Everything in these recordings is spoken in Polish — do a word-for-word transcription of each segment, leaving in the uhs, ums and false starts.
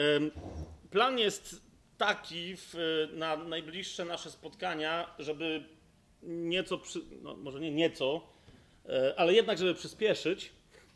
Plan jest taki w, na najbliższe nasze spotkania, żeby nieco, przy, no może nie nieco, ale jednak, żeby przyspieszyć.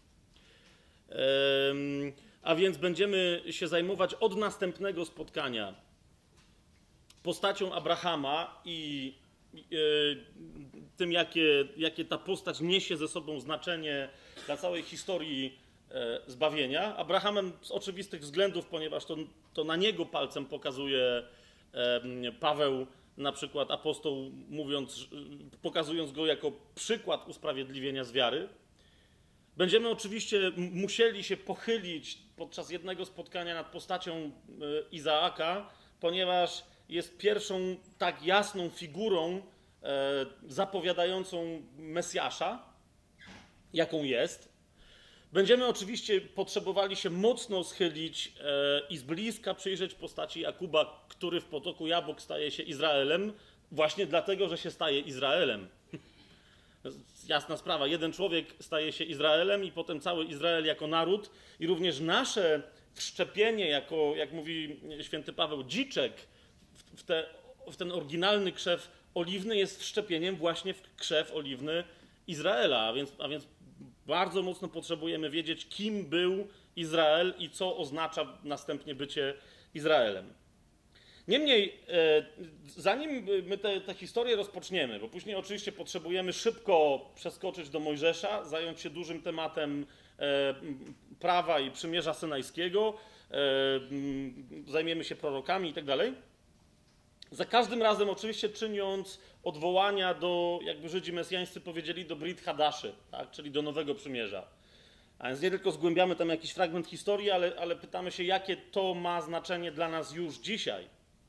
A więc będziemy się zajmować od następnego spotkania postacią Abrahama i tym, jakie, jakie ta postać niesie ze sobą znaczenie dla całej historii zbawienia. Abrahamem z oczywistych względów, ponieważ to, to na niego palcem pokazuje Paweł, na przykład apostoł, mówiąc, pokazując go jako przykład usprawiedliwienia z wiary. Będziemy oczywiście musieli się pochylić podczas jednego spotkania nad postacią Izaaka, ponieważ jest pierwszą tak jasną figurą zapowiadającą Mesjasza, jaką jest. Będziemy oczywiście potrzebowali się mocno schylić i z bliska przyjrzeć postaci Jakuba, który w potoku jabłek staje się Izraelem, właśnie dlatego, że się staje Izraelem. Jasna sprawa, jeden człowiek staje się Izraelem i potem cały Izrael jako naród i również nasze wszczepienie jako, jak mówi święty Paweł, dziczek w, te, w ten oryginalny krzew oliwny jest wszczepieniem właśnie w krzew oliwny Izraela, a więc, a więc bardzo mocno potrzebujemy wiedzieć, kim był Izrael i co oznacza następnie bycie Izraelem. Niemniej, zanim my tę historię rozpoczniemy, bo później oczywiście potrzebujemy szybko przeskoczyć do Mojżesza, zająć się dużym tematem prawa i przymierza synajskiego, zajmiemy się prorokami i tak dalej. Za każdym razem oczywiście czyniąc odwołania do, jakby Żydzi mesjańscy powiedzieli, do Brit Hadaszy, tak? Czyli do Nowego Przymierza. A więc nie tylko zgłębiamy tam jakiś fragment historii, ale, ale pytamy się, jakie to ma znaczenie dla nas już dzisiaj.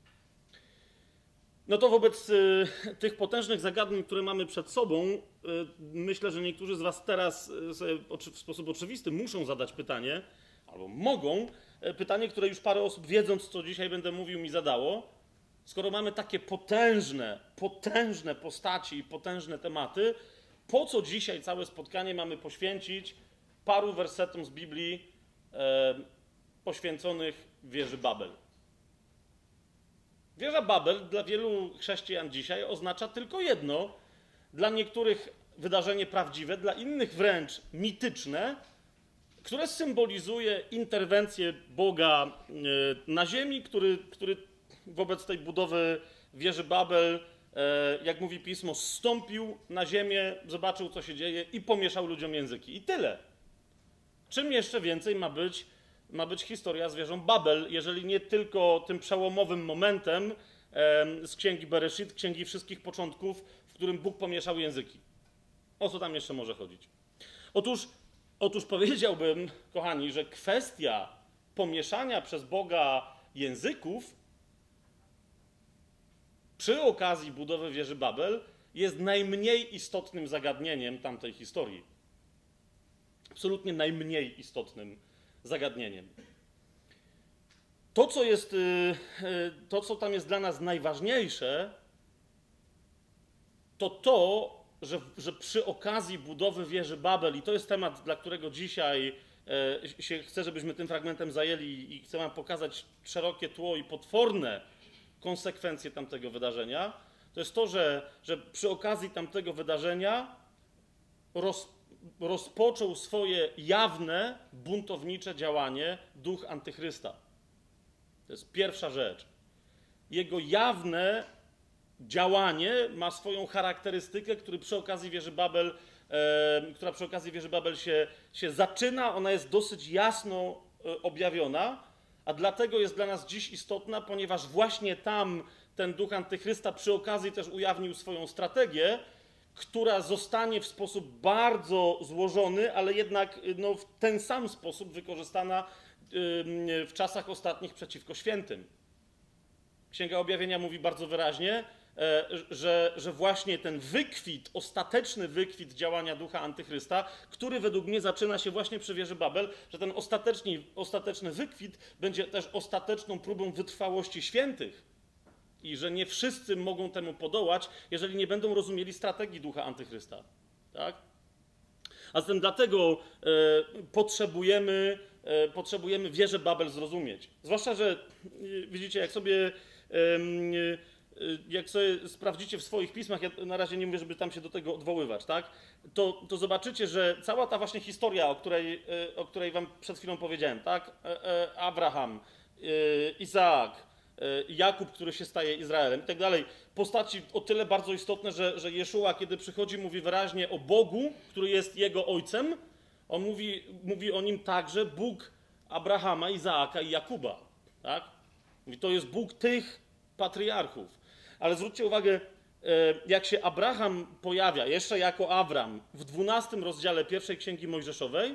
No to wobec y, tych potężnych zagadnień, które mamy przed sobą, y, myślę, że niektórzy z was teraz y, sobie oczy, w sposób oczywisty muszą zadać pytanie, albo mogą, y, pytanie, które już parę osób, wiedząc, co dzisiaj będę mówił, mi zadało. Skoro mamy takie potężne, potężne postaci i potężne tematy, po co dzisiaj całe spotkanie mamy poświęcić paru wersetom z Biblii e, poświęconych wieży Babel? Wieża Babel dla wielu chrześcijan dzisiaj oznacza tylko jedno. Dla niektórych wydarzenie prawdziwe, dla innych wręcz mityczne, które symbolizuje interwencję Boga na ziemi, który, który wobec tej budowy wieży Babel, jak mówi Pismo, zstąpił na ziemię, zobaczył, co się dzieje i pomieszał ludziom języki. I tyle. Czym jeszcze więcej ma być, ma być historia z wieżą Babel, jeżeli nie tylko tym przełomowym momentem z Księgi Bereshit, Księgi Wszystkich Początków, w którym Bóg pomieszał języki. O co tam jeszcze może chodzić? Otóż, otóż powiedziałbym, kochani, że kwestia pomieszania przez Boga języków przy okazji budowy wieży Babel jest najmniej istotnym zagadnieniem tamtej historii. Absolutnie najmniej istotnym zagadnieniem. To, co jest, to, co tam jest dla nas najważniejsze, to to, że, że przy okazji budowy wieży Babel, i to jest temat, dla którego dzisiaj się chcę, żebyśmy tym fragmentem zajęli i chcę wam pokazać szerokie tło i potworne konsekwencje tamtego wydarzenia, to jest to, że, że przy okazji tamtego wydarzenia roz, rozpoczął swoje jawne, buntownicze działanie duch Antychrysta. To jest pierwsza rzecz. Jego jawne działanie ma swoją charakterystykę, który przy okazji wieży Babel, e, która przy okazji wieży Babel się, się zaczyna. Ona jest dosyć jasno e, objawiona, a dlatego jest dla nas dziś istotna, ponieważ właśnie tam ten duch Antychrysta przy okazji też ujawnił swoją strategię, która zostanie w sposób bardzo złożony, ale jednak no, w ten sam sposób wykorzystana w czasach ostatnich przeciwko świętym. Księga Objawienia mówi bardzo wyraźnie, że, że właśnie ten wykwit, ostateczny wykwit działania ducha Antychrysta, który według mnie zaczyna się właśnie przy wieży Babel, że ten ostateczny, ostateczny wykwit będzie też ostateczną próbą wytrwałości świętych i że nie wszyscy mogą temu podołać, jeżeli nie będą rozumieli strategii ducha Antychrysta. Tak? A zatem dlatego e, potrzebujemy e, potrzebujemy wieżę Babel zrozumieć. Zwłaszcza, że e, widzicie, jak sobie, e, e, jak sobie sprawdzicie w swoich pismach, ja na razie nie mówię, żeby tam się do tego odwoływać, tak? To, to zobaczycie, że cała ta właśnie historia, o której, e, o której wam przed chwilą powiedziałem, tak? E, e, Abraham, e, Izaak, Jakub, który się staje Izraelem i tak dalej. Postaci o tyle bardzo istotne, że, że Jeszua, kiedy przychodzi, mówi wyraźnie o Bogu, który jest jego ojcem. On mówi, mówi o nim także Bóg Abrahama, Izaaka i Jakuba. Tak? I to jest Bóg tych patriarchów. Ale zwróćcie uwagę, jak się Abraham pojawia, jeszcze jako Abram, w dwunastym rozdziale pierwszej Księgi Mojżeszowej,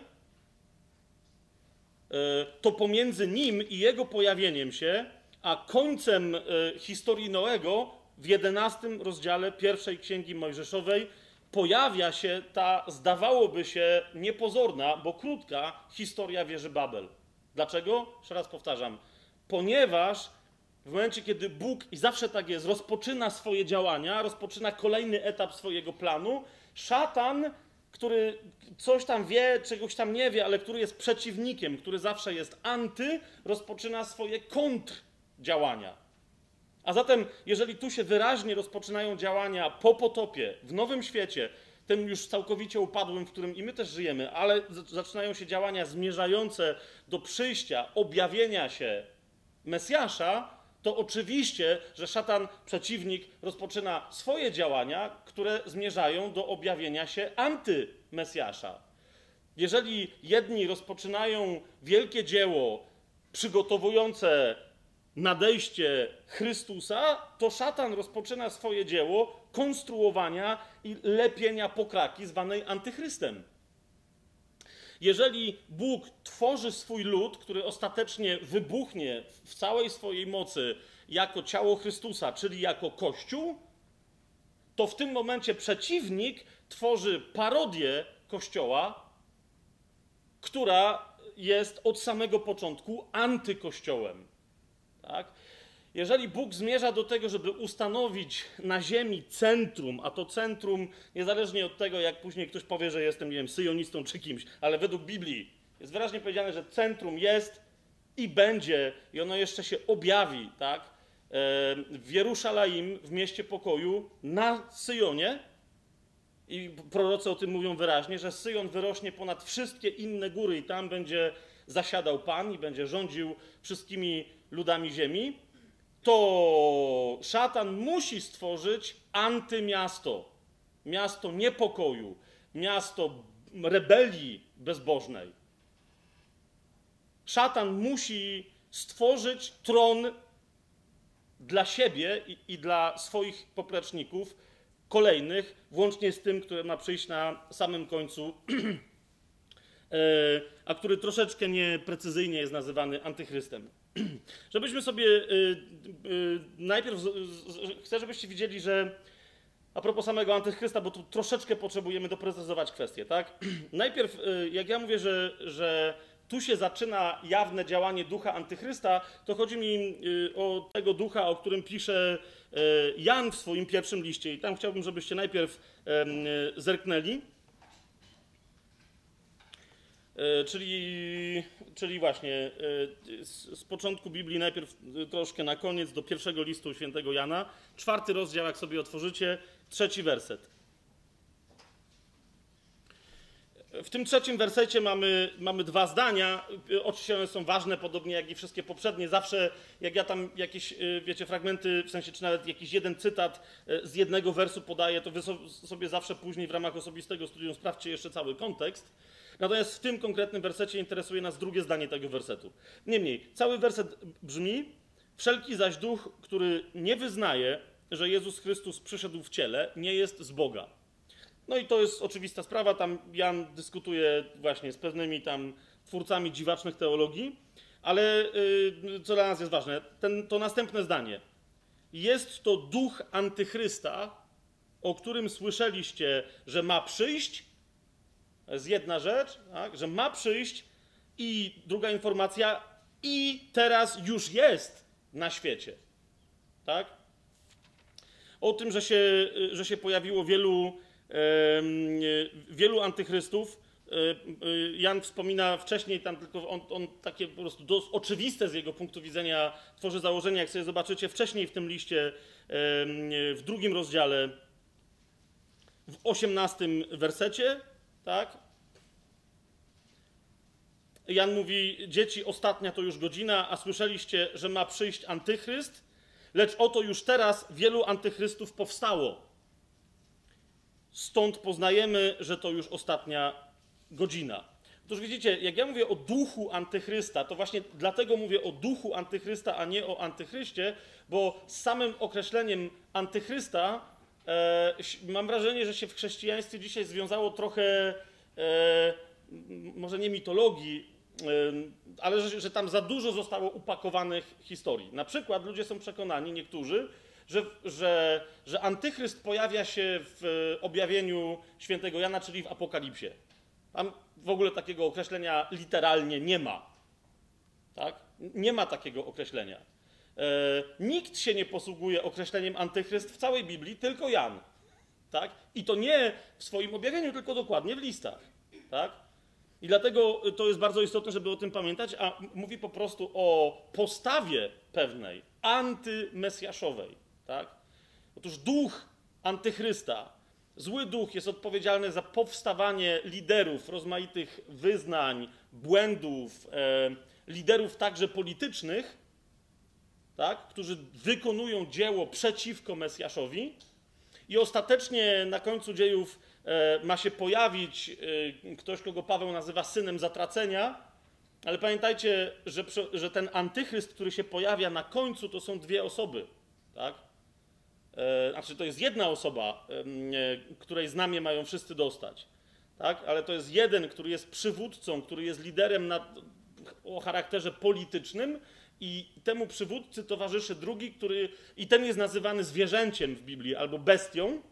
to pomiędzy nim i jego pojawieniem się a końcem y, historii Noego w jedenastym rozdziale pierwszej Księgi Mojżeszowej pojawia się ta, zdawałoby się, niepozorna, bo krótka historia wieży Babel. Dlaczego? Jeszcze raz powtarzam. Ponieważ w momencie, kiedy Bóg, i zawsze tak jest, rozpoczyna swoje działania, rozpoczyna kolejny etap swojego planu, szatan, który coś tam wie, czegoś tam nie wie, ale który jest przeciwnikiem, który zawsze jest anty, rozpoczyna swoje kontr działania. A zatem, jeżeli tu się wyraźnie rozpoczynają działania po potopie, w nowym świecie, tym już całkowicie upadłym, w którym i my też żyjemy, ale zaczynają się działania zmierzające do przyjścia, objawienia się Mesjasza, to oczywiście, że szatan, przeciwnik, rozpoczyna swoje działania, które zmierzają do objawienia się antymesjasza. Jeżeli jedni rozpoczynają wielkie dzieło przygotowujące nadejście Chrystusa, to szatan rozpoczyna swoje dzieło konstruowania i lepienia pokraki zwanej antychrystem. Jeżeli Bóg tworzy swój lud, który ostatecznie wybuchnie w całej swojej mocy jako ciało Chrystusa, czyli jako Kościół, to w tym momencie przeciwnik tworzy parodię Kościoła, która jest od samego początku antykościołem. Tak? Jeżeli Bóg zmierza do tego, żeby ustanowić na ziemi centrum, a to centrum, niezależnie od tego, jak później ktoś powie, że jestem, nie wiem, syjonistą czy kimś, ale według Biblii jest wyraźnie powiedziane, że centrum jest i będzie, i ono jeszcze się objawi, tak? W Jerusalem, w mieście pokoju, na Syjonie, i prorocy o tym mówią wyraźnie, że Syjon wyrośnie ponad wszystkie inne góry i tam będzie zasiadał Pan i będzie rządził wszystkimi ludami ziemi, to szatan musi stworzyć antymiasto, miasto niepokoju, miasto rebelii bezbożnej. Szatan musi stworzyć tron dla siebie i, i dla swoich popleczników kolejnych, włącznie z tym, który ma przyjść na samym końcu, a który troszeczkę nieprecyzyjnie jest nazywany antychrystem. Żebyśmy sobie y, y, najpierw, z, z, chcę, żebyście widzieli, że a propos samego antychrysta, bo tu troszeczkę potrzebujemy doprecyzować kwestię, tak? Najpierw, y, jak ja mówię, że, że tu się zaczyna jawne działanie ducha antychrysta, to chodzi mi y, o tego ducha, o którym pisze y, Jan w swoim pierwszym liście. I tam chciałbym, żebyście najpierw y, zerknęli. Czyli, czyli właśnie z, z początku Biblii, najpierw troszkę na koniec, do pierwszego listu świętego Jana. Czwarty rozdział, jak sobie otworzycie, trzeci werset. W tym trzecim wersecie mamy, mamy dwa zdania. Oczywiście one są ważne, podobnie jak i wszystkie poprzednie. Zawsze, jak ja tam jakieś, wiecie, fragmenty, w sensie, czy nawet jakiś jeden cytat z jednego wersu podaję, to wy sobie zawsze później w ramach osobistego studium sprawdźcie jeszcze cały kontekst. Natomiast w tym konkretnym wersecie interesuje nas drugie zdanie tego wersetu. Niemniej, cały werset brzmi: wszelki zaś duch, który nie wyznaje, że Jezus Chrystus przyszedł w ciele, nie jest z Boga. No i to jest oczywista sprawa, tam Jan dyskutuje właśnie z pewnymi tam twórcami dziwacznych teologii, ale yy, co dla nas jest ważne, ten, to następne zdanie. Jest to duch antychrysta, o którym słyszeliście, że ma przyjść. To jest jedna rzecz, tak? Że ma przyjść, i druga informacja, i teraz już jest na świecie. Tak? O tym, że się, że się pojawiło wielu, e, wielu antychrystów, Jan wspomina wcześniej, tam tylko on, on takie po prostu dość oczywiste z jego punktu widzenia tworzy założenia, jak sobie zobaczycie wcześniej w tym liście, w drugim rozdziale, w osiemnastym wersecie, tak? Jan mówi, dzieci, ostatnia to już godzina, a słyszeliście, że ma przyjść antychryst, lecz oto już teraz wielu antychrystów powstało. Stąd poznajemy, że to już ostatnia godzina. Otóż widzicie, jak ja mówię o duchu antychrysta, to właśnie dlatego mówię o duchu antychrysta, a nie o antychryście, bo z samym określeniem antychrysta e, mam wrażenie, że się w chrześcijaństwie dzisiaj związało trochę, e, może nie mitologii, e, ale że, że tam za dużo zostało upakowanych historii. Na przykład ludzie są przekonani, niektórzy, Że, że, że antychryst pojawia się w objawieniu świętego Jana, czyli w Apokalipsie. Tam w ogóle takiego określenia literalnie nie ma. Tak? Nie ma takiego określenia. E, nikt się nie posługuje określeniem antychryst w całej Biblii, tylko Jan. Tak? I to nie w swoim objawieniu, tylko dokładnie w listach. Tak? I dlatego to jest bardzo istotne, żeby o tym pamiętać, a mówi po prostu o postawie pewnej, antymesjaszowej. Tak? Otóż duch antychrysta, zły duch jest odpowiedzialny za powstawanie liderów rozmaitych wyznań, błędów, e, liderów także politycznych, tak? Którzy wykonują dzieło przeciwko Mesjaszowi i ostatecznie na końcu dziejów e, ma się pojawić e, ktoś, kogo Paweł nazywa synem zatracenia, ale pamiętajcie, że, że ten antychryst, który się pojawia na końcu, to są dwie osoby. Tak? Znaczy, to jest jedna osoba, której znamię mają wszyscy dostać, tak? Ale to jest jeden, który jest przywódcą, który jest liderem na, o charakterze politycznym i temu przywódcy towarzyszy drugi, który i ten jest nazywany zwierzęciem w Biblii albo bestią,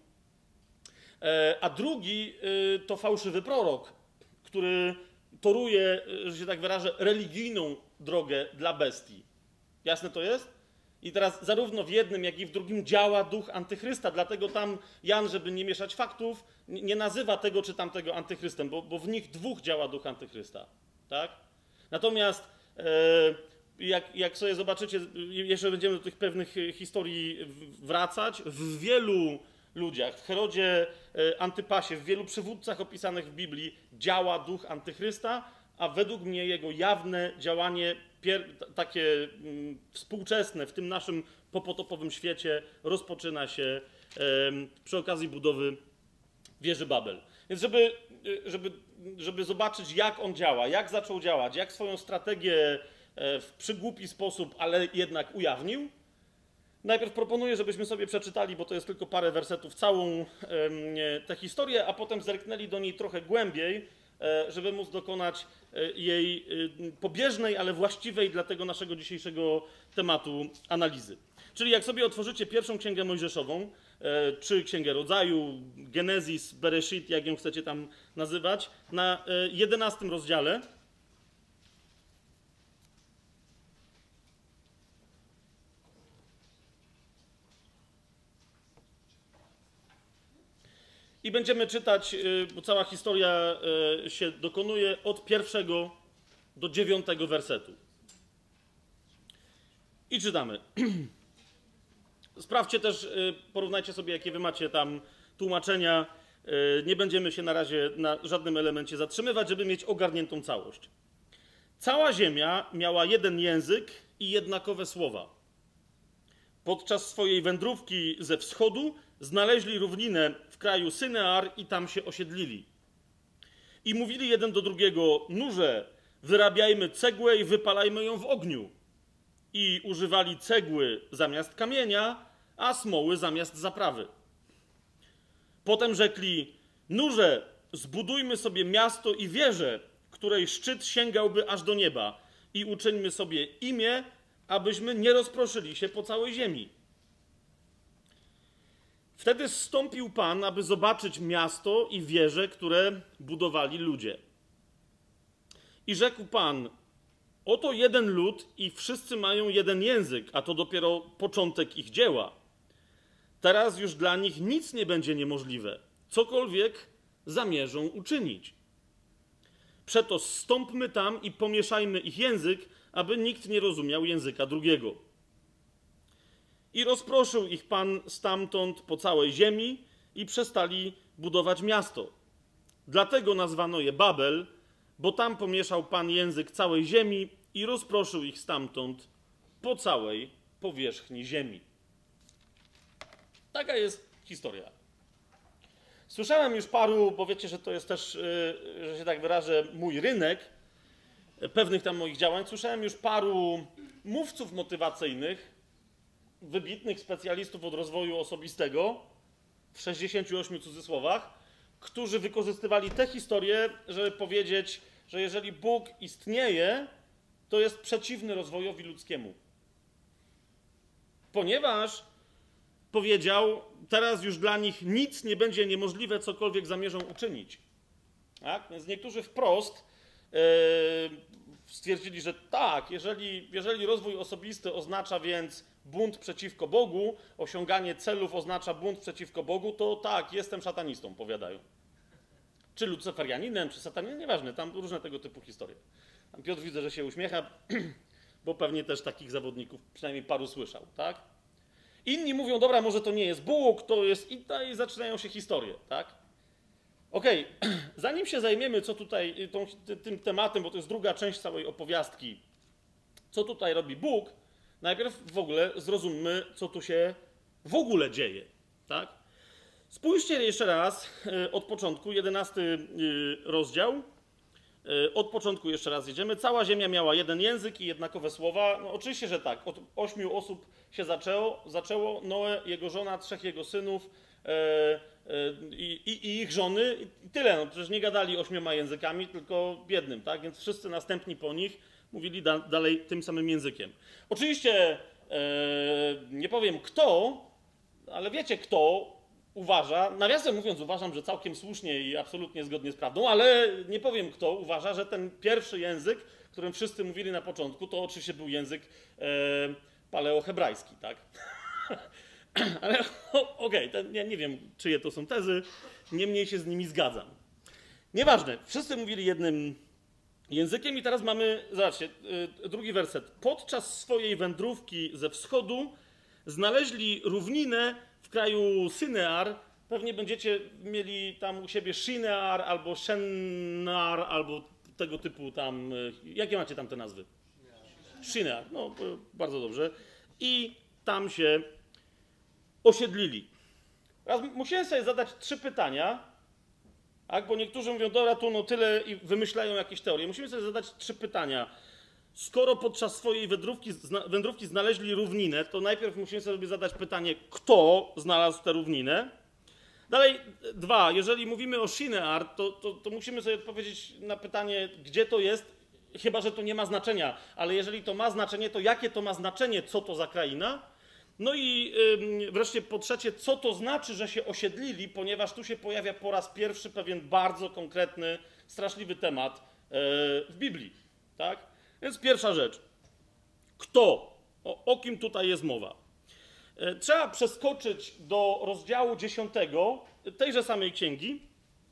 a drugi to fałszywy prorok, który toruje, że się tak wyrażę, religijną drogę dla bestii. Jasne to jest? I teraz zarówno w jednym, jak i w drugim działa duch antychrysta, dlatego tam Jan, żeby nie mieszać faktów, nie nazywa tego czy tamtego antychrystem, bo, bo w nich dwóch działa duch antychrysta. Tak? Natomiast e, jak, jak sobie zobaczycie, jeszcze będziemy do tych pewnych historii wracać, w wielu ludziach, w Herodzie Antypasie, w wielu przywódcach opisanych w Biblii działa duch antychrysta, a według mnie jego jawne działanie Pier, takie mm, współczesne w tym naszym popotopowym świecie rozpoczyna się e, przy okazji budowy wieży Babel. Więc żeby, żeby, żeby zobaczyć, jak on działa, jak zaczął działać, jak swoją strategię e, w przygłupi sposób, ale jednak ujawnił, najpierw proponuję, żebyśmy sobie przeczytali, bo to jest tylko parę wersetów, całą e, tę historię, a potem zerknęli do niej trochę głębiej, żeby móc dokonać jej pobieżnej, ale właściwej dla tego naszego dzisiejszego tematu analizy. Czyli jak sobie otworzycie pierwszą księgę mojżeszową, czy księgę rodzaju, Genezis, Bereshit, jak ją chcecie tam nazywać, na jedenastym rozdziale, i będziemy czytać, bo cała historia się dokonuje od pierwszego do dziewiątego wersetu. I czytamy. Sprawdźcie też, porównajcie sobie, jakie wy macie tam tłumaczenia. Nie będziemy się na razie na żadnym elemencie zatrzymywać, żeby mieć ogarniętą całość. Cała ziemia miała jeden język i jednakowe słowa. Podczas swojej wędrówki ze wschodu znaleźli równinę w kraju Synear i tam się osiedlili. I mówili jeden do drugiego, nurze, wyrabiajmy cegłę i wypalajmy ją w ogniu. I używali cegły zamiast kamienia, a smoły zamiast zaprawy. Potem rzekli, nurze, zbudujmy sobie miasto i wieżę, której szczyt sięgałby aż do nieba i uczyńmy sobie imię, abyśmy nie rozproszyli się po całej ziemi. Wtedy zstąpił Pan, aby zobaczyć miasto i wieże, które budowali ludzie. I rzekł Pan, oto jeden lud i wszyscy mają jeden język, a to dopiero początek ich dzieła. Teraz już dla nich nic nie będzie niemożliwe, cokolwiek zamierzą uczynić. Przeto zstąpmy tam i pomieszajmy ich język, aby nikt nie rozumiał języka drugiego. I rozproszył ich Pan stamtąd po całej ziemi i przestali budować miasto. Dlatego nazwano je Babel, bo tam pomieszał Pan język całej ziemi i rozproszył ich stamtąd po całej powierzchni ziemi. Taka jest historia. Słyszałem już paru, bo wiecie, że to jest też, że się tak wyrażę, mój rynek pewnych tam moich działań. Słyszałem już paru mówców motywacyjnych, wybitnych specjalistów od rozwoju osobistego, w sześćdziesięciu ośmiu cudzysłowach, którzy wykorzystywali tę historię, żeby powiedzieć, że jeżeli Bóg istnieje, to jest przeciwny rozwojowi ludzkiemu. Ponieważ powiedział, teraz już dla nich nic nie będzie niemożliwe, cokolwiek zamierzą uczynić. Tak? Więc niektórzy wprost yy, stwierdzili, że tak, jeżeli, jeżeli rozwój osobisty oznacza więc bunt przeciwko Bogu, osiąganie celów oznacza bunt przeciwko Bogu, to tak, jestem szatanistą, powiadają. Czy lucyferianinem, czy sataninem, nieważne, tam różne tego typu historie. Tam Piotr widzę, że się uśmiecha, bo pewnie też takich zawodników przynajmniej paru słyszał, tak? Inni mówią, dobra, może to nie jest Bóg, to jest i, i zaczynają się historie, tak? Okej, okay. Zanim się zajmiemy co tutaj tą, tym tematem, bo to jest druga część całej opowiastki, co tutaj robi Bóg, najpierw w ogóle zrozummy, co tu się w ogóle dzieje, tak? Spójrzcie jeszcze raz od początku, jedenasty rozdział. Od początku jeszcze raz jedziemy. Cała ziemia miała jeden język i jednakowe słowa. No oczywiście, że tak. Od ośmiu osób się zaczęło. zaczęło. Noe, jego żona, trzech jego synów e, e, i, i ich żony. I tyle. No, przecież nie gadali ośmioma językami, tylko jednym, tak? Więc wszyscy następni po nich mówili da, dalej tym samym językiem. Oczywiście e, nie powiem kto, ale wiecie kto uważa, nawiasem mówiąc uważam, że całkiem słusznie i absolutnie zgodnie z prawdą, ale nie powiem kto uważa, że ten pierwszy język, którym wszyscy mówili na początku, to oczywiście był język e, paleohebrajski, tak? Ale okej, okay, ja nie wiem, czyje to są tezy, niemniej się z nimi zgadzam. Nieważne, wszyscy mówili jednym językiem i teraz mamy, zobaczcie, e, drugi werset. Podczas swojej wędrówki ze wschodu znaleźli równinę w kraju Synear. Pewnie będziecie mieli tam u siebie Shinear albo Shennar albo tego typu tam. Jakie macie tam te nazwy? Shinear. No, bardzo dobrze. I tam się osiedlili. Teraz musiałem sobie zadać trzy pytania, tak? Bo niektórzy mówią, dobra, tu no tyle i wymyślają jakieś teorie. Musimy sobie zadać trzy pytania. Skoro podczas swojej wędrówki, wędrówki znaleźli równinę, to najpierw musimy sobie zadać pytanie, kto znalazł tę równinę. Dalej, dwa, jeżeli mówimy o Shinear, to, to, to musimy sobie odpowiedzieć na pytanie, gdzie to jest, chyba że to nie ma znaczenia, ale jeżeli to ma znaczenie, to jakie to ma znaczenie, co to za kraina? No i yy, wreszcie po trzecie, co to znaczy, że się osiedlili, ponieważ tu się pojawia po raz pierwszy pewien bardzo konkretny, straszliwy temat yy, w Biblii, tak? Więc pierwsza rzecz. Kto? O, o kim tutaj jest mowa? E, trzeba przeskoczyć do rozdziału dziesiątego tejże samej księgi.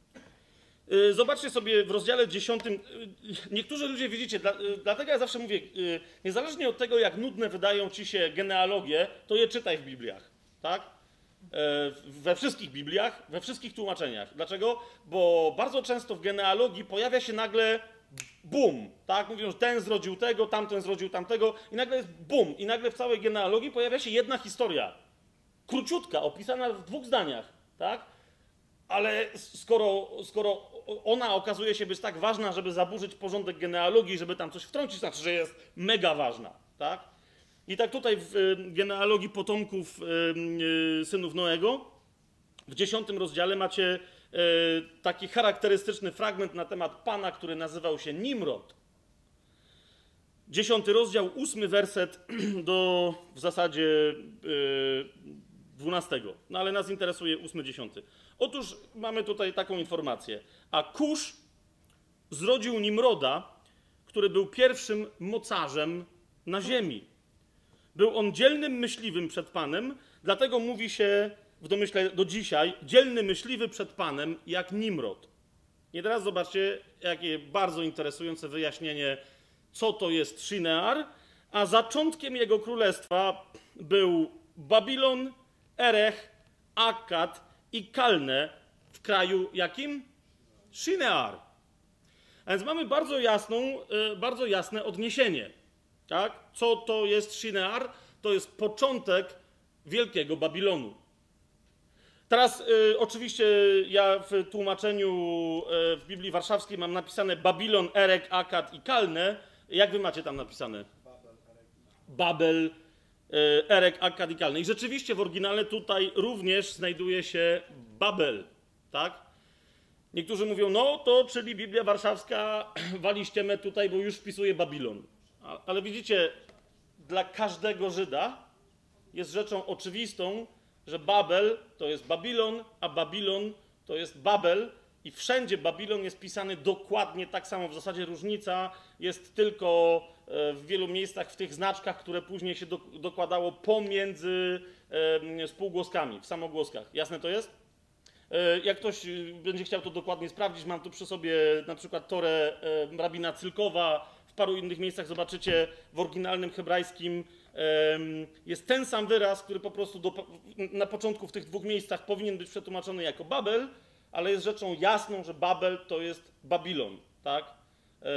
E, zobaczcie sobie w rozdziale dziesiątym. E, niektórzy ludzie, widzicie, dla, e, dlatego ja zawsze mówię, e, niezależnie od tego, jak nudne wydają ci się genealogie, to je czytaj w Bibliach. Tak? E, we wszystkich Bibliach, we wszystkich tłumaczeniach. Dlaczego? Bo bardzo często w genealogii pojawia się nagle bum, tak? Mówią, że ten zrodził tego, tamten zrodził tamtego i nagle jest bum. I nagle w całej genealogii pojawia się jedna historia. Króciutka, opisana w dwóch zdaniach, tak? Ale skoro, skoro ona okazuje się być tak ważna, żeby zaburzyć porządek genealogii, żeby tam coś wtrącić, znaczy, że jest mega ważna, tak? I tak tutaj w genealogii potomków synów Noego w dziesiątym rozdziale macie taki charakterystyczny fragment na temat pana, który nazywał się Nimrod. Dziesiąty rozdział, ósmy werset do w zasadzie dwunastego. No ale nas interesuje ósmy, dziesiąty. Otóż mamy tutaj taką informację. A Kusz zrodził Nimroda, który był pierwszym mocarzem na ziemi. Był on dzielnym myśliwym przed Panem, dlatego mówi się w domyśle do dzisiaj, dzielny myśliwy przed Panem jak Nimrod. I teraz zobaczcie, jakie bardzo interesujące wyjaśnienie, co to jest Shinear, a zaczątkiem jego królestwa był Babilon, Erech, Akkad i Kalne w kraju jakim? Shinear. A więc mamy bardzo jasną, bardzo jasne odniesienie. Tak? Co to jest Shinear? To jest początek Wielkiego Babilonu. Teraz y, oczywiście ja w tłumaczeniu y, w Biblii Warszawskiej mam napisane Babilon, Erek, Akkad i Kalne. Jak wy macie tam napisane? Babel, y, Erek, Akkad i Kalne. I rzeczywiście w oryginale tutaj również znajduje się Babel. Tak? Niektórzy mówią, no to czyli Biblia Warszawska wali ściemę tutaj, bo już wpisuje Babilon. A, ale widzicie, dla każdego Żyda jest rzeczą oczywistą, że Babel to jest Babilon, a Babilon to jest Babel i wszędzie Babilon jest pisany dokładnie tak samo. W zasadzie różnica jest tylko w wielu miejscach w tych znaczkach, które później się do, dokładało pomiędzy e, spółgłoskami, w samogłoskach. Jasne to jest? E, jak ktoś będzie chciał to dokładnie sprawdzić, mam tu przy sobie na przykład Torę e, rabina Cylkowa, w paru innych miejscach zobaczycie w oryginalnym hebrajskim jest ten sam wyraz, który po prostu do, na początku w tych dwóch miejscach powinien być przetłumaczony jako Babel, ale jest rzeczą jasną, że Babel to jest Babilon, tak? Eee,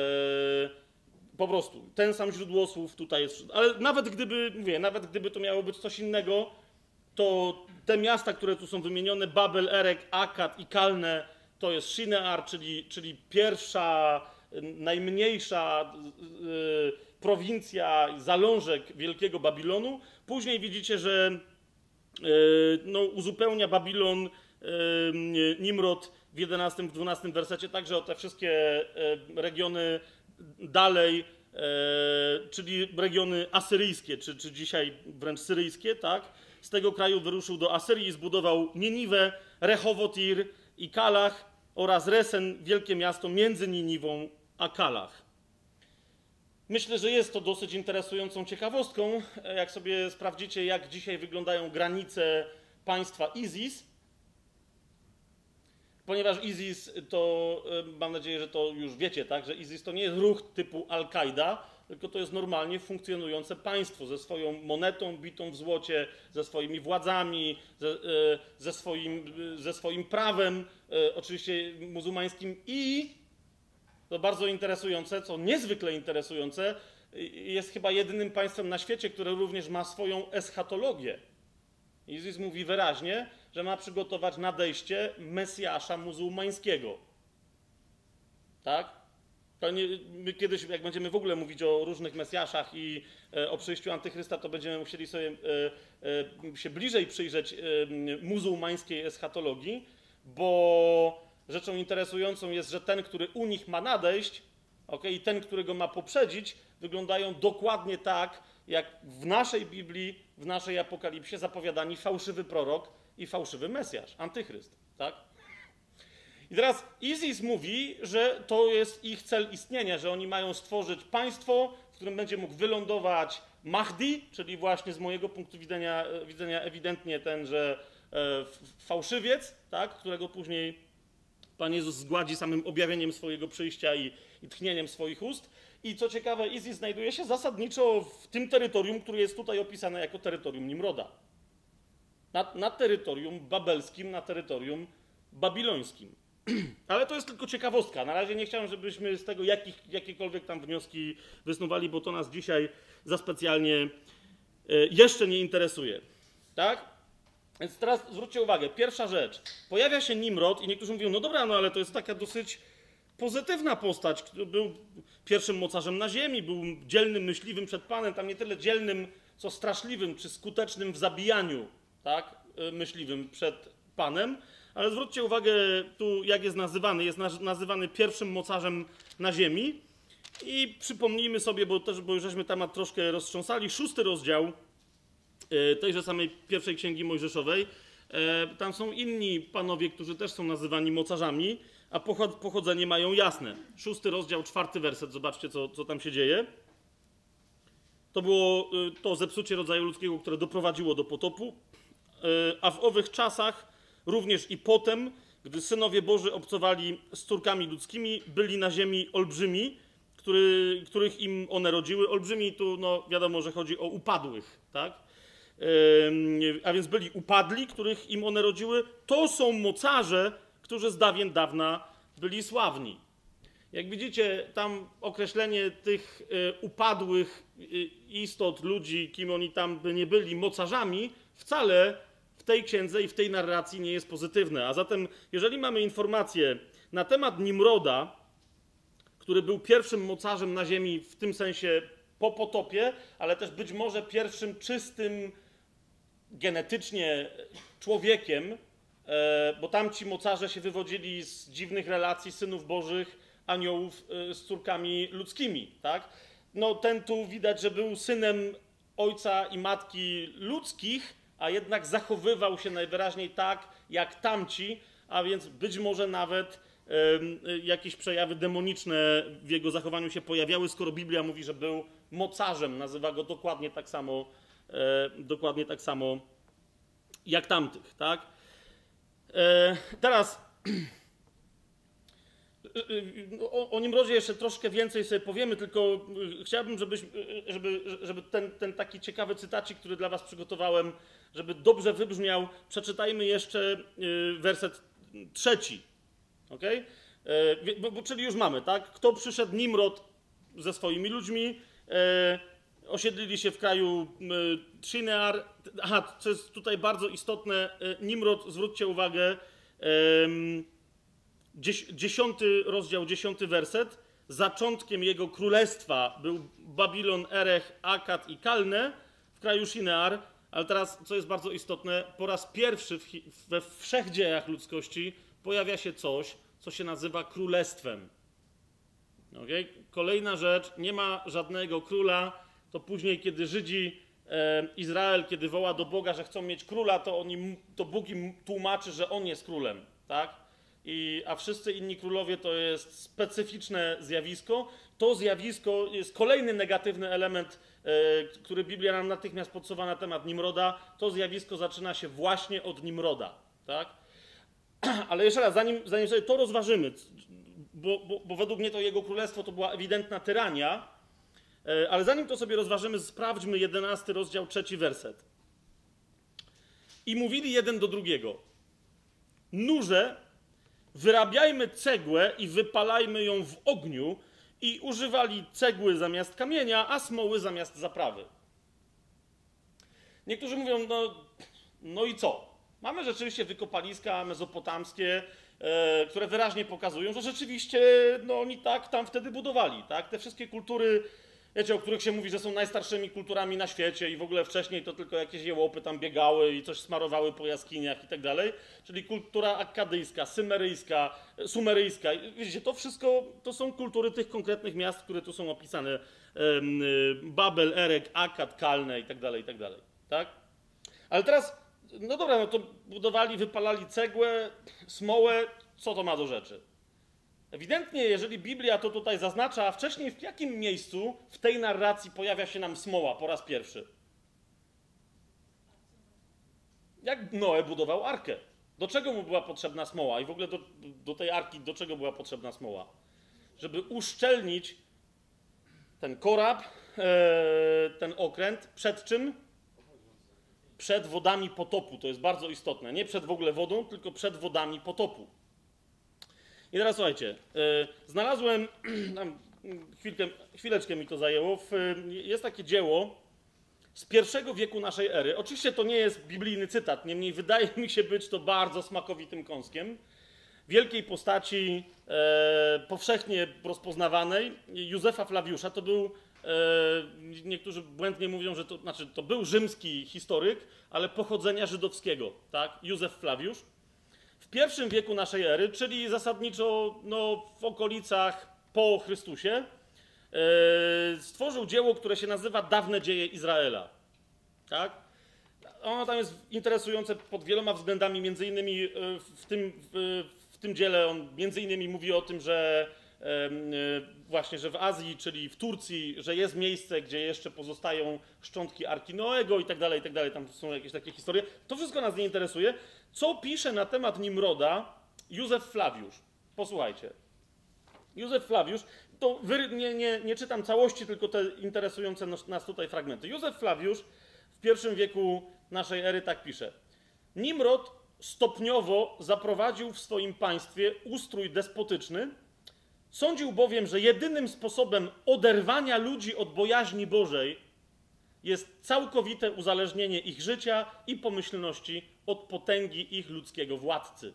po prostu ten sam źródłosłów tutaj jest, ale nawet gdyby, mówię, nawet gdyby to miało być coś innego, to te miasta, które tu są wymienione, Babel, Erek, Akkad i Kalne, to jest Shinear, czyli, czyli pierwsza, najmniejsza yy, prowincja, zalążek Wielkiego Babilonu. Później widzicie, że yy, no, uzupełnia Babilon yy, Nimrod w jedenastym, w dwunastym wersecie, także o te wszystkie yy, regiony dalej, yy, czyli regiony asyryjskie, czy, czy dzisiaj wręcz syryjskie, tak? Z tego kraju wyruszył do Asyrii i zbudował Niniwę, Rechowotir i Kalach oraz Resen, wielkie miasto między Niniwą a Kalach. Myślę, że jest to dosyć interesującą ciekawostką, jak sobie sprawdzicie, jak dzisiaj wyglądają granice państwa ISIS. Ponieważ ISIS to, mam nadzieję, że to już wiecie, tak, że ISIS to nie jest ruch typu Al-Kaida, tylko to jest normalnie funkcjonujące państwo ze swoją monetą bitą w złocie, ze swoimi władzami, ze, ze, swoim, ze swoim prawem, oczywiście muzułmańskim i to bardzo interesujące, co niezwykle interesujące, jest chyba jedynym państwem na świecie, które również ma swoją eschatologię. ISIS mówi wyraźnie, że ma przygotować nadejście Mesjasza muzułmańskiego. Tak? To nie, my kiedyś, jak będziemy w ogóle mówić o różnych Mesjaszach i e, o przyjściu Antychrysta, to będziemy musieli sobie e, e, się bliżej przyjrzeć e, muzułmańskiej eschatologii, bo rzeczą interesującą jest, że ten, który u nich ma nadejść, okay, i ten, który go ma poprzedzić, wyglądają dokładnie tak, jak w naszej Biblii, w naszej Apokalipsie zapowiadani fałszywy prorok i fałszywy Mesjasz, Antychryst. Tak? I teraz ISIS mówi, że to jest ich cel istnienia, że oni mają stworzyć państwo, w którym będzie mógł wylądować Mahdi, czyli właśnie z mojego punktu widzenia, widzenia ewidentnie tenże e, fałszywiec, tak, którego później Pan Jezus zgładzi samym objawieniem swojego przyjścia i, i tchnieniem swoich ust. I co ciekawe, ISIS znajduje się zasadniczo w tym terytorium, które jest tutaj opisane jako terytorium Nimroda. Na, na terytorium babelskim, na terytorium babilońskim. Ale to jest tylko ciekawostka. Na razie nie chciałem, żebyśmy z tego jakich, jakiekolwiek tam wnioski wysnuwali, bo to nas dzisiaj za specjalnie e, jeszcze nie interesuje. Tak? Więc teraz zwróćcie uwagę. Pierwsza rzecz. Pojawia się Nimrod i niektórzy mówią, no dobra, no ale to jest taka dosyć pozytywna postać, który był pierwszym mocarzem na ziemi, był dzielnym myśliwym przed Panem, tam nie tyle dzielnym, co straszliwym, czy skutecznym w zabijaniu, tak, myśliwym przed Panem. Ale zwróćcie uwagę tu, jak jest nazywany. Jest nazywany pierwszym mocarzem na ziemi. I przypomnijmy sobie, bo też, bo już żeśmy temat troszkę roztrząsali, szósty rozdział tejże samej pierwszej Księgi Mojżeszowej. Tam są inni panowie, którzy też są nazywani mocarzami, a pochodzenie mają jasne. Szósty rozdział, czwarty werset. Zobaczcie, co, co tam się dzieje. To było to zepsucie rodzaju ludzkiego, które doprowadziło do potopu. A w owych czasach również i potem gdy synowie Boży obcowali z córkami ludzkimi, byli na ziemi olbrzymi, który, których im one rodziły. Olbrzymi tu, no wiadomo, że chodzi o upadłych, tak? Yy, a więc byli upadli, których im one rodziły. To są mocarze, którzy z dawien dawna byli sławni. Jak widzicie, tam określenie tych y, upadłych y, istot, ludzi, kim oni tam by nie byli, mocarzami, wcale w tej księdze i w tej narracji nie jest pozytywne. A zatem, jeżeli mamy informacje na temat Nimroda, który był pierwszym mocarzem na ziemi w tym sensie po potopie, ale też być może pierwszym czystym genetycznie człowiekiem, e, bo tamci mocarze się wywodzili z dziwnych relacji synów bożych, aniołów z córkami ludzkimi, tak? No ten tu widać, że był synem ojca i matki ludzkich, a jednak zachowywał się najwyraźniej tak, jak tamci, a więc być może nawet y, jakieś przejawy demoniczne w jego zachowaniu się pojawiały, skoro Biblia mówi, że był mocarzem, nazywa go dokładnie tak samo, y, dokładnie tak samo jak tamtych, tak? Y, teraz O, o Nimrodzie jeszcze troszkę więcej sobie powiemy, tylko chciałbym, żebyś, żeby, żeby ten, ten taki ciekawy cytacik, który dla was przygotowałem, żeby dobrze wybrzmiał, przeczytajmy jeszcze werset trzeci. Okay? Bo, bo, czyli już mamy, tak? Kto przyszedł? Nimrod ze swoimi ludźmi, e, osiedlili się w kraju e, Shinear. Aha, co jest tutaj bardzo istotne, e, Nimrod, zwróćcie uwagę, e, Dziesiąty rozdział, dziesiąty werset. Zaczątkiem jego królestwa był Babilon, Erech, Akad i Kalne w kraju Shinear. Ale teraz, co jest bardzo istotne, po raz pierwszy w, we wszechdziejach ludzkości pojawia się coś, co się nazywa królestwem. Okay? Kolejna rzecz, nie ma żadnego króla. To później, kiedy Żydzi, e, Izrael, kiedy woła do Boga, że chcą mieć króla, to, oni, to Bóg im tłumaczy, że on jest królem. Tak? I, a wszyscy inni królowie to jest specyficzne zjawisko. To zjawisko jest kolejny negatywny element, e, który Biblia nam natychmiast podsuwa na temat Nimroda. To zjawisko zaczyna się właśnie od Nimroda. Tak? Ale jeszcze raz, zanim, zanim sobie to rozważymy, bo, bo, bo według mnie to jego królestwo to była ewidentna tyrania, e, ale zanim to sobie rozważymy, sprawdźmy jedenasty rozdział, trzeci werset. I mówili jeden do drugiego: nurze, wyrabiajmy cegłę i wypalajmy ją w ogniu, i używali cegły zamiast kamienia, a smoły zamiast zaprawy. Niektórzy mówią, no, no i co? Mamy rzeczywiście wykopaliska mezopotamskie, e, które wyraźnie pokazują, że rzeczywiście no, oni tak tam wtedy budowali. Tak? Te wszystkie kultury, wiecie, o których się mówi, że są najstarszymi kulturami na świecie i w ogóle wcześniej to tylko jakieś jełopy tam biegały i coś smarowały po jaskiniach i tak dalej. Czyli kultura akkadyjska, symeryjska, sumeryjska. Widzicie, to wszystko to są kultury tych konkretnych miast, które tu są opisane. Babel, Erek, Akkad, Kalne i tak dalej, i tak dalej. Tak? Ale teraz, no dobra, no to budowali, wypalali cegłę, smołę, co to ma do rzeczy? Ewidentnie, jeżeli Biblia to tutaj zaznacza, a wcześniej w jakim miejscu w tej narracji pojawia się nam smoła po raz pierwszy? Jak Noe budował arkę? Do czego mu była potrzebna smoła? I w ogóle do, do tej arki do czego była potrzebna smoła? Żeby uszczelnić ten korab, e, ten okręt, przed czym? Przed wodami potopu. To jest bardzo istotne. Nie przed w ogóle wodą, tylko przed wodami potopu. I teraz słuchajcie, yy, znalazłem, tam chwilkę, chwileczkę mi to zajęło, w, jest takie dzieło z pierwszego wieku naszej ery. Oczywiście to nie jest biblijny cytat, niemniej wydaje mi się być to bardzo smakowitym kąskiem. Wielkiej postaci, e, powszechnie rozpoznawanej, Józefa Flawiusza. To był, e, niektórzy błędnie mówią, że to, znaczy, to był rzymski historyk, ale pochodzenia żydowskiego, tak? Józef Flawiusz. W pierwszym wieku naszej ery, czyli zasadniczo no, w okolicach po Chrystusie, yy, stworzył dzieło, które się nazywa Dawne dzieje Izraela. Tak? Ono tam jest interesujące pod wieloma względami, między innymi w tym, w, w tym dziele on między innymi mówi o tym, że yy, właśnie, że w Azji, czyli w Turcji, że jest miejsce, gdzie jeszcze pozostają szczątki Arki Noego i tak dalej, i tak dalej. Tam są jakieś takie historie. To wszystko nas nie interesuje. Co pisze na temat Nimroda Józef Flawiusz. Posłuchajcie. Józef Flawiusz, to wy, nie, nie, nie czytam całości, tylko te interesujące nas tutaj fragmenty. Józef Flawiusz w pierwszym wieku naszej ery tak pisze. Nimrod stopniowo zaprowadził w swoim państwie ustrój despotyczny, sądził bowiem, że jedynym sposobem oderwania ludzi od bojaźni Bożej jest całkowite uzależnienie ich życia i pomyślności od potęgi ich ludzkiego władcy.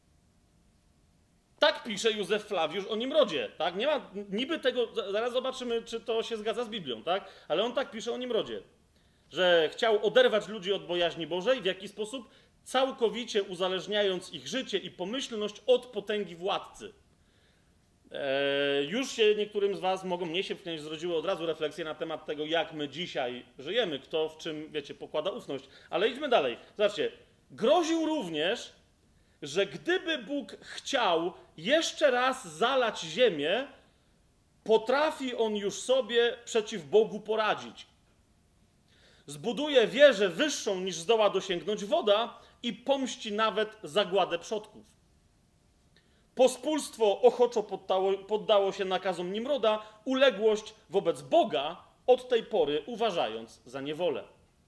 Tak pisze Józef Flawiusz o Nimrodzie, tak? Nie ma niby tego, zaraz zobaczymy, czy to się zgadza z Biblią, tak? Ale on tak pisze o Nimrodzie, że chciał oderwać ludzi od bojaźni Bożej, w jaki sposób? Całkowicie uzależniając ich życie i pomyślność od potęgi władcy. Eee, już się niektórym z was mogą, mnie się wręcz zrodziły od razu refleksje na temat tego, jak my dzisiaj żyjemy, kto w czym, wiecie, pokłada ufność. Ale idźmy dalej. Zobaczcie, groził również, że gdyby Bóg chciał jeszcze raz zalać ziemię, potrafi on już sobie przeciw Bogu poradzić. Zbuduje wieżę wyższą niż zdoła dosięgnąć woda i pomści nawet zagładę przodków. Pospólstwo ochoczo poddało, poddało się nakazom Nimroda, uległość wobec Boga od tej pory uważając za niewolę.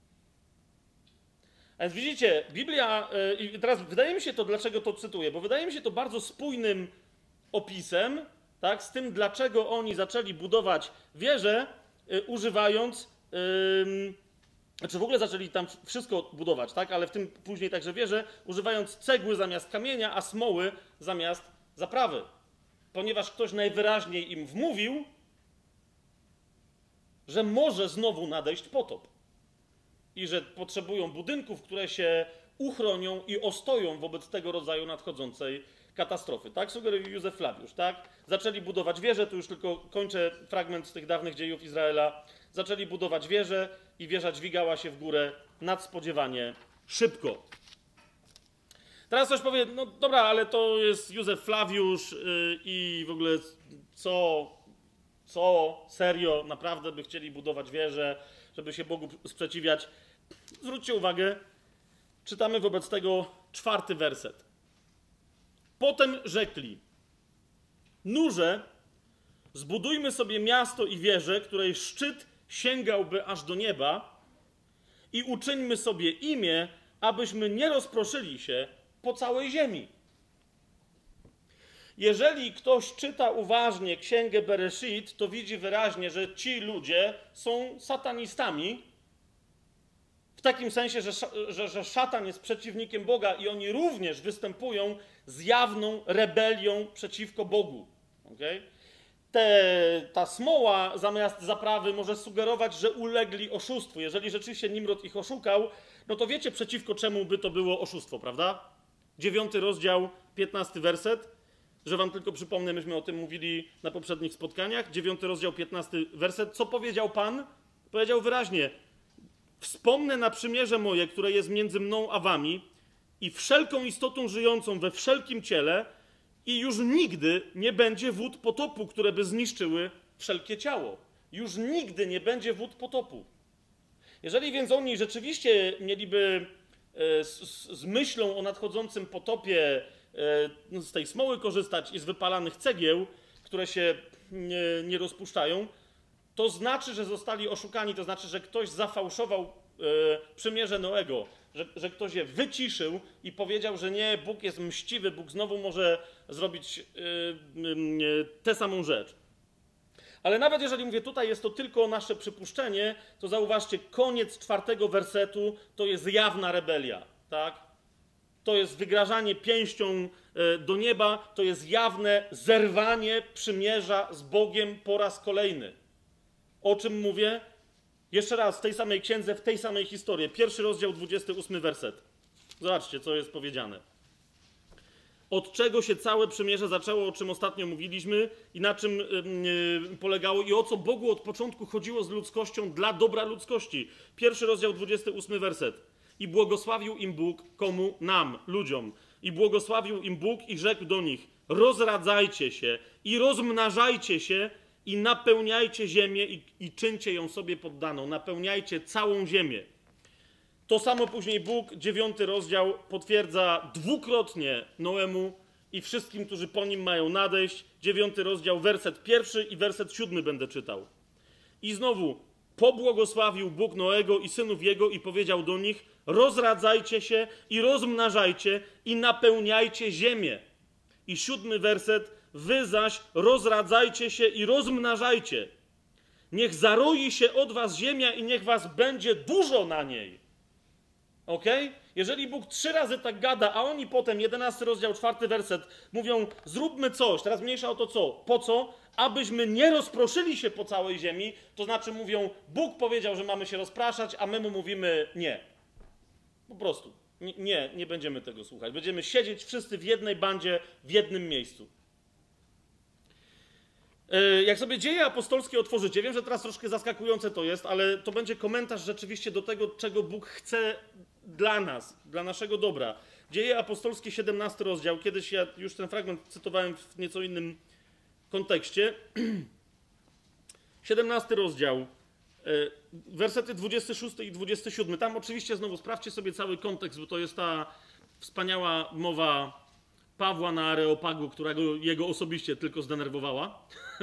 A więc widzicie, Biblia, i teraz wydaje mi się to, dlaczego to cytuję, bo wydaje mi się to bardzo spójnym opisem, tak, z tym, dlaczego oni zaczęli budować wieżę, y, używając, y, znaczy w ogóle zaczęli tam wszystko budować, tak, ale w tym później także wieżę, używając cegły zamiast kamienia, a smoły zamiast zaprawy. Ponieważ ktoś najwyraźniej im wmówił, że może znowu nadejść potop. I że potrzebują budynków, które się uchronią i ostoją wobec tego rodzaju nadchodzącej katastrofy. Tak sugeruje Józef Flawiusz, tak? Zaczęli budować wieżę, tu już tylko kończę fragment z tych dawnych dziejów Izraela. Zaczęli budować wieżę i wieża dźwigała się w górę nadspodziewanie szybko. Teraz ktoś powie, no dobra, ale to jest Józef Flawiusz yy, i w ogóle co, co, serio, naprawdę by chcieli budować wieżę, żeby się Bogu sprzeciwiać. Zwróćcie uwagę, czytamy wobec tego czwarty werset. Potem rzekli, nurze, zbudujmy sobie miasto i wieżę, której szczyt sięgałby aż do nieba i uczyńmy sobie imię, abyśmy nie rozproszyli się po całej ziemi. Jeżeli ktoś czyta uważnie Księgę Bereshit, to widzi wyraźnie, że ci ludzie są satanistami, w takim sensie, że, że, że szatan jest przeciwnikiem Boga i oni również występują z jawną rebelią przeciwko Bogu. Okay? Te, ta smoła zamiast zaprawy może sugerować, że ulegli oszustwu. Jeżeli rzeczywiście Nimrod ich oszukał, no to wiecie, przeciwko czemu by to było oszustwo, prawda? Dziewiąty rozdział, piętnasty werset. Że wam tylko przypomnę, myśmy o tym mówili na poprzednich spotkaniach. Dziewiąty rozdział, piętnasty werset. Co powiedział Pan? Powiedział wyraźnie. Wspomnę na przymierze moje, które jest między mną a wami i wszelką istotą żyjącą we wszelkim ciele i już nigdy nie będzie wód potopu, które by zniszczyły wszelkie ciało. Już nigdy nie będzie wód potopu. Jeżeli więc oni rzeczywiście mieliby z, z, z myślą o nadchodzącym potopie z tej smoły korzystać i z wypalanych cegieł, które się nie, nie rozpuszczają, to znaczy, że zostali oszukani, to znaczy, że ktoś zafałszował e, przymierze Noego, że, że ktoś je wyciszył i powiedział, że nie, Bóg jest mściwy, Bóg znowu może zrobić e, e, tę samą rzecz. Ale nawet jeżeli mówię, tutaj jest to tylko nasze przypuszczenie, to zauważcie, koniec czwartego wersetu to jest jawna rebelia, tak? To jest wygrażanie pięścią do nieba, to jest jawne zerwanie przymierza z Bogiem po raz kolejny. O czym mówię? Jeszcze raz, w tej samej księdze, w tej samej historii. Pierwszy rozdział, dwudziesty ósmy werset. Zobaczcie, co jest powiedziane. Od czego się całe przymierze zaczęło, o czym ostatnio mówiliśmy i na czym yy, polegało i o co Bogu od początku chodziło z ludzkością dla dobra ludzkości. Pierwszy rozdział, dwudziesty ósmy werset. I błogosławił im Bóg, komu? Nam, ludziom. I błogosławił im Bóg i rzekł do nich, rozradzajcie się i rozmnażajcie się i napełniajcie ziemię i, i czyńcie ją sobie poddaną. Napełniajcie całą ziemię. To samo później Bóg, dziewiąty rozdział, potwierdza dwukrotnie Noemu i wszystkim, którzy po nim mają nadejść. Dziewiąty rozdział, werset pierwszy i werset siódmy będę czytał. I znowu, pobłogosławił Bóg Noego i synów jego i powiedział do nich: rozradzajcie się i rozmnażajcie i napełniajcie ziemię. I siódmy werset, wy zaś rozradzajcie się i rozmnażajcie. Niech zaroi się od was ziemia i niech was będzie dużo na niej. Ok? Jeżeli Bóg trzy razy tak gada, a oni potem, jedenasty rozdział, czwarty werset, mówią: zróbmy coś, teraz mniejsza o to co. Po co? Abyśmy nie rozproszyli się po całej ziemi, to znaczy mówią, Bóg powiedział, że mamy się rozpraszać, a my mu mówimy nie. Po prostu. Nie, nie będziemy tego słuchać. Będziemy siedzieć wszyscy w jednej bandzie, w jednym miejscu. Jak sobie Dzieje apostolskie otworzycie, wiem, że teraz troszkę zaskakujące to jest, ale to będzie komentarz rzeczywiście do tego, czego Bóg chce dla nas, dla naszego dobra. Dzieje apostolskie, siedemnasty rozdział. Kiedyś ja już ten fragment cytowałem w nieco innym kontekście. siedemnasty rozdział, wersety dwudziesty szósty i dwudziesty siódmy. Tam oczywiście znowu sprawdźcie sobie cały kontekst, bo to jest ta wspaniała mowa Pawła na Areopagu, która go, jego osobiście tylko zdenerwowała.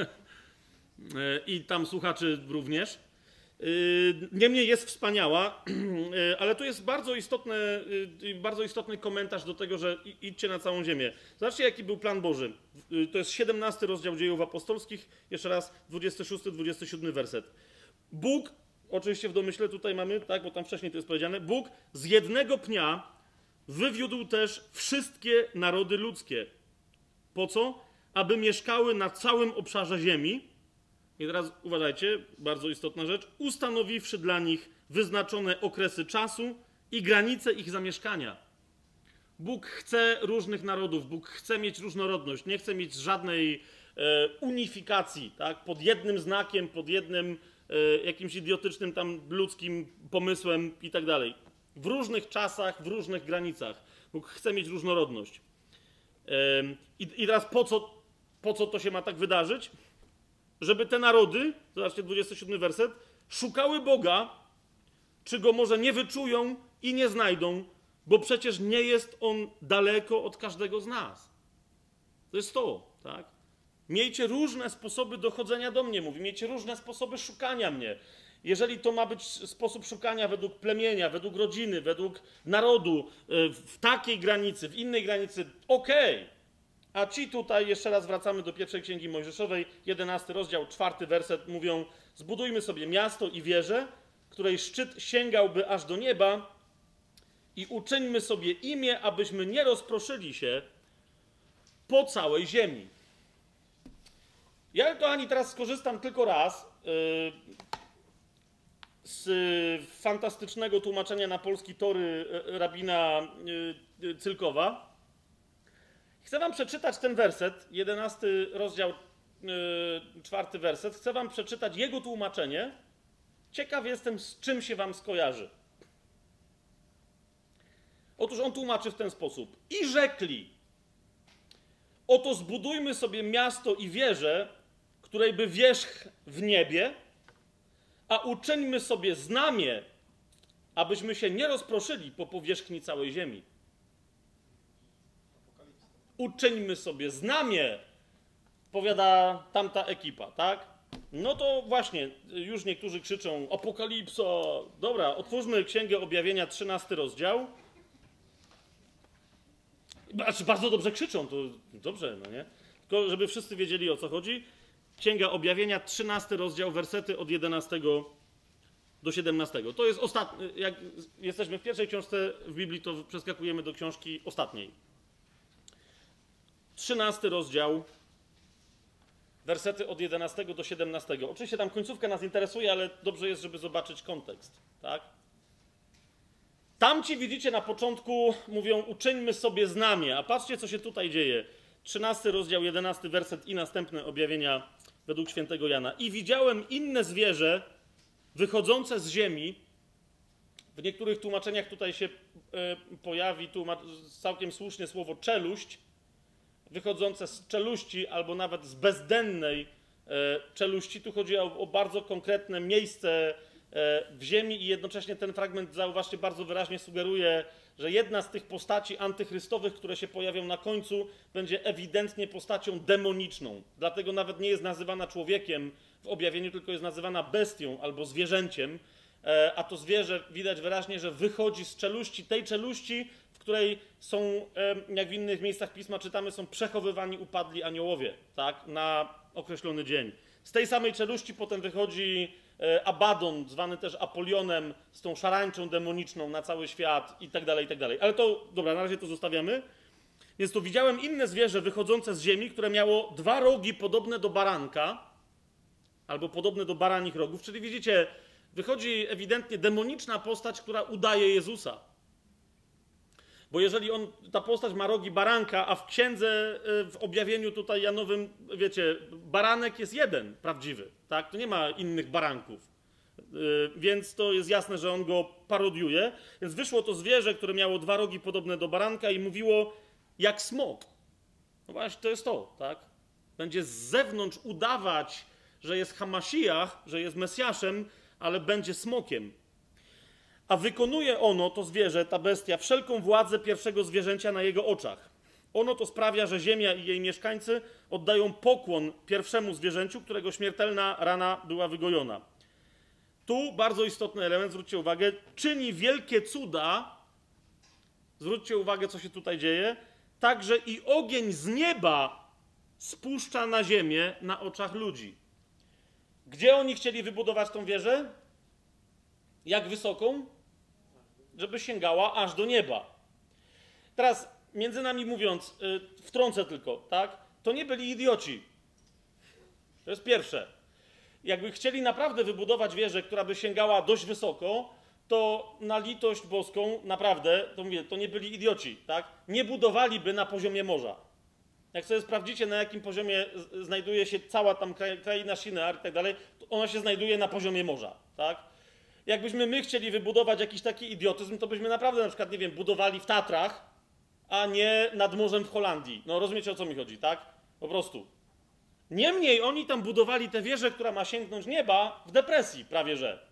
I tam słuchaczy również. Niemniej jest wspaniała, ale tu jest bardzo istotny, bardzo istotny komentarz do tego, że idźcie na całą ziemię. Zobaczcie, jaki był plan Boży. To jest siedemnasty rozdział Dziejów apostolskich. Jeszcze raz, dwudziesty szósty dwudziesty siódmy werset. Bóg, oczywiście w domyśle tutaj mamy, tak, bo tam wcześniej to jest powiedziane, Bóg z jednego pnia wywiódł też wszystkie narody ludzkie. Po co? Aby mieszkały na całym obszarze ziemi. I teraz uważajcie, bardzo istotna rzecz. Ustanowiwszy dla nich wyznaczone okresy czasu i granice ich zamieszkania. Bóg chce różnych narodów, Bóg chce mieć różnorodność, nie chce mieć żadnej e, unifikacji, tak? Pod jednym znakiem, pod jednym e, jakimś idiotycznym tam ludzkim pomysłem i tak dalej. W różnych czasach, w różnych granicach. Bóg chce mieć różnorodność. I, i teraz po co, po co to się ma tak wydarzyć? Żeby te narody, zobaczcie dwudziesty siódmy werset, szukały Boga, czy Go może nie wyczują i nie znajdą, bo przecież nie jest On daleko od każdego z nas. To jest to, tak? Miejcie różne sposoby dochodzenia do mnie, mówi. Miejcie różne sposoby szukania mnie. Jeżeli to ma być sposób szukania według plemienia, według rodziny, według narodu, w takiej granicy, w innej granicy, okej. Okay. A ci tutaj, jeszcze raz wracamy do pierwszej Księgi Mojżeszowej, jedenasty rozdział, czwarty werset, mówią: zbudujmy sobie miasto i wieżę, której szczyt sięgałby aż do nieba, i uczyńmy sobie imię, abyśmy nie rozproszyli się po całej ziemi. Ja, kochani, teraz skorzystam tylko raz yy, z fantastycznego tłumaczenia na polski tory rabina yy, Cylkowa. Chcę wam przeczytać ten werset, jedenasty rozdział, yy, czwarty werset. Chcę wam przeczytać jego tłumaczenie. Ciekaw jestem, z czym się wam skojarzy. Otóż on tłumaczy w ten sposób. I rzekli: oto zbudujmy sobie miasto i wieżę, której by wierzch w niebie, a uczyńmy sobie znamię, abyśmy się nie rozproszyli po powierzchni całej ziemi. Uczyńmy sobie znamię, powiada tamta ekipa, tak? No to właśnie, już niektórzy krzyczą: apokalipsa! Dobra, otwórzmy Księgę Objawienia, trzynasty rozdział. Znaczy, bardzo dobrze krzyczą, to dobrze, no nie? Tylko żeby wszyscy wiedzieli, o co chodzi. Księga Objawienia, trzynasty rozdział, wersety od jedenastego do siedemnastego. To jest ostatni, jak jesteśmy w pierwszej książce w Biblii, to przeskakujemy do książki ostatniej. trzynasty rozdział, wersety od jedenastego do siedemnastego. Oczywiście tam końcówka nas interesuje, ale dobrze jest, żeby zobaczyć kontekst, tak? Tamci, widzicie, na początku mówią: uczyńmy sobie znamię, a patrzcie, co się tutaj dzieje. trzynasty rozdział, jedenasty werset i następne objawienia według świętego Jana. I widziałem inne zwierzę wychodzące z ziemi. W niektórych tłumaczeniach tutaj się e, pojawi tłumacz, całkiem słusznie słowo czeluść, wychodzące z czeluści albo nawet z bezdennej e, czeluści. Tu chodzi o, o bardzo konkretne miejsce w ziemi i jednocześnie ten fragment, zauważcie, bardzo wyraźnie sugeruje że jedna z tych postaci antychrystowych, które się pojawią na końcu, będzie ewidentnie postacią demoniczną. Dlatego nawet nie jest nazywana człowiekiem w objawieniu, tylko jest nazywana bestią albo zwierzęciem, a to zwierzę widać wyraźnie, że wychodzi z czeluści, tej czeluści, w której są, jak w innych miejscach Pisma czytamy, są przechowywani upadli aniołowie, tak, na określony dzień. Z tej samej czeluści potem wychodzi Abaddon, zwany też Apolionem, z tą szarańczą demoniczną na cały świat i tak dalej, i tak dalej. Ale to, dobra, na razie to zostawiamy. Więc tu widziałem inne zwierzę wychodzące z ziemi, które miało dwa rogi podobne do baranka, albo podobne do baranich rogów, czyli widzicie, wychodzi ewidentnie demoniczna postać, która udaje Jezusa. Bo jeżeli on, ta postać ma rogi baranka, a w księdze, w objawieniu tutaj Janowym, wiecie, baranek jest jeden prawdziwy, tak? To nie ma innych baranków. Yy, więc to jest jasne, że on go parodiuje. Więc wyszło to zwierzę, które miało dwa rogi podobne do baranka i mówiło jak smok. No właśnie, to jest to, tak? Będzie z zewnątrz udawać, że jest Hamasziach, że jest Mesjaszem, ale będzie smokiem. A wykonuje ono, to zwierzę, ta bestia, wszelką władzę pierwszego zwierzęcia na jego oczach. Ono to sprawia, że ziemia i jej mieszkańcy oddają pokłon pierwszemu zwierzęciu, którego śmiertelna rana była wygojona. Tu bardzo istotny element, zwróćcie uwagę, czyni wielkie cuda, zwróćcie uwagę, co się tutaj dzieje, także i ogień z nieba spuszcza na ziemię na oczach ludzi. Gdzie oni chcieli wybudować tą wieżę? Jak wysoką? Żeby sięgała aż do nieba. Teraz, między nami mówiąc, yy, wtrącę tylko, tak? To nie byli idioci. To jest pierwsze. Jakby chcieli naprawdę wybudować wieżę, która by sięgała dość wysoko, to na litość boską, naprawdę, to mówię, to nie byli idioci, tak? Nie budowaliby na poziomie morza. Jak sobie sprawdzicie, na jakim poziomie znajduje się cała tam kraina Shinear i tak dalej, to ona się znajduje na poziomie morza, tak? Jakbyśmy my chcieli wybudować jakiś taki idiotyzm, to byśmy naprawdę na przykład, nie wiem, budowali w Tatrach, a nie nad morzem w Holandii. No rozumiecie, o co mi chodzi, tak? Po prostu. Niemniej oni tam budowali tę wieżę, która ma sięgnąć nieba, w depresji prawie że.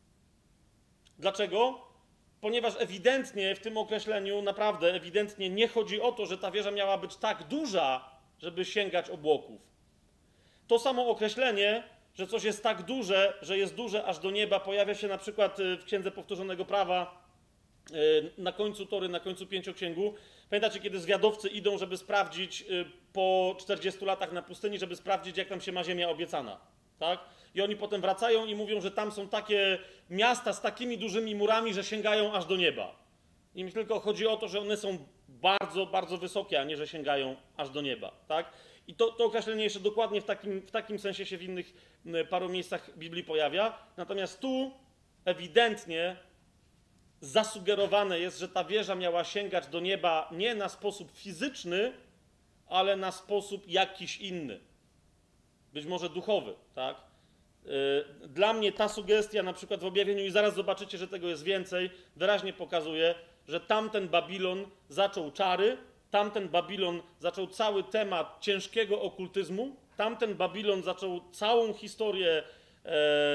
Dlaczego? Ponieważ ewidentnie w tym określeniu, naprawdę ewidentnie nie chodzi o to, że ta wieża miała być tak duża, żeby sięgać obłoków. To samo określenie, że coś jest tak duże, że jest duże aż do nieba, pojawia się na przykład w Księdze Powtórzonego Prawa, na końcu Tory, na końcu Pięcioksięgu. Pamiętacie, kiedy zwiadowcy idą, żeby sprawdzić po czterdziestu latach na pustyni, żeby sprawdzić, jak tam się ma ziemia obiecana, tak? I oni potem wracają i mówią, że tam są takie miasta z takimi dużymi murami, że sięgają aż do nieba. Im tylko chodzi o to, że one są bardzo, bardzo wysokie, a nie, że sięgają aż do nieba, tak? I to, to określenie jeszcze dokładnie w takim, w takim sensie się w innych paru miejscach Biblii pojawia. Natomiast tu ewidentnie zasugerowane jest, że ta wieża miała sięgać do nieba nie na sposób fizyczny, ale na sposób jakiś inny. Być może duchowy, tak? Dla mnie ta sugestia na przykład w objawieniu, i zaraz zobaczycie, że tego jest więcej, wyraźnie pokazuje, że tamten Babilon zaczął czary, tamten Babilon zaczął cały temat ciężkiego okultyzmu, tamten Babilon zaczął całą historię e,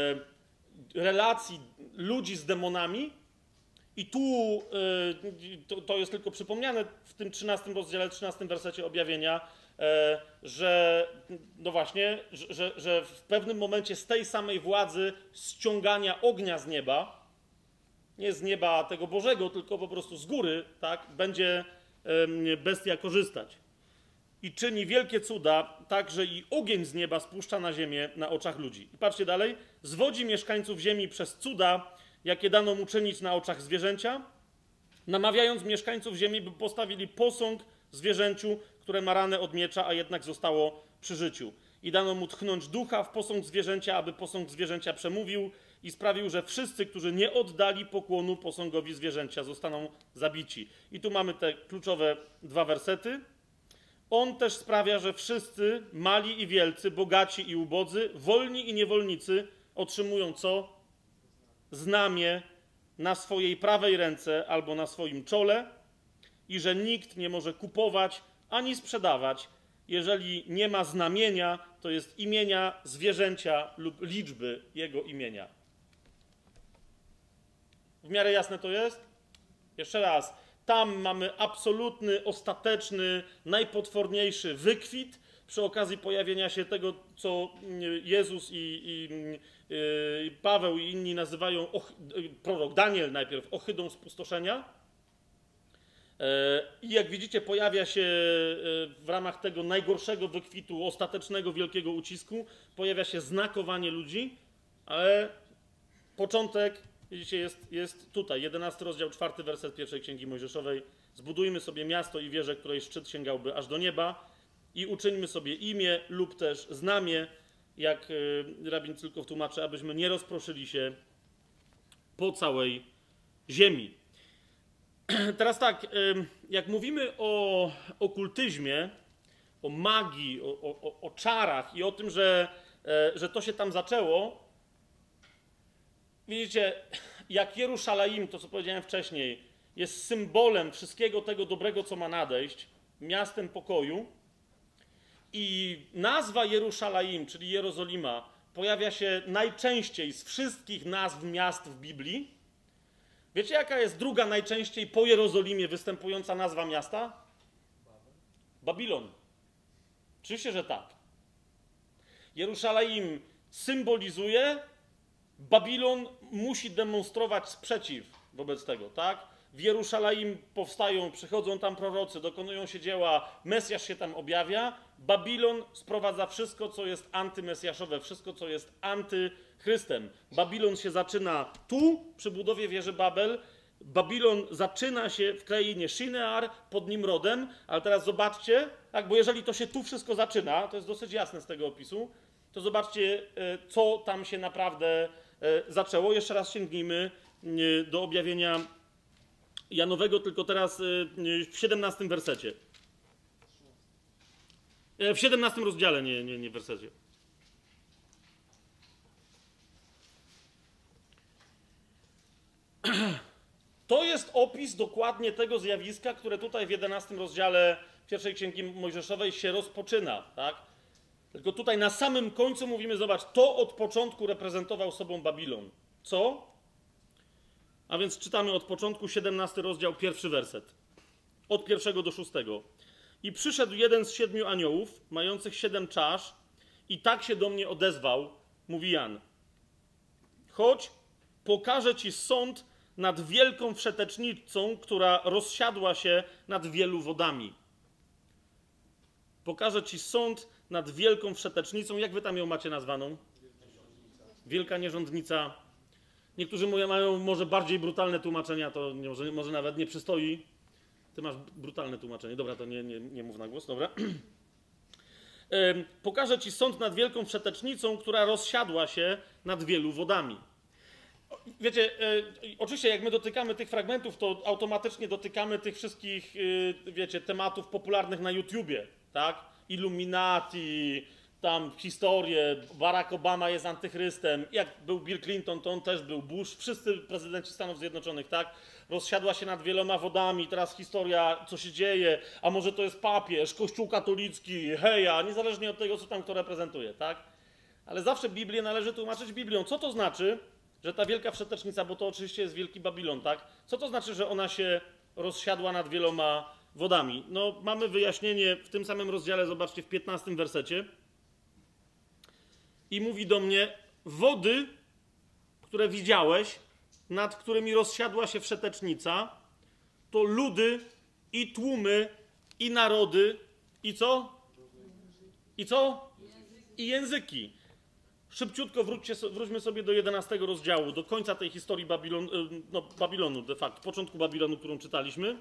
relacji ludzi z demonami i tu e, to, to jest tylko przypomniane w tym trzynastym rozdziale, trzynastym wersecie objawienia, e, że no właśnie, że, że w pewnym momencie z tej samej władzy ściągania ognia z nieba, nie z nieba tego Bożego, tylko po prostu z góry, tak, będzie bestia korzystać. I czyni wielkie cuda, tak, że i ogień z nieba spuszcza na ziemię na oczach ludzi. I patrzcie dalej. Zwodzi mieszkańców ziemi przez cuda, jakie dano mu czynić na oczach zwierzęcia, namawiając mieszkańców ziemi, by postawili posąg zwierzęciu, które ma ranę od miecza, a jednak zostało przy życiu. I dano mu tchnąć ducha w posąg zwierzęcia, aby posąg zwierzęcia przemówił i sprawił, że wszyscy, którzy nie oddali pokłonu posągowi zwierzęcia, zostaną zabici. I tu mamy te kluczowe dwa wersety. On też sprawia, że wszyscy, mali i wielcy, bogaci i ubodzy, wolni i niewolnicy, otrzymują co? Znamię na swojej prawej ręce albo na swoim czole i że nikt nie może kupować ani sprzedawać, jeżeli nie ma znamienia, to jest imienia zwierzęcia lub liczby jego imienia. W miarę jasne to jest? Jeszcze raz. Tam mamy absolutny, ostateczny, najpotworniejszy wykwit przy okazji pojawienia się tego, co Jezus i, i, i Paweł i inni nazywają, prorok Daniel najpierw, ohydą spustoszenia. I jak widzicie, pojawia się w ramach tego najgorszego wykwitu, ostatecznego wielkiego ucisku, pojawia się znakowanie ludzi, ale początek, widzicie, jest, jest tutaj, jedenasty rozdział, czwarty werset pierwszej Księgi Mojżeszowej. Zbudujmy sobie miasto i wieżę, której szczyt sięgałby aż do nieba i uczyńmy sobie imię lub też znamię, jak rabin Cylkow tłumaczy, abyśmy nie rozproszyli się po całej ziemi. Teraz tak, jak mówimy o okultyzmie, o magii, o, o, o czarach i o tym, że, że to się tam zaczęło, widzicie, jak Jerusalem, to co powiedziałem wcześniej, jest symbolem wszystkiego tego dobrego, co ma nadejść, miastem pokoju, i nazwa Jerusalem, czyli Jerozolima, pojawia się najczęściej z wszystkich nazw miast w Biblii. Wiecie, jaka jest druga najczęściej po Jerozolimie występująca nazwa miasta? Babilon. Oczywiście, że tak. Jerusalem symbolizuje, Babilon musi demonstrować sprzeciw wobec tego, tak? W Jerusalem powstają, przychodzą tam prorocy, dokonują się dzieła, Mesjasz się tam objawia. Babilon sprowadza wszystko, co jest antymesjaszowe, wszystko, co jest antychrystem. Babilon się zaczyna tu, przy budowie wieży Babel. Babilon zaczyna się w krainie Shinear pod Nimrodem, ale teraz zobaczcie, tak, bo jeżeli to się tu wszystko zaczyna, to jest dosyć jasne z tego opisu, to zobaczcie, co tam się naprawdę zaczęło. Jeszcze raz sięgnijmy do objawienia Janowego, tylko teraz w siedemnastym wersecie. W siedemnastym rozdziale, nie, nie, nie w wersecie. To jest opis dokładnie tego zjawiska, które tutaj w jedenastym rozdziale pierwszej Księgi Mojżeszowej się rozpoczyna, tak? Tylko tutaj na samym końcu mówimy, zobacz, to od początku reprezentował sobą Babilon. Co? A więc czytamy od początku, siedemnasty rozdział, pierwszy werset. Od pierwszego do szóstego. I przyszedł jeden z siedmiu aniołów, mających siedem czasz, i tak się do mnie odezwał, mówi Jan. Chodź, pokażę ci sąd nad wielką wszetecznicą, która rozsiadła się nad wielu wodami. Pokażę ci sąd nad wielką wszetecznicą. Jak wy tam ją macie nazwaną? Wielka nierządnica. Niektórzy mają może bardziej brutalne tłumaczenia, to może, może nawet nie przystoi. Ty masz brutalne tłumaczenie. Dobra, to nie, nie, nie mów na głos, dobra. Pokażę ci sąd nad wielką wszetecznicą, która rozsiadła się nad wielu wodami. Wiecie, oczywiście jak my dotykamy tych fragmentów, to automatycznie dotykamy tych wszystkich, wiecie, tematów popularnych na YouTubie, tak? Illuminati, tam historie, Barack Obama jest antychrystem, jak był Bill Clinton, to on też był, Bush, wszyscy prezydenci Stanów Zjednoczonych, tak? Rozsiadła się nad wieloma wodami, teraz historia, co się dzieje, a może to jest papież, Kościół katolicki, heja, niezależnie od tego, co tam kto reprezentuje, tak? Ale zawsze Biblię należy tłumaczyć Biblią. Co to znaczy, że ta wielka wszetecznica, bo to oczywiście jest Wielki Babilon, tak? Co to znaczy, że ona się rozsiadła nad wieloma wodami? No, mamy wyjaśnienie w tym samym rozdziale, zobaczcie, w piętnastym wersecie. I mówi do mnie, wody, które widziałeś, nad którymi rozsiadła się wszetecznica, to ludy i tłumy i narody i co? I co? I języki. Szybciutko wróćcie, wróćmy sobie do jedenastego rozdziału, do końca tej historii Babilon, no, Babilonu de facto, początku Babilonu, którą czytaliśmy.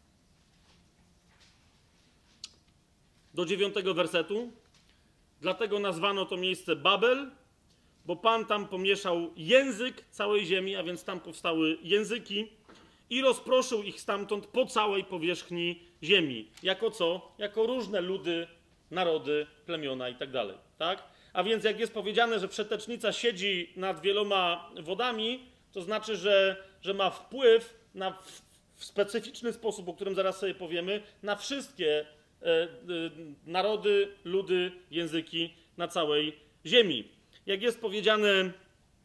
Do dziewiątego wersetu. Dlatego nazwano to miejsce Babel, bo Pan tam pomieszał język całej ziemi, a więc tam powstały języki i rozproszył ich stamtąd po całej powierzchni ziemi. Jako co? Jako różne ludy, narody, plemiona i tak dalej, tak? A więc jak jest powiedziane, że wszetecznica siedzi nad wieloma wodami, to znaczy, że, że ma wpływ na, w, w specyficzny sposób, o którym zaraz sobie powiemy, na wszystkie e, e, narody, ludy, języki na całej ziemi. Jak jest powiedziane,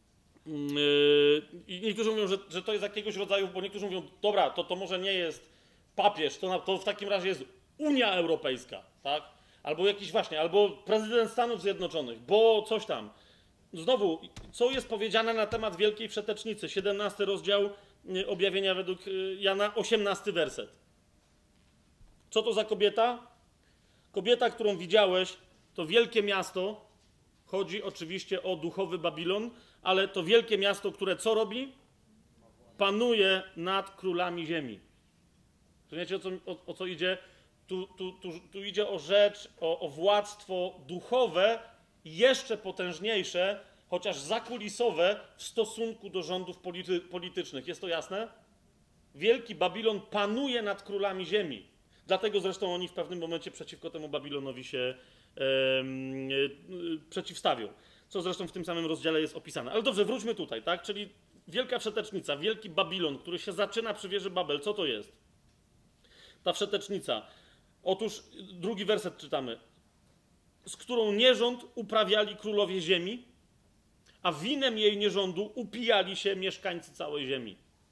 yy, niektórzy mówią, że, że to jest jakiegoś rodzaju, bo niektórzy mówią, dobra, to, to może nie jest papież, to, na, to w takim razie jest Unia Europejska, tak? Albo jakiś właśnie, albo prezydent Stanów Zjednoczonych, bo coś tam. Znowu, co jest powiedziane na temat Wielkiej Wszetecznicy? siedemnasty rozdział Objawienia według Jana, osiemnasty werset. Co to za kobieta? Kobieta, którą widziałeś, to wielkie miasto. Chodzi oczywiście o duchowy Babilon, ale to wielkie miasto, które co robi? Panuje nad królami ziemi. Rozumiecie, o co, o, o co idzie? Tu, tu, tu, tu idzie o rzecz, o, o władztwo duchowe, jeszcze potężniejsze, chociaż zakulisowe w stosunku do rządów polity, politycznych. Jest to jasne? Wielki Babilon panuje nad królami ziemi. Dlatego zresztą oni w pewnym momencie przeciwko temu Babilonowi się e, e, przeciwstawią. Co zresztą w tym samym rozdziale jest opisane. Ale dobrze, wróćmy tutaj, tak? Czyli Wielka Wszetecznica, Wielki Babilon, który się zaczyna przy wieży Babel. Co to jest? Ta wszetecznica. Otóż drugi werset czytamy. Z którą nierząd uprawiali królowie ziemi, a winem jej nierządu upijali się mieszkańcy całej ziemi.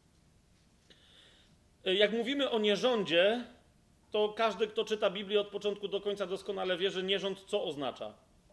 Jak mówimy o nierządzie, to każdy, kto czyta Biblię od początku do końca, doskonale wie, że nierząd co oznacza?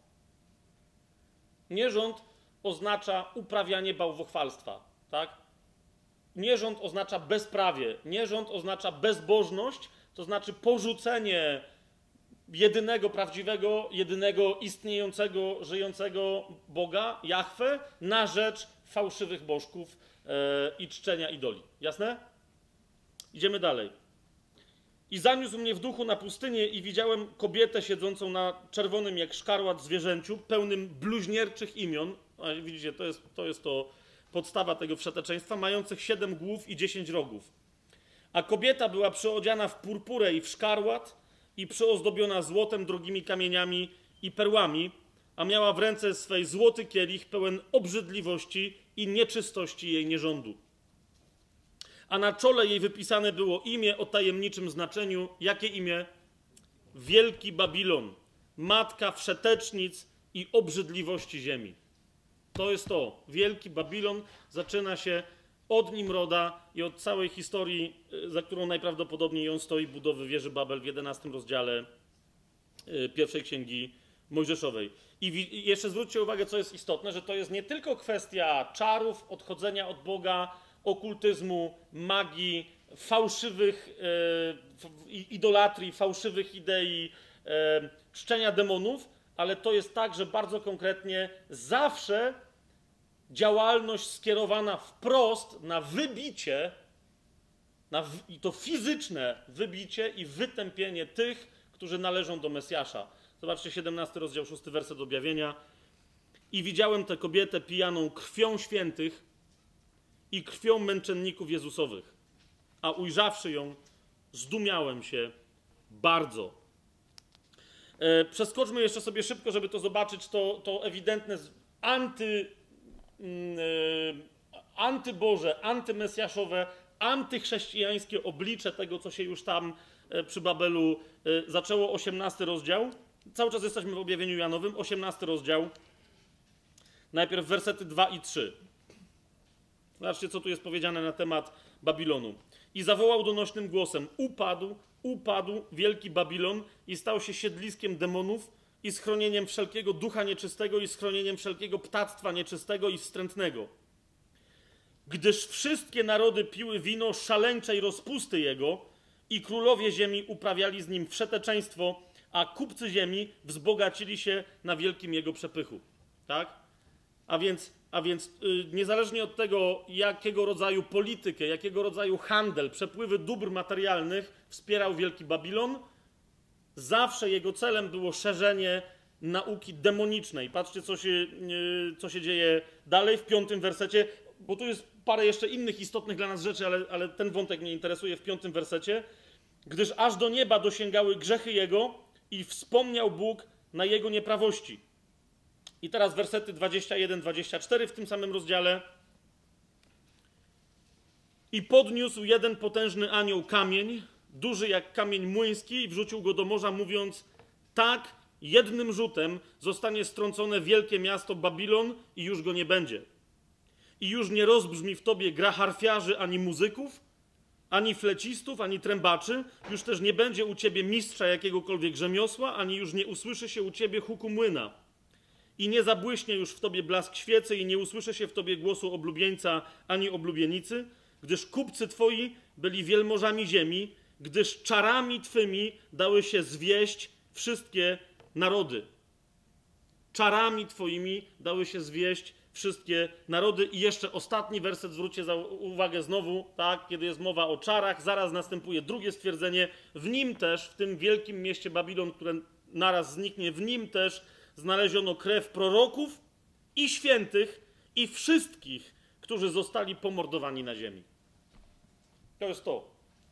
Nierząd oznacza uprawianie bałwochwalstwa, tak? Nierząd oznacza bezprawie, nierząd oznacza bezbożność, to znaczy porzucenie jedynego prawdziwego, jedynego istniejącego, żyjącego Boga, Jahwe, na rzecz fałszywych bożków yy, i czczenia idoli. Jasne? Idziemy dalej. I zaniósł mnie w duchu na pustynię i widziałem kobietę siedzącą na czerwonym jak szkarłat zwierzęciu, pełnym bluźnierczych imion. A widzicie, to jest, to jest to podstawa tego wszeteczeństwa, mających siedem głów i dziesięć rogów. A kobieta była przyodziana w purpurę i w szkarłat i przyozdobiona złotem, drogimi kamieniami i perłami, a miała w ręce swej złoty kielich pełen obrzydliwości i nieczystości jej nierządu. A na czole jej wypisane było imię o tajemniczym znaczeniu. Jakie imię? Wielki Babilon, matka wszetecznic i obrzydliwości ziemi. To jest to. Wielki Babilon zaczyna się od Nimroda i od całej historii, za którą najprawdopodobniej on stoi, budowy wieży Babel w jedenastym rozdziale pierwszej księgi Mojżeszowej. I jeszcze zwróćcie uwagę, co jest istotne, że to jest nie tylko kwestia czarów, odchodzenia od Boga, okultyzmu, magii, fałszywych e, idolatrii, fałszywych idei, e, czczenia demonów, ale to jest także bardzo konkretnie zawsze działalność skierowana wprost na wybicie, na w, i to fizyczne wybicie i wytępienie tych, którzy należą do Mesjasza. Zobaczcie, siedemnasty rozdział, szósty werset Objawienia. I widziałem tę kobietę pijaną krwią świętych i krwią męczenników Jezusowych. A ujrzawszy ją, zdumiałem się bardzo. E, przeskoczmy jeszcze sobie szybko, żeby to zobaczyć, to, to ewidentne anty, mm, e, antyboże, antymesjaszowe, antychrześcijańskie oblicze tego, co się już tam e, przy Babelu e, zaczęło. osiemnasty rozdział. Cały czas jesteśmy w Objawieniu Janowym. osiemnasty rozdział. Najpierw wersety dwa i trzy. Zobaczcie, co tu jest powiedziane na temat Babilonu. I zawołał donośnym głosem: upadł, upadł wielki Babilon i stał się siedliskiem demonów i schronieniem wszelkiego ducha nieczystego i schronieniem wszelkiego ptactwa nieczystego i wstrętnego. Gdyż wszystkie narody piły wino szaleńczej rozpusty jego i królowie ziemi uprawiali z nim wszeteczeństwo, a kupcy ziemi wzbogacili się na wielkim jego przepychu. Tak? A więc, a więc yy, niezależnie od tego, jakiego rodzaju politykę, jakiego rodzaju handel, przepływy dóbr materialnych wspierał wielki Babilon, zawsze jego celem było szerzenie nauki demonicznej. Patrzcie, co się, yy, co się dzieje dalej w piątym wersecie, bo tu jest parę jeszcze innych istotnych dla nas rzeczy, ale, ale ten wątek mnie interesuje w piątym wersecie. Gdyż aż do nieba dosięgały grzechy jego i wspomniał Bóg na jego nieprawości. I teraz wersety dwadzieścia jeden dwadzieścia cztery w tym samym rozdziale. I podniósł jeden potężny anioł kamień, duży jak kamień młyński, i wrzucił go do morza, mówiąc: tak, jednym rzutem zostanie strącone wielkie miasto Babilon i już go nie będzie. I już nie rozbrzmi w tobie gra harfiarzy ani muzyków, ani flecistów, ani trębaczy, już też nie będzie u ciebie mistrza jakiegokolwiek rzemiosła, ani już nie usłyszy się u ciebie huku młyna. I nie zabłyśnie już w tobie blask świecy i nie usłyszy się w tobie głosu oblubieńca ani oblubienicy, gdyż kupcy twoi byli wielmożami ziemi, gdyż czarami twymi dały się zwieść wszystkie narody. Czarami twoimi dały się zwieść wszystkie narody. I jeszcze ostatni werset, zwróćcie za uwagę znowu, tak, kiedy jest mowa o czarach, zaraz następuje drugie stwierdzenie. W nim też, w tym wielkim mieście Babilon, które naraz zniknie, w nim też znaleziono krew proroków i świętych i wszystkich, którzy zostali pomordowani na ziemi. To jest to.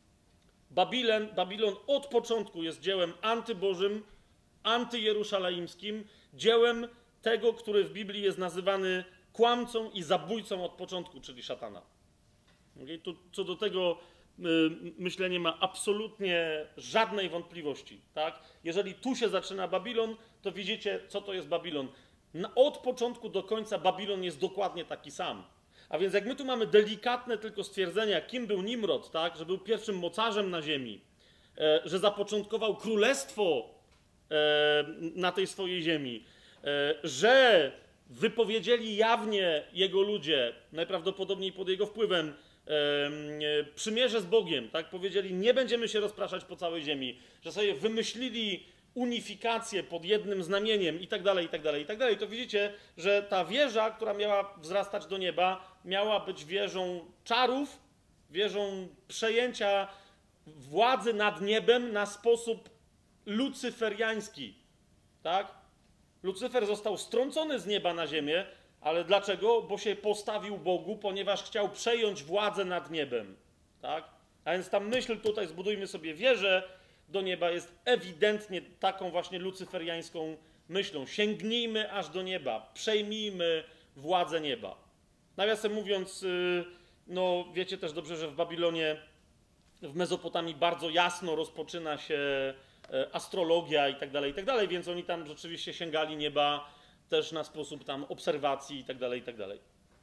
Babilon, Babilon od początku jest dziełem antybożym, antyjeruszalaimskim, dziełem tego, który w Biblii jest nazywany kłamcą i zabójcą od początku, czyli szatana. Okay? Tu, co do tego y, myślenie ma absolutnie żadnej wątpliwości. Tak? Jeżeli tu się zaczyna Babilon, to widzicie, co to jest Babilon. Na, od początku do końca Babilon jest dokładnie taki sam. A więc jak my tu mamy delikatne tylko stwierdzenia, kim był Nimrod, tak? Że był pierwszym mocarzem na ziemi, e, że zapoczątkował królestwo e, na tej swojej ziemi, e, że wypowiedzieli jawnie jego ludzie, najprawdopodobniej pod jego wpływem, e, e, przymierze z Bogiem, tak? Powiedzieli, nie będziemy się rozpraszać po całej ziemi, że sobie wymyślili unifikację pod jednym znamieniem i tak dalej, i tak dalej, i tak dalej, to widzicie, że ta wieża, która miała wzrastać do nieba, miała być wieżą czarów, wieżą przejęcia władzy nad niebem na sposób lucyferiański, tak? Lucyfer został strącony z nieba na ziemię, ale dlaczego? Bo się postawił Bogu, ponieważ chciał przejąć władzę nad niebem, tak? A więc ta myśl tutaj, zbudujmy sobie wieżę do nieba, jest ewidentnie taką właśnie lucyferiańską myślą. Sięgnijmy aż do nieba, przejmijmy władzę nieba. Nawiasem mówiąc, no wiecie też dobrze, że w Babilonie, w Mezopotamii bardzo jasno rozpoczyna się astrologia i tak dalej, i tak dalej, więc oni tam rzeczywiście sięgali nieba też na sposób tam obserwacji i tak dalej, i tak dalej.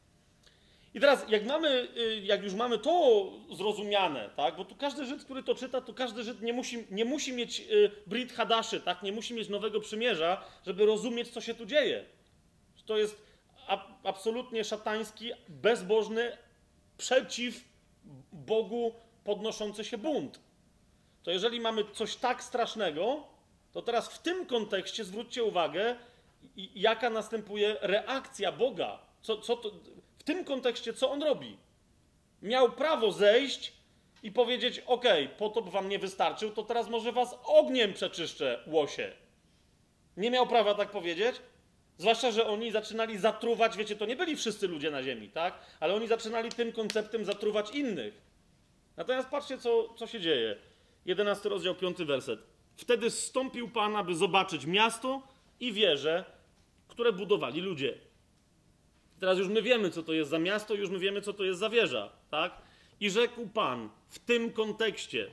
I teraz, jak mamy, jak już mamy to zrozumiane, tak, bo tu każdy Żyd, który to czyta, to każdy Żyd nie musi, nie musi mieć Brit Hadaszy, tak, nie musi mieć Nowego Przymierza, żeby rozumieć, co się tu dzieje. To jest a, absolutnie szatański, bezbożny, przeciw Bogu podnoszący się bunt. To jeżeli mamy coś tak strasznego, to teraz w tym kontekście zwróćcie uwagę, jaka następuje reakcja Boga. Co, co to... W tym kontekście, co on robi? Miał prawo zejść i powiedzieć, okej, potop wam nie wystarczył, to teraz może was ogniem przeczyszczę, łosie. Nie miał prawa tak powiedzieć? Zwłaszcza, że oni zaczynali zatruwać, wiecie, to nie byli wszyscy ludzie na ziemi, tak? Ale oni zaczynali tym konceptem zatruwać innych. Natomiast patrzcie, co, co się dzieje. jedenasty rozdział, piąty werset. Wtedy zstąpił Pan, aby zobaczyć miasto i wieże, które budowali ludzie. Teraz już my wiemy, co to jest za miasto, już my wiemy, co to jest za wieża, tak? I rzekł Pan w tym kontekście: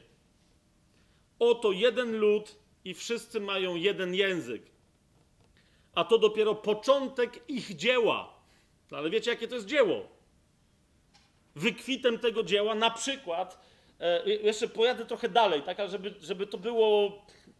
oto jeden lud i wszyscy mają jeden język, a to dopiero początek ich dzieła. No ale wiecie, jakie to jest dzieło? Wykwitem tego dzieła, na przykład, e, jeszcze pojadę trochę dalej, tak, ale żeby, żeby to było...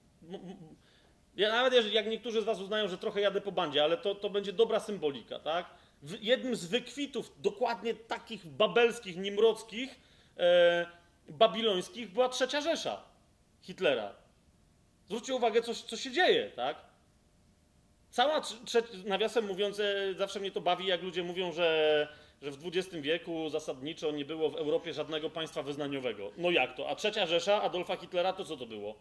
Ja nawet jak niektórzy z was uznają, że trochę jadę po bandzie, ale to, to będzie dobra symbolika, tak? Jednym z wykwitów dokładnie takich babelskich, nimrockich, e, babilońskich była trzecia Rzesza Hitlera. Zwróćcie uwagę, co, co się dzieje, tak? Cała, trze, nawiasem mówiąc, zawsze mnie to bawi, jak ludzie mówią, że, że w dwudziestym wieku zasadniczo nie było w Europie żadnego państwa wyznaniowego. No jak to? A trzecia Rzesza Adolfa Hitlera to co to było?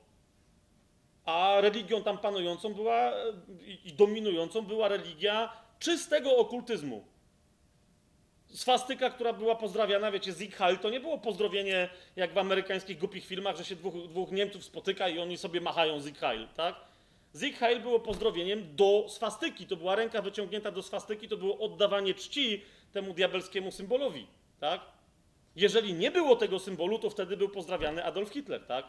A religią tam panującą była i dominującą była religia czystego okultyzmu. Swastyka, która była pozdrawiana, wiecie, Sieg Heil, to nie było pozdrowienie jak w amerykańskich głupich filmach, że się dwóch, dwóch Niemców spotyka i oni sobie machają Sieg Heil, tak? Sieg Heil było pozdrowieniem do swastyki, to była ręka wyciągnięta do swastyki, to było oddawanie czci temu diabelskiemu symbolowi, tak? Jeżeli nie było tego symbolu, to wtedy był pozdrawiany Adolf Hitler, tak?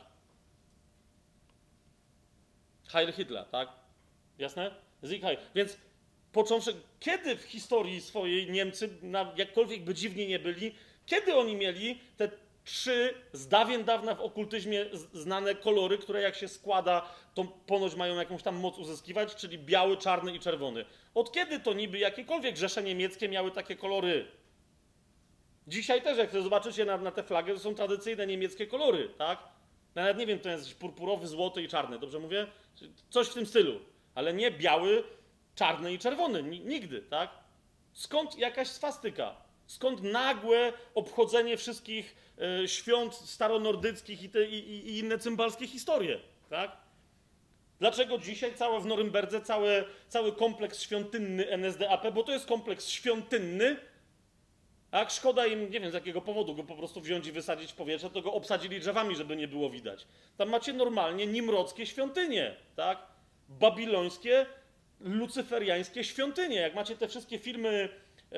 Heil Hitler, tak? Jasne? Sieg Heil. Więc począwszy, kiedy w historii swojej Niemcy, jakkolwiek by dziwni nie byli, kiedy oni mieli te trzy z dawien dawna w okultyzmie znane kolory, które jak się składa, to ponoć mają jakąś tam moc uzyskiwać, czyli biały, czarny i czerwony. Od kiedy to niby jakiekolwiek Rzesze niemieckie miały takie kolory? Dzisiaj też, jak zobaczycie na, na tę flagę, to są tradycyjne niemieckie kolory, tak? Nawet nie wiem, to jest purpurowy, złoty i czarny, dobrze mówię? Coś w tym stylu. Ale nie biały, czarny i czerwony. Nigdy, tak? Skąd jakaś swastyka? Skąd nagłe obchodzenie wszystkich y, świąt staronordyckich i, te, i, i inne cymbalskie historie, tak? Dlaczego dzisiaj całe w Norymberdze, cały, cały kompleks świątynny N S D A P, bo to jest kompleks świątynny, tak? Szkoda im, nie wiem z jakiego powodu, go po prostu wziąć i wysadzić w powietrze, to go obsadzili drzewami, żeby nie było widać. Tam macie normalnie nimrodzkie świątynie, tak? Babilońskie, lucyferiańskie świątynie. Jak macie te wszystkie filmy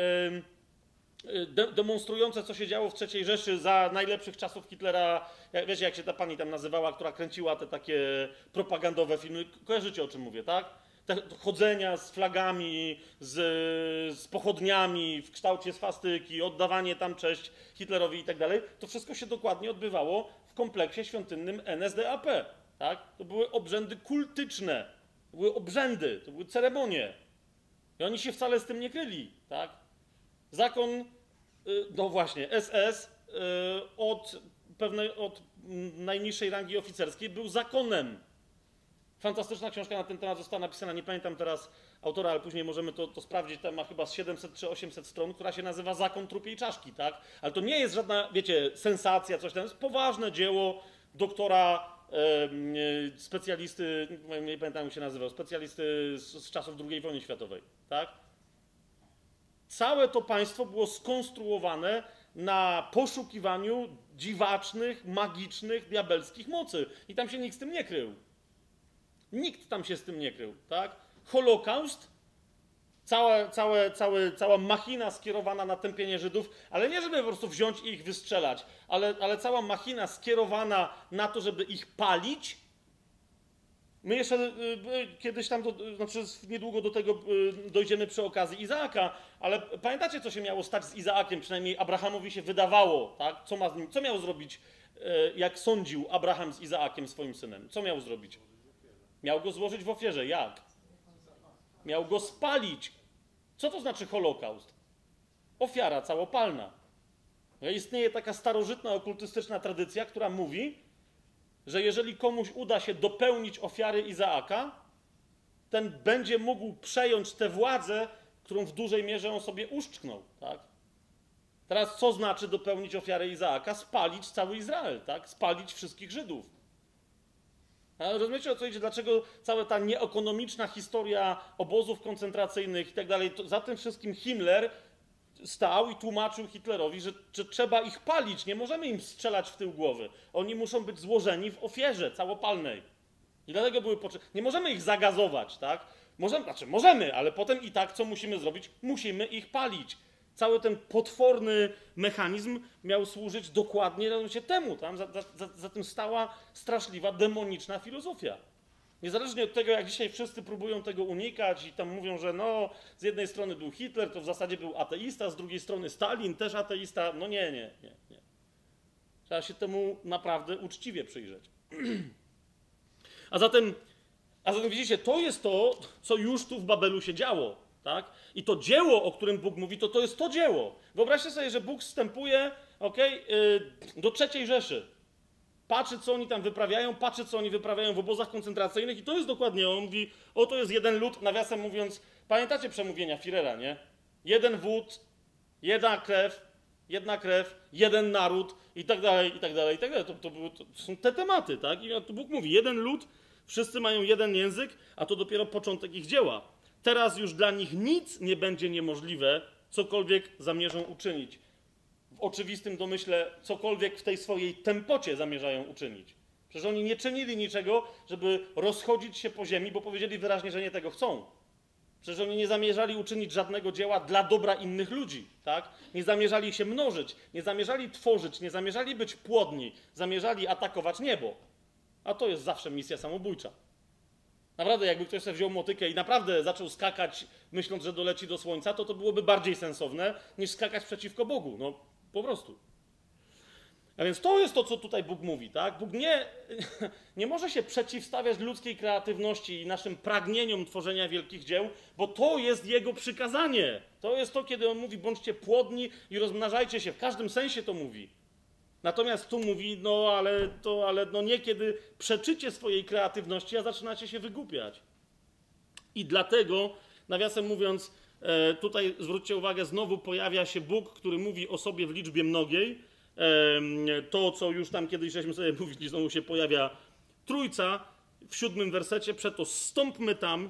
yy, de demonstrujące, co się działo w trzeciej Rzeszy za najlepszych czasów Hitlera, jak, wiecie, jak się ta pani tam nazywała, która kręciła te takie propagandowe filmy, kojarzycie, o czym mówię, tak? Te chodzenia z flagami, z, z pochodniami w kształcie swastyki, oddawanie tam cześć Hitlerowi i tak dalej, to wszystko się dokładnie odbywało w kompleksie świątynnym N S D A P. Tak? To były obrzędy kultyczne, to były obrzędy, to były ceremonie. I oni się wcale z tym nie kryli. Tak? Zakon, no właśnie, S S od pewnej, od najniższej rangi oficerskiej był zakonem. Fantastyczna książka na ten temat została napisana, nie pamiętam teraz autora, ale później możemy to, to sprawdzić, tam ma chyba z siedemset czy osiemset stron, która się nazywa Zakon trupiej czaszki, tak? Ale to nie jest żadna, wiecie, sensacja, coś tam, to jest poważne dzieło doktora, e, specjalisty, nie pamiętam jak się nazywał, specjalisty z, z czasów drugiej wojny światowej, tak? Całe to państwo było skonstruowane na poszukiwaniu dziwacznych, magicznych, diabelskich mocy i tam się nikt z tym nie krył. Nikt tam się z tym nie krył, tak? Holokaust, całe, całe, całe, cała machina skierowana na tępienie Żydów, ale nie żeby po prostu wziąć i ich wystrzelać, ale, ale cała machina skierowana na to, żeby ich palić. My jeszcze y, y, kiedyś tam, do, y, znaczy niedługo do tego y, dojdziemy przy okazji Izaaka, ale pamiętacie, co się miało stać z Izaakiem? Przynajmniej Abrahamowi się wydawało, tak? Co ma z nim, co miał zrobić, y, jak sądził Abraham z Izaakiem, swoim synem? Co miał zrobić? Miał go złożyć w ofierze. Jak? Miał go spalić. Co to znaczy Holokaust? Ofiara całopalna. Istnieje taka starożytna, okultystyczna tradycja, która mówi, że jeżeli komuś uda się dopełnić ofiary Izaaka, ten będzie mógł przejąć tę władzę, którą w dużej mierze on sobie uszczknął. Tak? Teraz co znaczy dopełnić ofiarę Izaaka? Spalić cały Izrael, tak? Spalić wszystkich Żydów. Ale rozumiecie, o co idzie? Dlaczego cała ta nieekonomiczna historia obozów koncentracyjnych i tak dalej, za tym wszystkim Himmler stał i tłumaczył Hitlerowi, że, że trzeba ich palić, nie możemy im strzelać w tył głowy. Oni muszą być złożeni w ofierze całopalnej. I dlatego były potrzebne. Nie możemy ich zagazować, tak? Możemy, znaczy możemy, ale potem i tak co musimy zrobić? Musimy ich palić. Cały ten potworny mechanizm miał służyć dokładnie temu. Tam za, za, za tym stała straszliwa, demoniczna filozofia. Niezależnie od tego, jak dzisiaj wszyscy próbują tego unikać i tam mówią, że no, z jednej strony był Hitler, to w zasadzie był ateista, z drugiej strony Stalin, też ateista. No nie, nie, nie, nie. Trzeba się temu naprawdę uczciwie przyjrzeć. A zatem, a zatem widzicie, to jest to, co już tu w Babelu się działo. Tak? I to dzieło, o którym Bóg mówi, to to jest to dzieło. Wyobraźcie sobie, że Bóg wstępuje, okay, yy, do trzeciej Rzeszy. Patrzy, co oni tam wyprawiają, patrzy, co oni wyprawiają w obozach koncentracyjnych i to jest dokładnie, on mówi, o to jest jeden lud, nawiasem mówiąc, pamiętacie przemówienia Führera, nie? Jeden wód, jedna krew, jedna krew, jeden naród i tak dalej, i tak dalej, i tak dalej. To, to, były, to są te tematy, tak? I tu Bóg mówi, jeden lud, wszyscy mają jeden język, a to dopiero początek ich dzieła. Teraz już dla nich nic nie będzie niemożliwe, cokolwiek zamierzą uczynić. W oczywistym domyśle, cokolwiek w tej swojej tempocie zamierzają uczynić. Przecież oni nie czynili niczego, żeby rozchodzić się po ziemi, bo powiedzieli wyraźnie, że nie tego chcą. Przecież oni nie zamierzali uczynić żadnego dzieła dla dobra innych ludzi, tak? Nie zamierzali się mnożyć, nie zamierzali tworzyć, nie zamierzali być płodni, zamierzali atakować niebo. A to jest zawsze misja samobójcza. Naprawdę, jakby ktoś sobie wziął motykę i naprawdę zaczął skakać, myśląc, że doleci do słońca, to to byłoby bardziej sensowne, niż skakać przeciwko Bogu. No, po prostu. A więc to jest to, co tutaj Bóg mówi, tak? Bóg nie, nie może się przeciwstawiać ludzkiej kreatywności i naszym pragnieniom tworzenia wielkich dzieł, bo to jest Jego przykazanie. To jest to, kiedy On mówi, bądźcie płodni i rozmnażajcie się. W każdym sensie to mówi. Natomiast tu mówi, no ale to, ale no nie, kiedy przeczycie swojej kreatywności, a zaczynacie się wygłupiać. I dlatego, nawiasem mówiąc, tutaj zwróćcie uwagę, znowu pojawia się Bóg, który mówi o sobie w liczbie mnogiej. To, co już tam kiedyś żeśmy sobie mówili, znowu się pojawia Trójca w siódmym wersecie. Przeto zstąpmy tam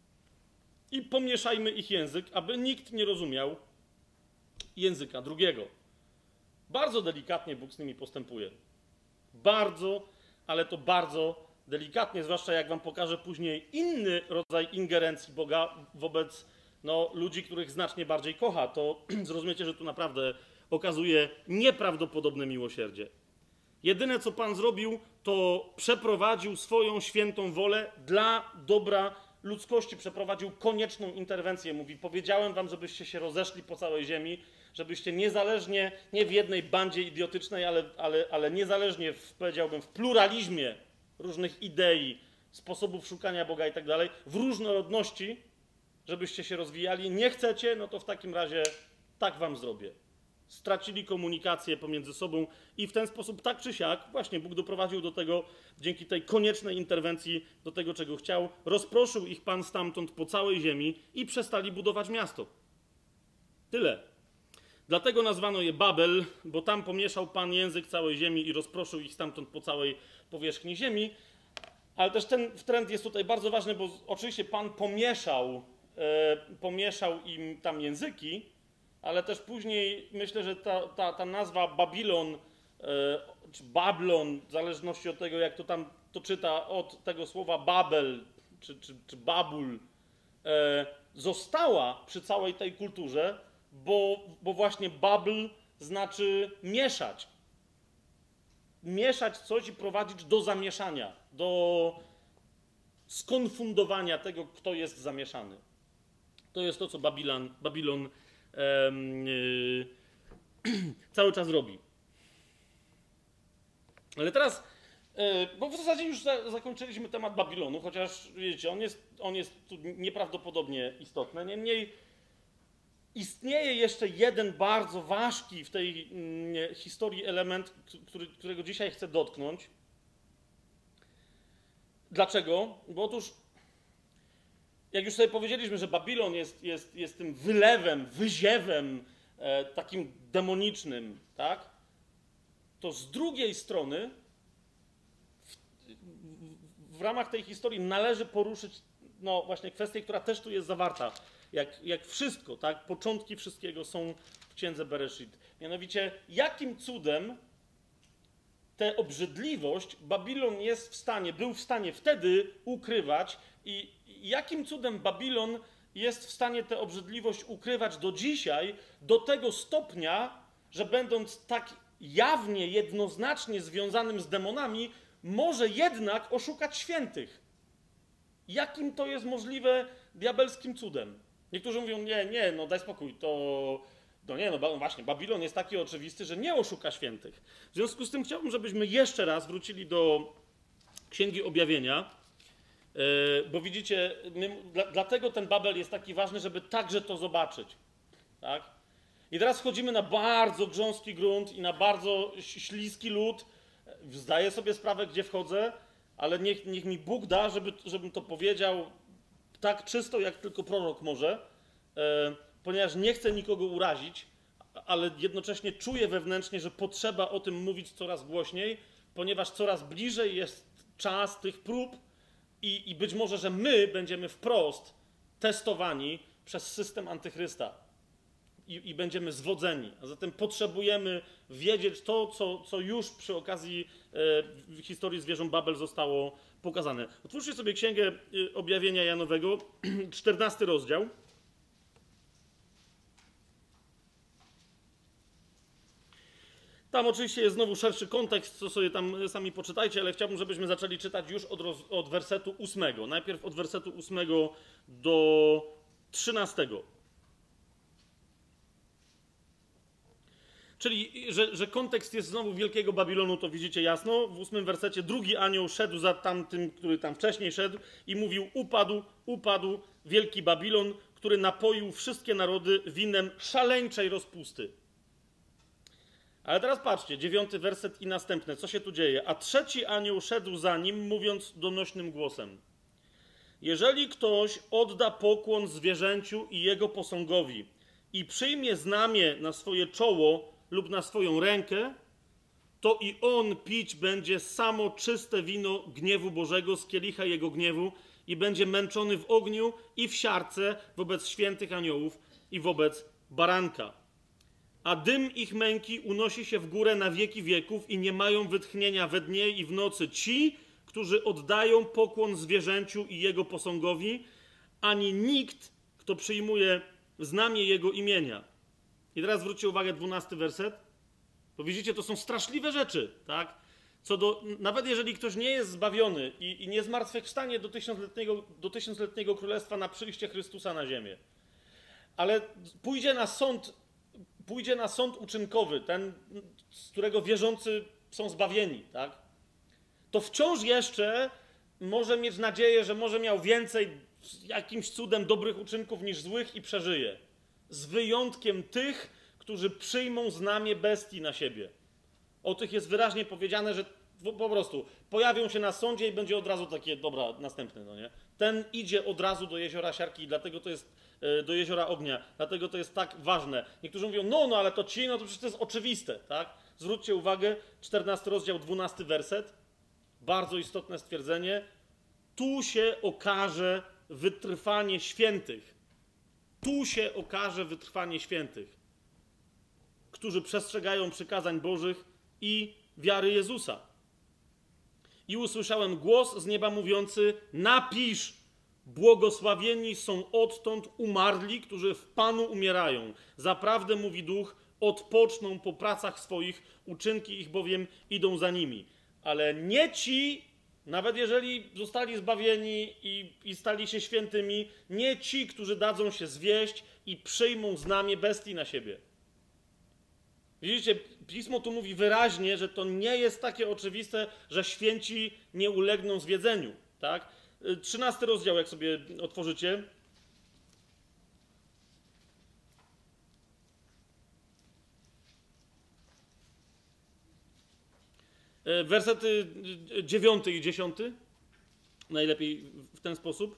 i pomieszajmy ich język, aby nikt nie rozumiał języka drugiego. Bardzo delikatnie Bóg z nimi postępuje. Bardzo, ale to bardzo delikatnie, zwłaszcza jak wam pokażę później inny rodzaj ingerencji Boga wobec no, ludzi, których znacznie bardziej kocha, to zrozumiecie, że tu naprawdę okazuje nieprawdopodobne miłosierdzie. Jedyne, co Pan zrobił, to przeprowadził swoją świętą wolę dla dobra ludzkości. Przeprowadził konieczną interwencję. Mówi, powiedziałem wam, żebyście się rozeszli po całej ziemi, żebyście niezależnie, nie w jednej bandzie idiotycznej, ale, ale, ale niezależnie, w, powiedziałbym, w pluralizmie różnych idei, sposobów szukania Boga i tak dalej, w różnorodności, żebyście się rozwijali. Nie chcecie, no to w takim razie tak wam zrobię. Stracili komunikację pomiędzy sobą i w ten sposób, tak czy siak, właśnie Bóg doprowadził do tego, dzięki tej koniecznej interwencji, do tego, czego chciał. Rozproszył ich Pan stamtąd po całej ziemi i przestali budować miasto. Tyle. Dlatego nazwano je Babel, bo tam pomieszał Pan język całej ziemi i rozproszył ich stamtąd po całej powierzchni ziemi. Ale też ten trend jest tutaj bardzo ważny, bo oczywiście Pan pomieszał, e, pomieszał im tam języki, ale też później myślę, że ta, ta, ta nazwa Babilon, e, czy Bablon, w zależności od tego, jak to tam to czyta, od tego słowa Babel, czy, czy, czy Babul, e, została przy całej tej kulturze, bo, bo właśnie Babel znaczy mieszać. Mieszać coś i prowadzić do zamieszania, do skonfundowania tego, kto jest zamieszany. To jest to, co Babilon, Babilon Yy, cały czas robi. Ale teraz, yy, bo w zasadzie już za, zakończyliśmy temat Babilonu, chociaż wiecie, on jest, on jest tu nieprawdopodobnie istotny. Niemniej istnieje jeszcze jeden bardzo ważki w tej yy, historii element, który, którego dzisiaj chcę dotknąć. Dlaczego? Bo otóż jak już sobie powiedzieliśmy, że Babilon jest, jest, jest tym wylewem, wyziewem e, takim demonicznym, tak? To z drugiej strony w, w, w ramach tej historii należy poruszyć no właśnie kwestię, która też tu jest zawarta. Jak, jak wszystko, tak? Początki wszystkiego są w księdze Bereshit. Mianowicie, jakim cudem tę obrzydliwość Babilon jest w stanie, był w stanie wtedy ukrywać i jakim cudem Babilon jest w stanie tę obrzydliwość ukrywać do dzisiaj, do tego stopnia, że będąc tak jawnie, jednoznacznie związanym z demonami, może jednak oszukać świętych. Jakim to jest możliwe diabelskim cudem? Niektórzy mówią, nie, nie, no daj spokój, to... No nie, no właśnie, Babilon jest taki oczywisty, że nie oszuka świętych. W związku z tym chciałbym, żebyśmy jeszcze raz wrócili do Księgi Objawienia, bo widzicie, my, dla, dlatego ten Babel jest taki ważny, żeby także to zobaczyć. Tak? I teraz wchodzimy na bardzo grząski grunt i na bardzo śliski lód. Zdaję sobie sprawę, gdzie wchodzę, ale niech, niech mi Bóg da, żeby, żebym to powiedział tak czysto, jak tylko prorok może, e, ponieważ nie chcę nikogo urazić, ale jednocześnie czuję wewnętrznie, że potrzeba o tym mówić coraz głośniej, ponieważ coraz bliżej jest czas tych prób, I, I być może, że my będziemy wprost testowani przez system antychrysta i, i będziemy zwodzeni. A zatem potrzebujemy wiedzieć to, co, co już przy okazji e, historii zwierząt Babel zostało pokazane. Otwórzcie sobie Księgę e, Objawienia Janowego, czternasty rozdział. Tam oczywiście jest znowu szerszy kontekst, co sobie tam sami poczytajcie, ale chciałbym, żebyśmy zaczęli czytać już od, roz, od wersetu ósmego. Najpierw od wersetu ósmego do trzynastego. Czyli, że, że kontekst jest znowu Wielkiego Babilonu, to widzicie jasno. W ósmym wersecie drugi anioł szedł za tamtym, który tam wcześniej szedł i mówił: upadł, upadł Wielki Babilon, który napoił wszystkie narody winem szaleńczej rozpusty. Ale teraz patrzcie, dziewiąty werset i następne. Co się tu dzieje? A trzeci anioł szedł za nim, mówiąc donośnym głosem: jeżeli ktoś odda pokłon zwierzęciu i jego posągowi i przyjmie znamię na swoje czoło lub na swoją rękę, to i on pić będzie samo czyste wino gniewu Bożego z kielicha jego gniewu i będzie męczony w ogniu i w siarce wobec świętych aniołów i wobec baranka. A dym ich męki unosi się w górę na wieki wieków i nie mają wytchnienia we dnie i w nocy ci, którzy oddają pokłon zwierzęciu i jego posągowi, ani nikt, kto przyjmuje znamię jego imienia. I teraz zwróćcie uwagę, dwunasty werset. Bo widzicie, to są straszliwe rzeczy, tak? Co do, nawet jeżeli ktoś nie jest zbawiony i, i nie zmartwychwstanie do tysiącletniego, do tysiącletniego królestwa na przyjście Chrystusa na ziemię, ale pójdzie na sąd, pójdzie na sąd uczynkowy, ten, z którego wierzący są zbawieni, tak? To wciąż jeszcze może mieć nadzieję, że może miał więcej jakimś cudem dobrych uczynków niż złych i przeżyje. Z wyjątkiem tych, którzy przyjmą znamię bestii na siebie. O tych jest wyraźnie powiedziane, że po prostu pojawią się na sądzie i będzie od razu takie, dobra, następny, no nie? Ten idzie od razu do jeziora Siarki, dlatego to jest, do jeziora ognia, dlatego to jest tak ważne. Niektórzy mówią, no, no, ale to ci, no to przecież to jest oczywiste, tak? Zwróćcie uwagę, czternasty rozdział, dwunasty werset. Bardzo istotne stwierdzenie. Tu się okaże wytrwanie świętych. Tu się okaże wytrwanie świętych, którzy przestrzegają przykazań Bożych i wiary Jezusa. I usłyszałem głos z nieba mówiący: napisz, błogosławieni są odtąd umarli, którzy w Panu umierają. Zaprawdę, mówi Duch, odpoczną po pracach swoich, uczynki ich bowiem idą za nimi. Ale nie ci, nawet jeżeli zostali zbawieni i, i stali się świętymi, nie ci, którzy dadzą się zwieść i przyjmą znamię bestii na siebie. Widzicie, Pismo tu mówi wyraźnie, że to nie jest takie oczywiste, że święci nie ulegną zwiedzeniu. Tak? trzynasty rozdział, jak sobie otworzycie. Wersety dziewiąty i dziesiąty. Najlepiej w ten sposób.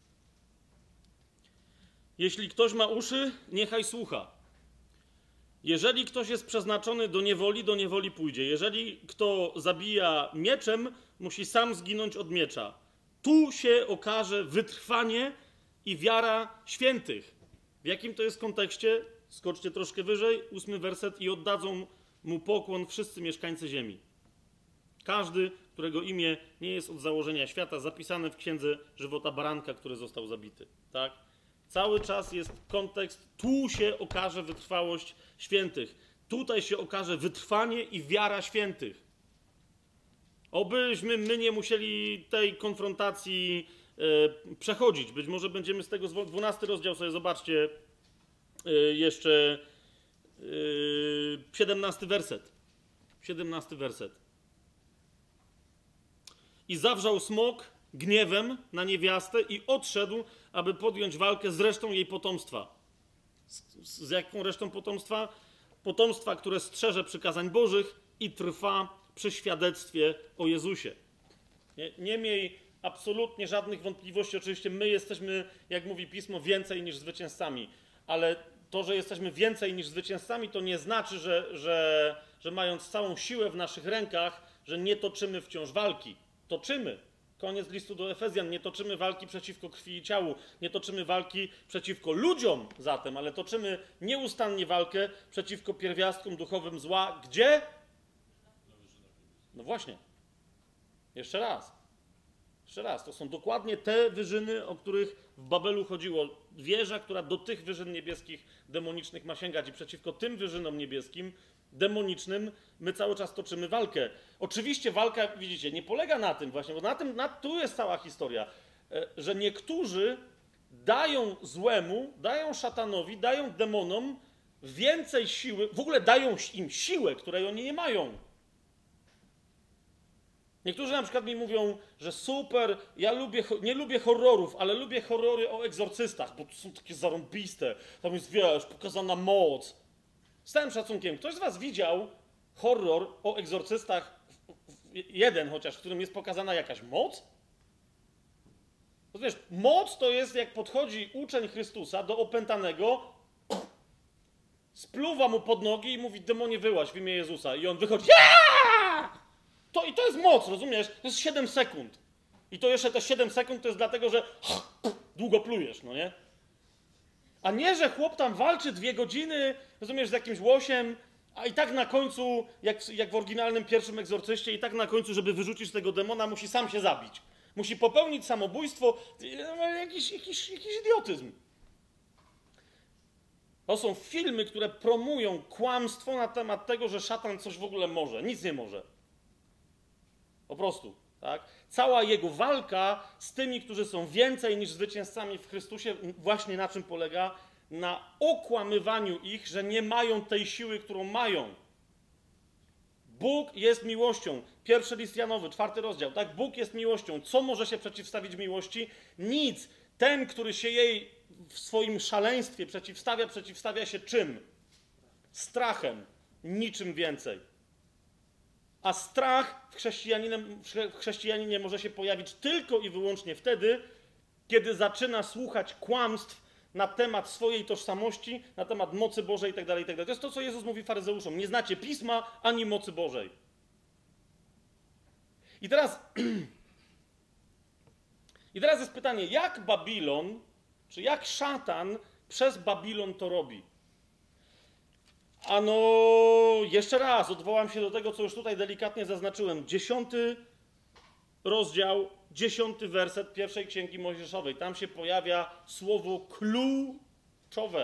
Jeśli ktoś ma uszy, niechaj słucha. Jeżeli ktoś jest przeznaczony do niewoli, do niewoli pójdzie. Jeżeli kto zabija mieczem, musi sam zginąć od miecza. Tu się okaże wytrwanie i wiara świętych. W jakim to jest kontekście? Skoczcie troszkę wyżej, ósmy werset. I oddadzą mu pokłon wszyscy mieszkańcy ziemi. Każdy, którego imię nie jest od założenia świata zapisane w księdze żywota baranka, który został zabity. Tak? Cały czas jest kontekst, tu się okaże wytrwałość świętych. Tutaj się okaże wytrwanie i wiara świętych. Obyśmy my nie musieli tej konfrontacji e, przechodzić. Być może będziemy z tego... dwunasty rozdział sobie zobaczcie e, jeszcze e, siedemnasty werset. siedemnasty werset. I zawrzał smok gniewem na niewiastę i odszedł, aby podjąć walkę z resztą jej potomstwa. Z, z jaką resztą potomstwa? Potomstwa, które strzeże przykazań Bożych i trwa przy świadectwie o Jezusie. Nie, nie miej absolutnie żadnych wątpliwości. Oczywiście my jesteśmy, jak mówi Pismo, więcej niż zwycięzcami. Ale to, że jesteśmy więcej niż zwycięzcami, to nie znaczy, że, że, że mając całą siłę w naszych rękach, że nie toczymy wciąż walki. Toczymy. Koniec listu do Efezjan. Nie toczymy walki przeciwko krwi i ciału. Nie toczymy walki przeciwko ludziom zatem, ale toczymy nieustannie walkę przeciwko pierwiastkom duchowym zła. Gdzie? No właśnie. Jeszcze raz. Jeszcze raz. To są dokładnie te wyżyny, o których w Babelu chodziło. Wieża, która do tych wyżyn niebieskich, demonicznych ma sięgać. I przeciwko tym wyżynom niebieskim, demonicznym, my cały czas toczymy walkę. Oczywiście walka, widzicie, nie polega na tym właśnie, bo na tym, na, tu jest cała historia, że niektórzy dają złemu, dają szatanowi, dają demonom więcej siły, w ogóle dają im siłę, której oni nie mają. Niektórzy na przykład mi mówią, że super, ja lubię, nie lubię horrorów, ale lubię horrory o egzorcystach, bo to są takie zarąbiste. Tam jest, wiesz, pokazana moc. Z całym szacunkiem, ktoś z was widział horror o egzorcystach, jeden chociaż, w którym jest pokazana jakaś moc? To wiesz, moc to jest, jak podchodzi uczeń Chrystusa do opętanego, spluwa mu pod nogi i mówi, demonie, wyłaź w imię Jezusa. I on wychodzi, ja! To, I to jest moc, rozumiesz? To jest siedem sekund. I to jeszcze te siedem sekund to jest dlatego, że długo plujesz, no nie? A nie, że chłop tam walczy dwie godziny, rozumiesz, z jakimś łosiem, a i tak na końcu, jak, jak w oryginalnym pierwszym egzorcyście, i tak na końcu, żeby wyrzucić tego demona, musi sam się zabić. Musi popełnić samobójstwo, jakiś, jakiś, jakiś idiotyzm. To są filmy, które promują kłamstwo na temat tego, że szatan coś w ogóle może. Nic nie może. Po prostu, tak? Cała jego walka z tymi, którzy są więcej niż zwycięzcami w Chrystusie, właśnie na czym polega? Na okłamywaniu ich, że nie mają tej siły, którą mają. Bóg jest miłością. Pierwszy list Janowy, czwarty rozdział. Tak, Bóg jest miłością. Co może się przeciwstawić miłości? Nic. Ten, który się jej w swoim szaleństwie przeciwstawia, przeciwstawia się czym? Strachem. Niczym więcej. A strach w chrześcijaninie, w chrześcijaninie może się pojawić tylko i wyłącznie wtedy, kiedy zaczyna słuchać kłamstw na temat swojej tożsamości, na temat mocy Bożej itd., itd. To jest to, co Jezus mówi faryzeuszom. Nie znacie Pisma ani mocy Bożej. I teraz, I teraz jest pytanie, jak Babilon, czy jak szatan przez Babilon to robi? Ano, jeszcze raz odwołam się do tego, co już tutaj delikatnie zaznaczyłem. Dziesiąty rozdział, dziesiąty werset pierwszej Księgi Mojżeszowej. Tam się pojawia słowo kluczowe.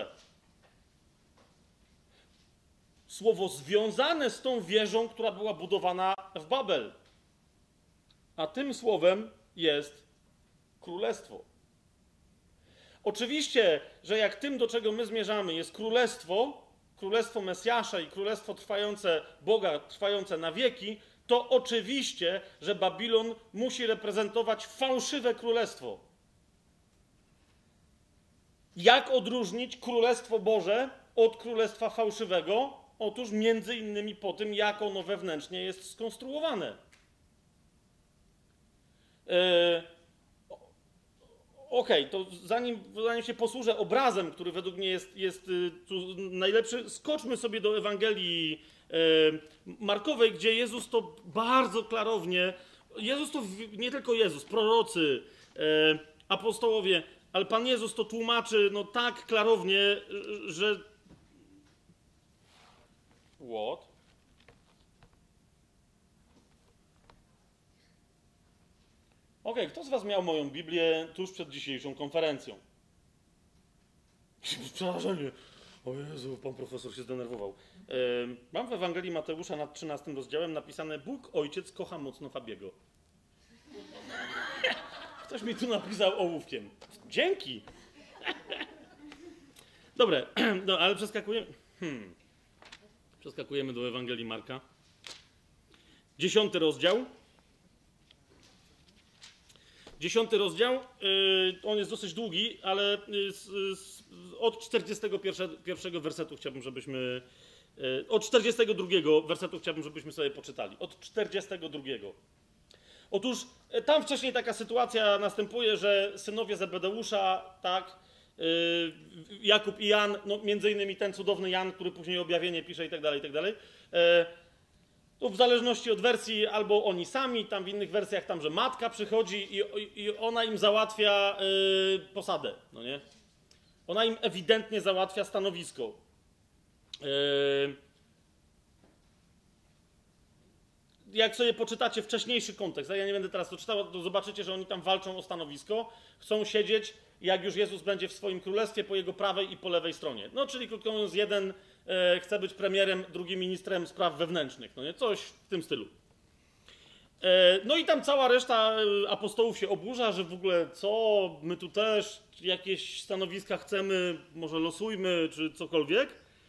Słowo związane z tą wieżą, która była budowana w Babel. A tym słowem jest królestwo. Oczywiście, że jak tym, do czego my zmierzamy, jest królestwo, królestwo Mesjasza i królestwo trwające Boga, trwające na wieki, to oczywiście, że Babilon musi reprezentować fałszywe królestwo. Jak odróżnić Królestwo Boże od Królestwa Fałszywego? Otóż między innymi po tym, jak ono wewnętrznie jest skonstruowane. Yy, Okej, okay, to zanim, zanim się posłużę obrazem, który według mnie jest, jest yy, tu najlepszy, skoczmy sobie do Ewangelii yy, Markowej, gdzie Jezus to bardzo klarownie, Jezus to, nie tylko Jezus, prorocy, yy, apostołowie, ale Pan Jezus to tłumaczy no tak klarownie, że... What? Okej, okay, kto z was miał moją Biblię tuż przed dzisiejszą konferencją? Przerażenie. O Jezu, pan profesor się zdenerwował. Yy, mam w Ewangelii Mateusza nad trzynastym rozdziałem napisane: Bóg Ojciec kocha mocno Fabiego. Ktoś mi tu napisał ołówkiem. Dzięki. Dobre, no, ale przeskakujemy. Hmm. Przeskakujemy do Ewangelii Marka. Dziesiąty rozdział. Dziesiąty rozdział. Yy, on jest dosyć długi, ale yy, z, z, od czterdziestego pierwszego wersetu chciałbym, żebyśmy. Yy, od czterdziestego drugiego wersetu chciałbym, żebyśmy sobie poczytali. Od czterdziestego drugiego. Otóż tam wcześniej taka sytuacja następuje, że synowie Zebedeusza, tak, yy, Jakub i Jan, no między innymi ten cudowny Jan, który później objawienie pisze i tak dalej, i tak dalej. Yy, to w zależności od wersji albo oni sami, tam w innych wersjach tam, że matka przychodzi i, i ona im załatwia yy, posadę, no nie? Ona im ewidentnie załatwia stanowisko. Yy, Jak sobie poczytacie wcześniejszy kontekst, a ja nie będę teraz to czytał, to zobaczycie, że oni tam walczą o stanowisko, chcą siedzieć, jak już Jezus będzie w swoim królestwie, po jego prawej i po lewej stronie. No, czyli krótko mówiąc, jeden e, chce być premierem, drugi ministrem spraw wewnętrznych, no nie? Coś w tym stylu. E, no i tam cała reszta apostołów się oburza, że w ogóle co, my tu też jakieś stanowiska chcemy, może losujmy, czy cokolwiek.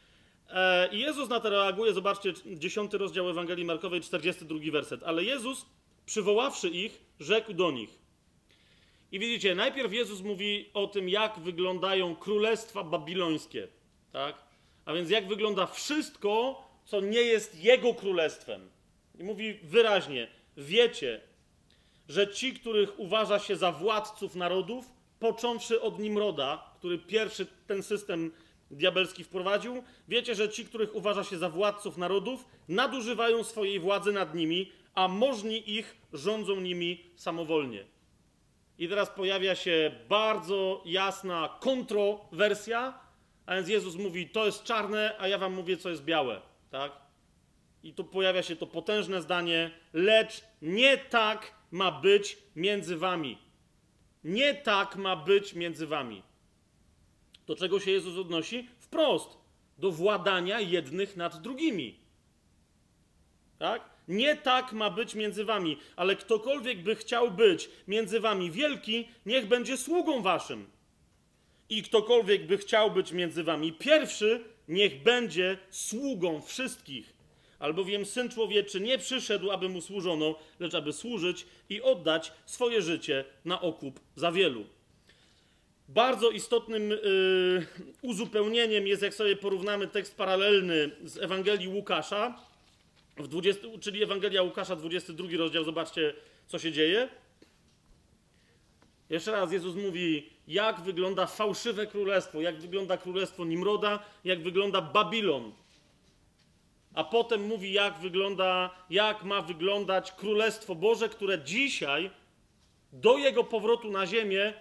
E, I Jezus na to reaguje, zobaczcie, dziesiąty rozdział Ewangelii Markowej, czterdziesty drugi werset. Ale Jezus, przywoławszy ich, rzekł do nich. I widzicie, najpierw Jezus mówi o tym, jak wyglądają królestwa babilońskie, tak? A więc jak wygląda wszystko, co nie jest Jego królestwem. I mówi wyraźnie, wiecie, że ci, których uważa się za władców narodów, począwszy od Nimroda, który pierwszy ten system diabelski wprowadził, wiecie, że ci, których uważa się za władców narodów, nadużywają swojej władzy nad nimi, a możni ich rządzą nimi samowolnie. I teraz pojawia się bardzo jasna kontrowersja, a więc Jezus mówi, to jest czarne, a ja wam mówię, co jest białe, tak? I tu pojawia się to potężne zdanie, lecz nie tak ma być między wami. Nie tak ma być między wami. Do czego się Jezus odnosi? Wprost. Do władania jednych nad drugimi. Tak? Nie tak ma być między wami, ale ktokolwiek by chciał być między wami wielki, niech będzie sługą waszym. I ktokolwiek by chciał być między wami pierwszy, niech będzie sługą wszystkich. Albowiem Syn Człowieczy nie przyszedł, aby mu służono, lecz aby służyć i oddać swoje życie na okup za wielu. Bardzo istotnym yy, uzupełnieniem jest, jak sobie porównamy tekst paralelny z Ewangelii Łukasza, w dwudziestym, czyli Ewangelia Łukasza, dwudziesty drugi rozdział, zobaczcie, co się dzieje. Jeszcze raz Jezus mówi, jak wygląda fałszywe królestwo, jak wygląda królestwo Nimroda, jak wygląda Babilon. A potem mówi, jak wygląda, jak ma wyglądać Królestwo Boże, które dzisiaj do Jego powrotu na ziemię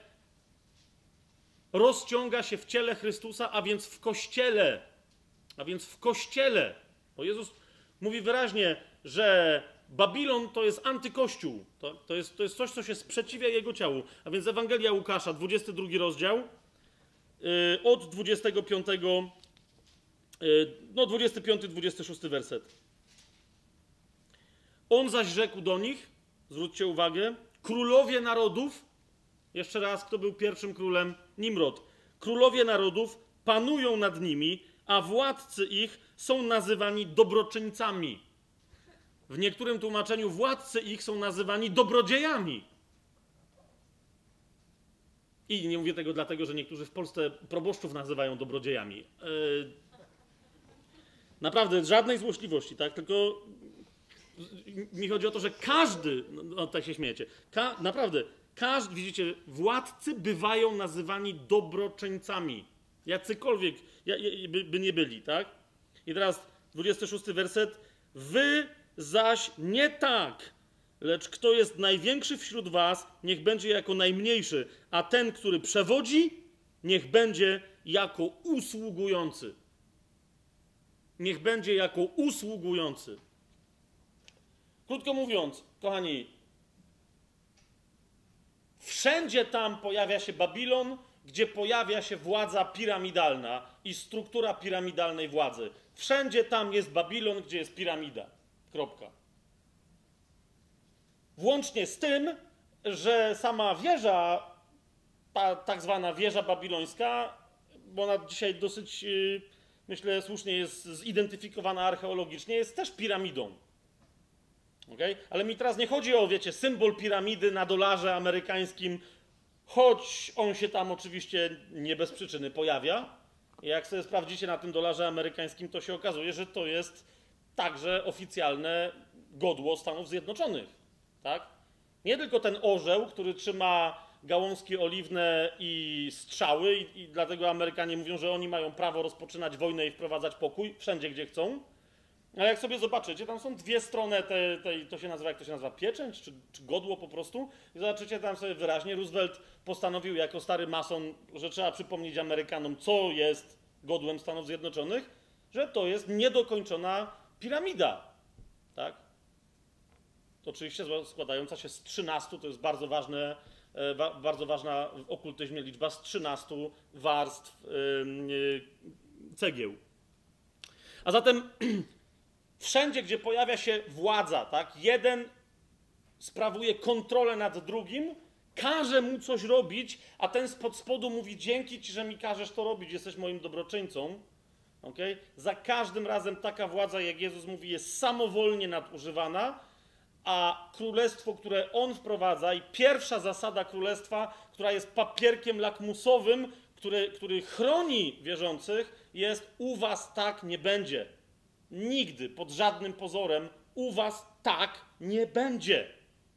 rozciąga się w ciele Chrystusa, a więc w Kościele. A więc w Kościele. Bo Jezus mówi wyraźnie, że Babilon to jest antykościół. To, to, jest, to jest coś, co się sprzeciwia Jego ciału. A więc Ewangelia Łukasza, dwudziesty drugi rozdział, yy, od dwudziestego piątego No, dwudziesty piąty, dwudziesty szósty werset. On zaś rzekł do nich, zwróćcie uwagę, królowie narodów, jeszcze raz, kto był pierwszym królem? Nimrod. Królowie narodów panują nad nimi, a władcy ich są nazywani dobroczyńcami. W niektórym tłumaczeniu władcy ich są nazywani dobrodziejami. I nie mówię tego dlatego, że niektórzy w Polsce proboszczów nazywają dobrodziejami. Yy, Naprawdę, żadnej złośliwości, tak? Tylko mi chodzi o to, że każdy, no tak się śmiejecie, ka, naprawdę, każdy, widzicie, władcy bywają nazywani dobroczyńcami. Jacykolwiek by, by nie byli, tak? I teraz dwudziesty szósty werset. Wy zaś nie tak, lecz kto jest największy wśród was, niech będzie jako najmniejszy, a ten, który przewodzi, niech będzie jako usługujący. Niech będzie jako usługujący. Krótko mówiąc, kochani, wszędzie tam pojawia się Babilon, gdzie pojawia się władza piramidalna i struktura piramidalnej władzy. Wszędzie tam jest Babilon, gdzie jest piramida. Kropka. Włącznie z tym, że sama wieża, ta tak zwana wieża babilońska, bo ona dzisiaj dosyć... Yy, myślę, słusznie jest zidentyfikowana archeologicznie, jest też piramidą. Okay? Ale mi teraz nie chodzi o, wiecie, symbol piramidy na dolarze amerykańskim, choć on się tam oczywiście nie bez przyczyny pojawia. I jak sobie sprawdzicie na tym dolarze amerykańskim, to się okazuje, że to jest także oficjalne godło Stanów Zjednoczonych. Tak? Nie tylko ten orzeł, który trzyma gałązki oliwne i strzały i, i dlatego Amerykanie mówią, że oni mają prawo rozpoczynać wojnę i wprowadzać pokój wszędzie, gdzie chcą. Ale jak sobie zobaczycie, tam są dwie strony tej, tej to się nazywa, jak to się nazywa, pieczęć czy, czy godło po prostu. I zobaczycie tam sobie wyraźnie, Roosevelt postanowił jako stary mason, że trzeba przypomnieć Amerykanom, co jest godłem Stanów Zjednoczonych, że to jest niedokończona piramida. Tak? To oczywiście składająca się z trzynastu, to jest bardzo ważne, bardzo ważna w okultyzmie liczba, z trzynastu warstw cegieł. A zatem wszędzie, gdzie pojawia się władza, tak, jeden sprawuje kontrolę nad drugim, każe mu coś robić, a ten spod spodu mówi: dzięki ci, że mi każesz to robić, jesteś moim dobroczyńcą. Okay? Za każdym razem taka władza, jak Jezus mówi, jest samowolnie nadużywana, a królestwo, które On wprowadza i pierwsza zasada królestwa, która jest papierkiem lakmusowym, który, który chroni wierzących, jest: u was tak nie będzie. Nigdy, pod żadnym pozorem, u was tak nie będzie.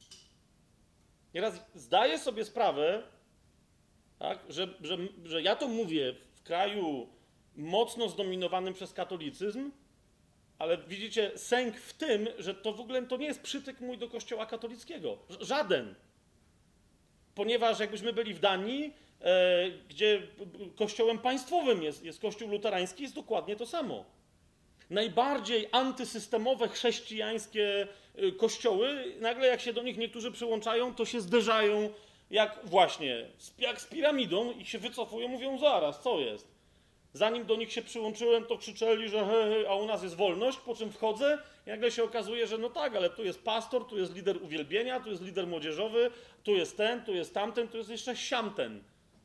Nieraz zdaję sobie sprawę, tak, że, że, że ja to mówię w kraju mocno zdominowanym przez katolicyzm, ale widzicie, sęk w tym, że to w ogóle to nie jest przytyk mój do kościoła katolickiego. Żaden. Ponieważ jakbyśmy byli w Danii, e, gdzie kościołem państwowym jest, jest kościół luterański, jest dokładnie to samo. Najbardziej antysystemowe chrześcijańskie kościoły, nagle jak się do nich niektórzy przyłączają, to się zderzają jak właśnie, jak z piramidą i się wycofują, mówią: zaraz, co jest? Zanim do nich się przyłączyłem, to krzyczeli, że he, he, a u nas jest wolność, po czym wchodzę i nagle się okazuje, że no tak, ale tu jest pastor, tu jest lider uwielbienia, tu jest lider młodzieżowy, tu jest ten, tu jest tamten, tu jest jeszcze siamten.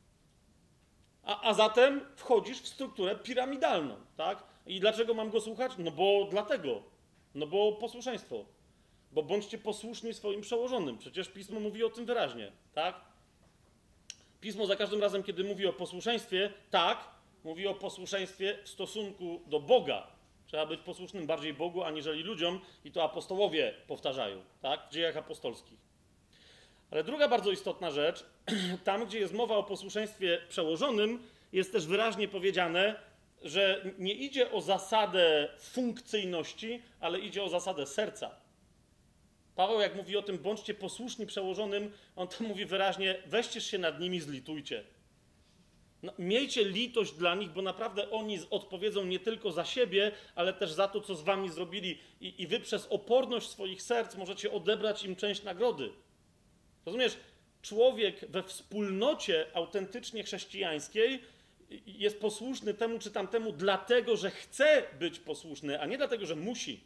A, a zatem wchodzisz w strukturę piramidalną, tak? I dlaczego mam go słuchać? No bo dlatego. No bo posłuszeństwo. Bo bądźcie posłuszni swoim przełożonym. Przecież Pismo mówi o tym wyraźnie, tak? Pismo za każdym razem, kiedy mówi o posłuszeństwie, tak, mówi o posłuszeństwie w stosunku do Boga. Trzeba być posłusznym bardziej Bogu, aniżeli ludziom, i to apostołowie powtarzają, tak? W dziejach apostolskich. Ale druga bardzo istotna rzecz, tam gdzie jest mowa o posłuszeństwie przełożonym, jest też wyraźnie powiedziane, że nie idzie o zasadę funkcyjności, ale idzie o zasadę serca. Paweł, jak mówi o tym, bądźcie posłuszni przełożonym, on to mówi wyraźnie: weźcie się nad nimi, zlitujcie. No, miejcie litość dla nich, bo naprawdę oni odpowiedzą nie tylko za siebie, ale też za to, co z wami zrobili. I, i wy przez oporność swoich serc możecie odebrać im część nagrody. Rozumiesz? Człowiek we wspólnocie autentycznie chrześcijańskiej jest posłuszny temu czy tamtemu dlatego, że chce być posłuszny, a nie dlatego, że musi.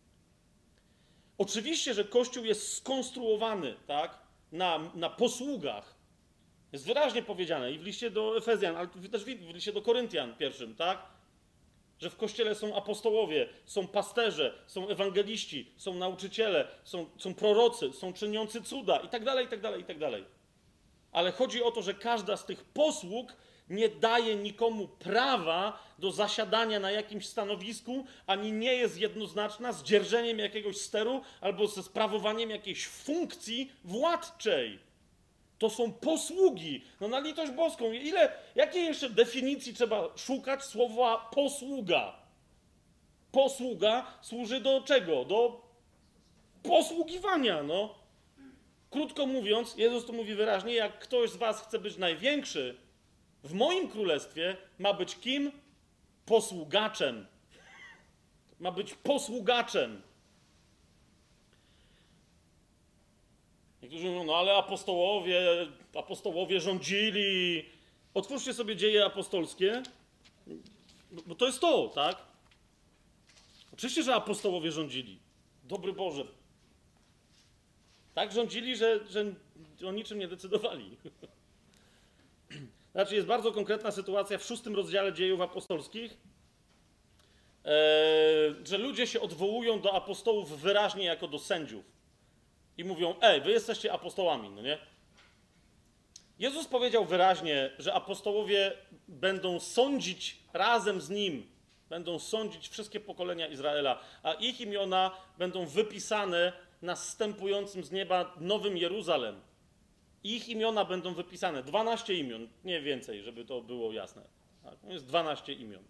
Oczywiście, że Kościół jest skonstruowany, tak, na, na posługach. Jest wyraźnie powiedziane i w liście do Efezjan, ale też w liście do Koryntian pierwszym, tak? Że w Kościele są apostołowie, są pasterze, są ewangeliści, są nauczyciele, są, są prorocy, są czyniący cuda i tak dalej, i tak dalej, i tak dalej. Ale chodzi o to, że każda z tych posług nie daje nikomu prawa do zasiadania na jakimś stanowisku, ani nie jest jednoznaczna z dzierżeniem jakiegoś steru albo ze sprawowaniem jakiejś funkcji władczej. To są posługi. No na litość boską. Ile, jakiej jeszcze definicji trzeba szukać słowa posługa? Posługa służy do czego? Do posługiwania, no. Krótko mówiąc, Jezus to mówi wyraźnie: jak ktoś z was chce być największy w moim królestwie, ma być kim? Posługaczem. Ma być posługaczem. Niektórzy mówią: no ale apostołowie, apostołowie rządzili. Otwórzcie sobie Dzieje apostolskie, bo to jest to, tak? Oczywiście, że apostołowie rządzili. Dobry Boże. Tak rządzili, że, że o niczym nie decydowali. Znaczy, jest bardzo konkretna sytuacja w szóstym rozdziale Dziejów apostolskich, ee, że ludzie się odwołują do apostołów wyraźnie jako do sędziów. I mówią: ej, wy jesteście apostołami, no nie? Jezus powiedział wyraźnie, że apostołowie będą sądzić razem z Nim, będą sądzić wszystkie pokolenia Izraela, a ich imiona będą wypisane na zstępującym z nieba Nowym Jeruzalem. Ich imiona będą wypisane. dwanaście imion, nie więcej, żeby to było jasne. Tak? To jest dwanaście imion.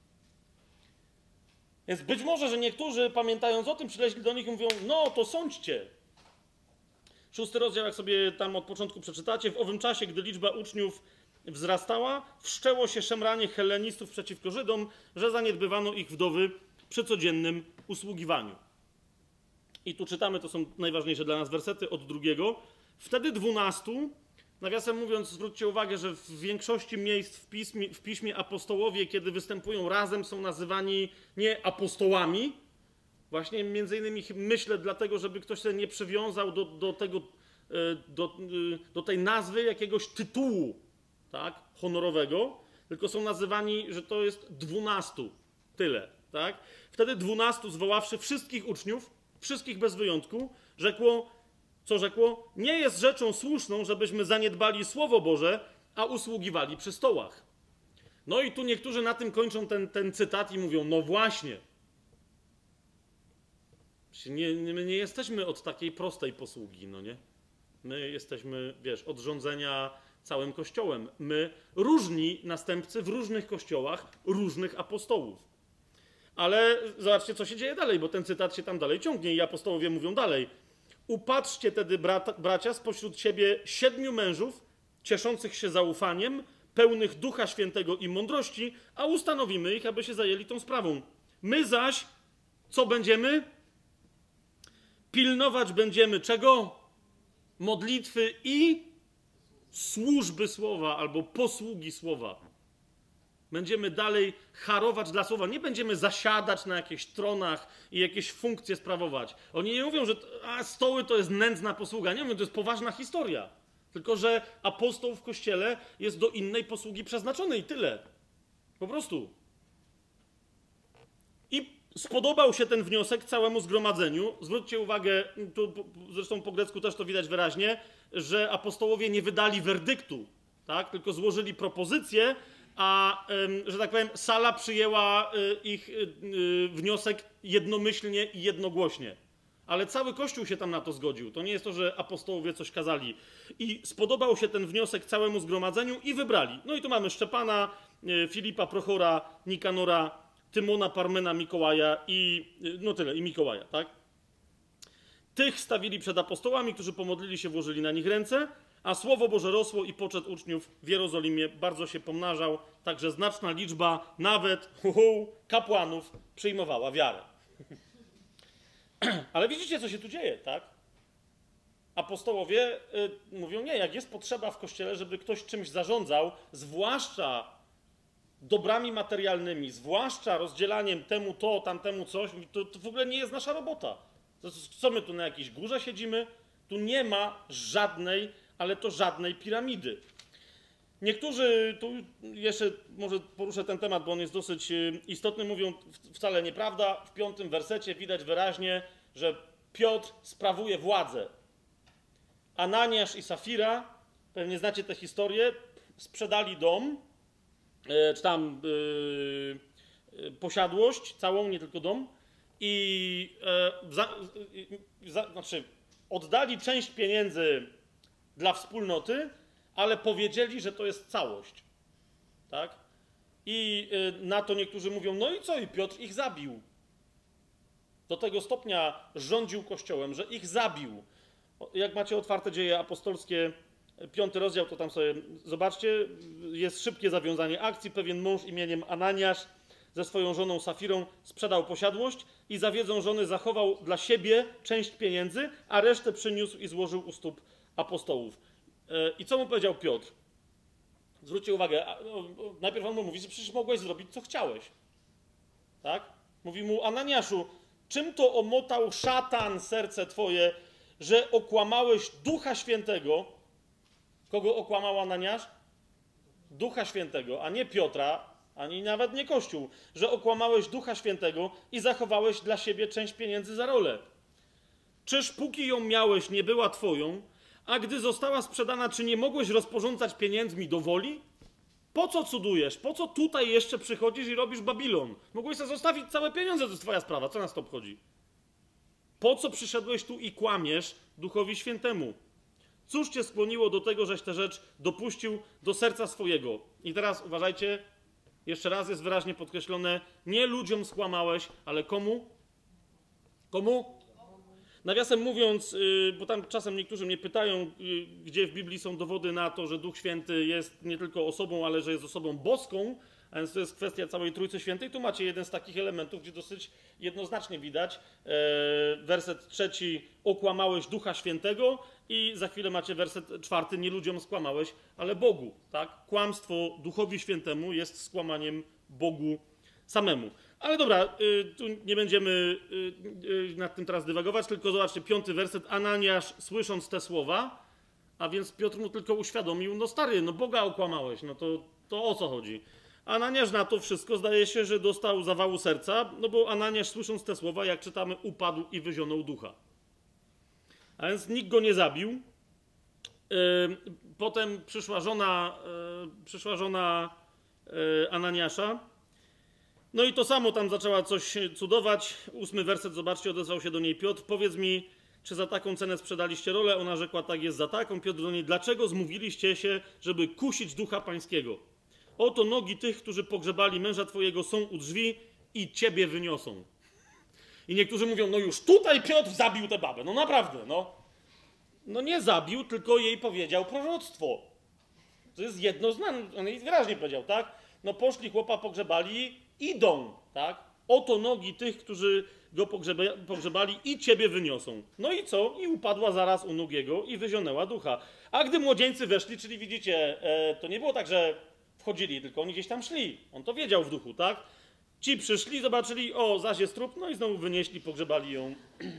Więc być może, że niektórzy, pamiętając o tym, przyleźli do nich i mówią: no to sądźcie. Szósty rozdział, jak sobie tam od początku przeczytacie: w owym czasie, gdy liczba uczniów wzrastała, wszczęło się szemranie hellenistów przeciwko Żydom, że zaniedbywano ich wdowy przy codziennym usługiwaniu. I tu czytamy, to są najważniejsze dla nas wersety od drugiego. Wtedy dwunastu, nawiasem mówiąc, zwróćcie uwagę, że w większości miejsc w piśmie, w piśmie apostołowie, kiedy występują razem, są nazywani nie apostołami. Właśnie między innymi myślę dlatego, żeby ktoś sobie nie przywiązał do, do, tego, do, do tej nazwy jakiegoś tytułu, tak, honorowego, tylko są nazywani, że to jest dwunastu. Tyle, tak? Wtedy dwunastu, zwoławszy wszystkich uczniów, wszystkich bez wyjątku, rzekło, co rzekło? Nie jest rzeczą słuszną, żebyśmy zaniedbali Słowo Boże, a usługiwali przy stołach. No i tu niektórzy na tym kończą ten, ten cytat i mówią, no właśnie. Nie, my nie jesteśmy od takiej prostej posługi, no nie? My jesteśmy, wiesz, od rządzenia całym Kościołem. My, różni następcy w różnych kościołach, różnych apostołów. Ale zobaczcie, co się dzieje dalej, bo ten cytat się tam dalej ciągnie i apostołowie mówią dalej. Upatrzcie tedy, brat, bracia, spośród siebie siedmiu mężów, cieszących się zaufaniem, pełnych Ducha Świętego i mądrości, a ustanowimy ich, aby się zajęli tą sprawą. My zaś, co będziemy? Pilnować będziemy czego? Modlitwy i służby słowa albo posługi słowa. Będziemy dalej harować dla słowa. Nie będziemy zasiadać na jakichś tronach i jakieś funkcje sprawować. Oni nie mówią, że a, stoły to jest nędzna posługa. Nie mówią, to jest poważna historia. Tylko że apostoł w Kościele jest do innej posługi przeznaczony i tyle. Po prostu. I spodobał się ten wniosek całemu zgromadzeniu. Zwróćcie uwagę, tu, zresztą po grecku też to widać wyraźnie, że apostołowie nie wydali werdyktu, tak? Tylko złożyli propozycję, a, że tak powiem, sala przyjęła ich wniosek jednomyślnie i jednogłośnie. Ale cały Kościół się tam na to zgodził. To nie jest to, że apostołowie coś kazali. I spodobał się ten wniosek całemu zgromadzeniu i wybrali. No i tu mamy Szczepana, Filipa, Prochora, Nikanora, Tymona, Parmena, Mikołaja i no tyle, i Mikołaja, tak? Tych stawili przed apostołami, którzy pomodlili się, włożyli na nich ręce, a Słowo Boże rosło i poczet uczniów w Jerozolimie bardzo się pomnażał, także znaczna liczba nawet hu, hu, kapłanów przyjmowała wiarę. Ale widzicie, co się tu dzieje, tak? Apostołowie y, mówią, nie, jak jest potrzeba w Kościele, żeby ktoś czymś zarządzał, zwłaszcza dobrami materialnymi, zwłaszcza rozdzielaniem temu to, tamtemu coś, to, to w ogóle nie jest nasza robota. To, co my tu na jakiejś górze siedzimy? Tu nie ma żadnej, ale to żadnej piramidy. Niektórzy, tu jeszcze może poruszę ten temat, bo on jest dosyć istotny, mówią wcale nieprawda. W piątym wersecie widać wyraźnie, że Piotr sprawuje władzę. Ananiasz i Safira, pewnie znacie tę historię, sprzedali dom, czy tam yy, posiadłość, całą, nie tylko dom, i yy, za, yy, za, znaczy oddali część pieniędzy dla wspólnoty, ale powiedzieli, że to jest całość. Tak? I yy, na to niektórzy mówią, no i co? I Piotr ich zabił. Do tego stopnia rządził Kościołem, że ich zabił. Jak macie otwarte Dzieje Apostolskie, piąty rozdział, to tam sobie zobaczcie, jest szybkie zawiązanie akcji. Pewien mąż imieniem Ananiasz ze swoją żoną Safirą sprzedał posiadłość i za wiedzą żony zachował dla siebie część pieniędzy, a resztę przyniósł i złożył u stóp apostołów. I co mu powiedział Piotr? Zwróćcie uwagę, najpierw on mu mówi, że przecież mogłeś zrobić, co chciałeś. Tak? Mówi mu, Ananiaszu, czym to omotał szatan serce twoje, że okłamałeś Ducha Świętego? Kogo okłamał Ananiasz? Ducha Świętego, a nie Piotra, ani nawet nie Kościół. Że okłamałeś Ducha Świętego i zachowałeś dla siebie część pieniędzy za rolę. Czyż póki ją miałeś, nie była twoją, a gdy została sprzedana, czy nie mogłeś rozporządzać pieniędzmi do woli? Po co cudujesz? Po co tutaj jeszcze przychodzisz i robisz Babilon? Mogłeś sobie zostawić całe pieniądze, to jest twoja sprawa. Co nas to obchodzi? Po co przyszedłeś tu i kłamiesz Duchowi Świętemu? Cóż cię skłoniło do tego, żeś tę rzecz dopuścił do serca swojego? I teraz uważajcie, jeszcze raz jest wyraźnie podkreślone, nie ludziom skłamałeś, ale komu? Komu? Nawiasem mówiąc, bo tam czasem niektórzy mnie pytają, gdzie w Biblii są dowody na to, że Duch Święty jest nie tylko osobą, ale że jest osobą boską, a więc to jest kwestia całej Trójcy Świętej. Tu macie jeden z takich elementów, gdzie dosyć jednoznacznie widać. Werset trzeci, okłamałeś Ducha Świętego, i za chwilę macie werset czwarty, nie ludziom skłamałeś, ale Bogu. Tak? Kłamstwo Duchowi Świętemu jest skłamaniem Bogu samemu. Ale dobra, tu nie będziemy nad tym teraz dywagować, tylko zobaczcie, piąty werset. Ananiasz, słysząc te słowa, a więc Piotr mu tylko uświadomił, no stary, no Boga okłamałeś, no to, to o co chodzi? Ananiasz na to wszystko zdaje się, że dostał zawału serca, no bo Ananiasz, słysząc te słowa, jak czytamy, upadł i wyzionął ducha. A więc nikt go nie zabił. Yy, potem przyszła żona, yy, przyszła żona yy, Ananiasza. No i to samo tam zaczęła coś cudować. Ósmy werset, zobaczcie, odezwał się do niej Piotr. Powiedz mi, czy za taką cenę sprzedaliście rolę? Ona rzekła, tak jest za taką. Piotr do niej, dlaczego zmówiliście się, żeby kusić ducha pańskiego? Oto nogi tych, którzy pogrzebali męża twojego, są u drzwi i ciebie wyniosą. I niektórzy mówią, no już tutaj Piotr zabił tę babę. No naprawdę, no. No nie zabił, tylko jej powiedział proroctwo. To jest jednoznaczne, on jej wyraźnie powiedział, tak? No poszli, chłopa pogrzebali, idą, tak? Oto nogi tych, którzy go pogrzeba, pogrzebali i ciebie wyniosą. No i co? I upadła zaraz u nóg jego i wyzionęła ducha. A gdy młodzieńcy weszli, czyli widzicie, e, to nie było tak, że wchodzili, tylko oni gdzieś tam szli. On to wiedział w duchu, tak? Ci przyszli, zobaczyli, o, zaś jest trup, no i znowu wynieśli, pogrzebali ją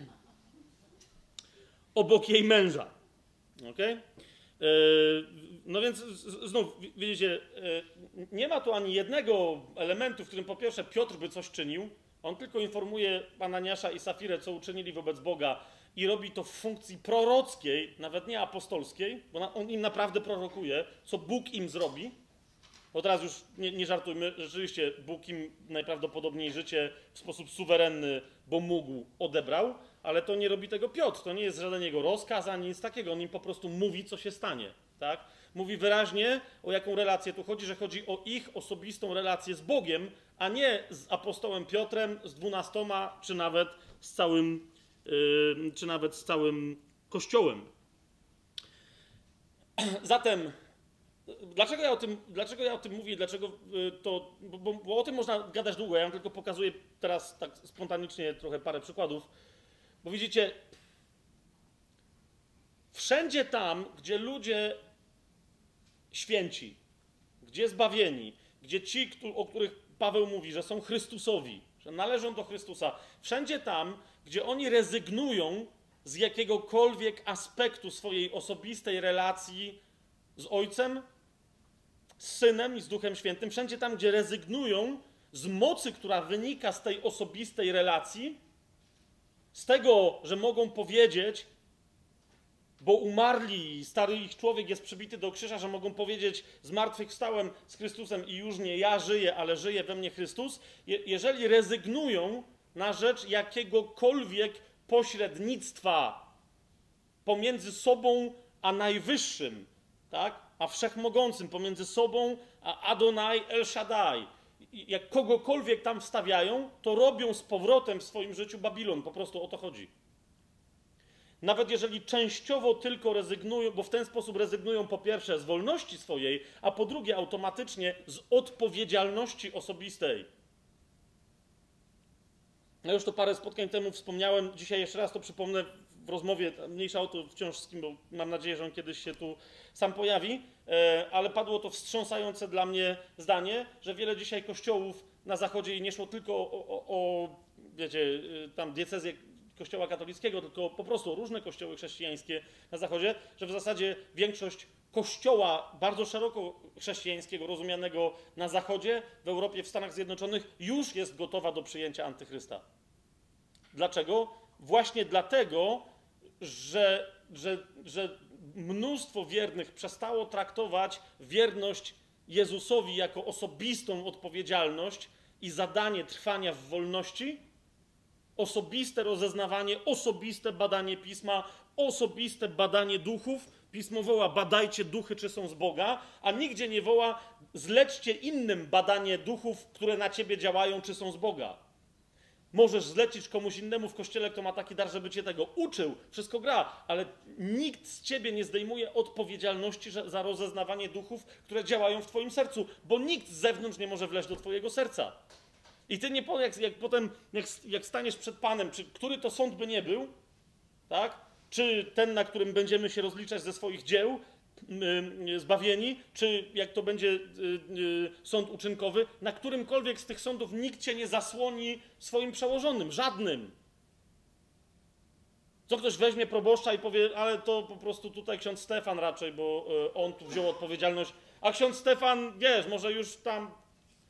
obok jej męża. Okej? Okay? No więc znów, widzicie, nie ma tu ani jednego elementu, w którym po pierwsze Piotr by coś czynił, on tylko informuje Ananiasza i Safirę, co uczynili wobec Boga i robi to w funkcji prorockiej, nawet nie apostolskiej, bo on im naprawdę prorokuje, co Bóg im zrobi. Bo teraz już nie, nie żartujmy, rzeczywiście Bóg im najprawdopodobniej życie w sposób suwerenny, bo mógł, odebrał, ale to nie robi tego Piotr, to nie jest żaden jego rozkaz, ani nic takiego, on im po prostu mówi, co się stanie, tak? Mówi wyraźnie, o jaką relację tu chodzi, że chodzi o ich osobistą relację z Bogiem, a nie z apostołem Piotrem, z dwunastoma, czy nawet z całym, yy, czy nawet z całym Kościołem. Zatem Dlaczego ja o tym, dlaczego ja o tym mówię? Dlaczego to, bo, bo o tym można gadać długo, ja wam tylko pokazuję teraz tak spontanicznie trochę parę przykładów. Bo widzicie, wszędzie tam, gdzie ludzie święci, gdzie zbawieni, gdzie ci, o których Paweł mówi, że są Chrystusowi, że należą do Chrystusa, wszędzie tam, gdzie oni rezygnują z jakiegokolwiek aspektu swojej osobistej relacji z Ojcem, z Synem i z Duchem Świętym, wszędzie tam, gdzie rezygnują z mocy, która wynika z tej osobistej relacji, z tego, że mogą powiedzieć, bo umarli, stary ich człowiek jest przybity do krzyża, że mogą powiedzieć, zmartwychwstałem z Chrystusem i już nie ja żyję, ale żyje we mnie Chrystus, Je- jeżeli rezygnują na rzecz jakiegokolwiek pośrednictwa pomiędzy sobą a Najwyższym, tak? A Wszechmogącym, pomiędzy sobą a Adonai El Shaddai. Jak kogokolwiek tam wstawiają, to robią z powrotem w swoim życiu Babilon. Po prostu o to chodzi. Nawet jeżeli częściowo tylko rezygnują, bo w ten sposób rezygnują po pierwsze z wolności swojej, a po drugie automatycznie z odpowiedzialności osobistej. Ja już to parę spotkań temu wspomniałem, dzisiaj jeszcze raz to przypomnę w rozmowie, mniejsza o to wciąż z kim, bo mam nadzieję, że on kiedyś się tu sam pojawi, ale padło to wstrząsające dla mnie zdanie, że wiele dzisiaj kościołów na Zachodzie i nie szło tylko o, o, o wiecie, tam diecezję Kościoła katolickiego, tylko po prostu różne kościoły chrześcijańskie na Zachodzie, że w zasadzie większość kościoła bardzo szeroko chrześcijańskiego, rozumianego na Zachodzie, w Europie, w Stanach Zjednoczonych, już jest gotowa do przyjęcia antychrysta. Dlaczego? Właśnie dlatego, że, że, że mnóstwo wiernych przestało traktować wierność Jezusowi jako osobistą odpowiedzialność i zadanie trwania w wolności, osobiste rozeznawanie, osobiste badanie Pisma, osobiste badanie duchów. Pismo woła, badajcie duchy, czy są z Boga, a nigdzie nie woła, zlećcie innym badanie duchów, które na ciebie działają, czy są z Boga. Możesz zlecić komuś innemu w kościele, kto ma taki dar, żeby cię tego uczył, wszystko gra, ale nikt z ciebie nie zdejmuje odpowiedzialności za rozeznawanie duchów, które działają w twoim sercu, bo nikt z zewnątrz nie może wleźć do twojego serca. I ty nie powiesz, jak, jak potem, jak, jak staniesz przed Panem, czy który to sąd by nie był, tak? Czy ten, na którym będziemy się rozliczać ze swoich dzieł, yy, zbawieni, czy jak to będzie yy, yy, sąd uczynkowy, na którymkolwiek z tych sądów nikt cię nie zasłoni swoim przełożonym, żadnym. Co ktoś weźmie proboszcza i powie, ale to po prostu tutaj ksiądz Stefan raczej, bo yy, on tu wziął odpowiedzialność, a ksiądz Stefan, wiesz, może już tam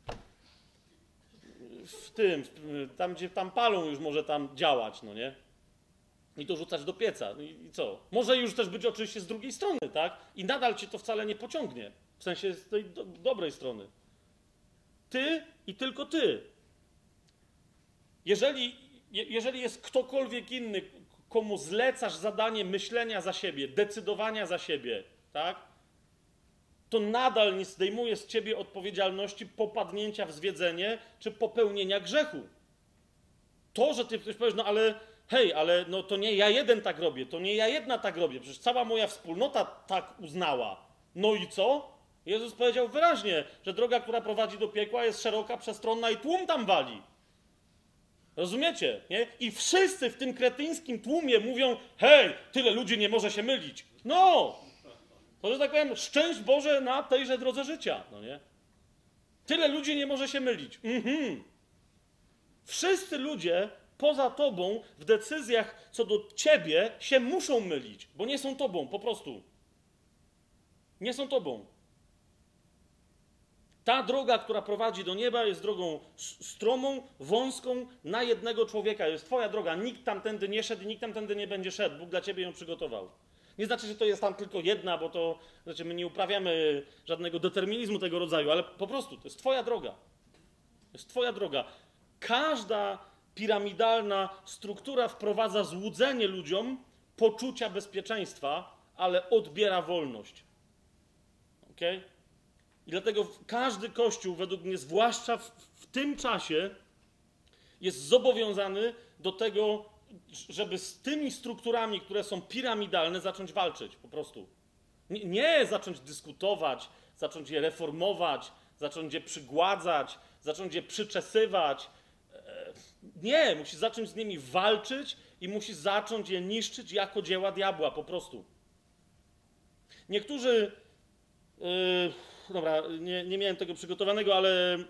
tym, w, tam gdzie tam palą już może tam działać, no nie? I to rzucać do pieca. I, i co? Może już też być oczywiście z drugiej strony, tak? I nadal cię to wcale nie pociągnie. W sensie z tej do, dobrej strony. Ty i tylko ty. Jeżeli, je, jeżeli jest ktokolwiek inny, komu zlecasz zadanie myślenia za siebie, decydowania za siebie, tak? To nadal nie zdejmuje z ciebie odpowiedzialności popadnięcia w zwiedzenie czy popełnienia grzechu. To, że ty ktoś powiesz, no ale hej, ale no to nie ja jeden tak robię, to nie ja jedna tak robię, przecież cała moja wspólnota tak uznała. No i co? Jezus powiedział wyraźnie, że droga, która prowadzi do piekła, jest szeroka, przestronna i tłum tam wali. Rozumiecie? Nie? I wszyscy w tym kretyńskim tłumie mówią, hej, tyle ludzi nie może się mylić. No! To, że tak powiem, szczęść Boże na tejże drodze życia. No nie? Tyle ludzi nie może się mylić. Mhm. Wszyscy ludzie poza tobą w decyzjach co do ciebie się muszą mylić, bo nie są tobą, po prostu. Nie są tobą. Ta droga, która prowadzi do nieba, jest drogą stromą, wąską, na jednego człowieka. Jest twoja droga. Nikt tamtędy nie szedł i nikt tamtędy nie będzie szedł. Bóg dla ciebie ją przygotował. Nie znaczy, że to jest tam tylko jedna, bo to, znaczy my nie uprawiamy żadnego determinizmu tego rodzaju, ale po prostu to jest twoja droga. To jest twoja droga. Każda piramidalna struktura wprowadza złudzenie ludziom poczucia bezpieczeństwa, ale odbiera wolność. Okej? Okay? I dlatego każdy kościół, według mnie, zwłaszcza w, w tym czasie, jest zobowiązany do tego, żeby z tymi strukturami, które są piramidalne, zacząć walczyć po prostu. Nie, nie zacząć dyskutować, zacząć je reformować, zacząć je przygładzać, zacząć je przyczesywać. Nie, musi zacząć z nimi walczyć i musi zacząć je niszczyć jako dzieła diabła po prostu. Niektórzy... Yy, dobra, nie, nie miałem tego przygotowanego, ale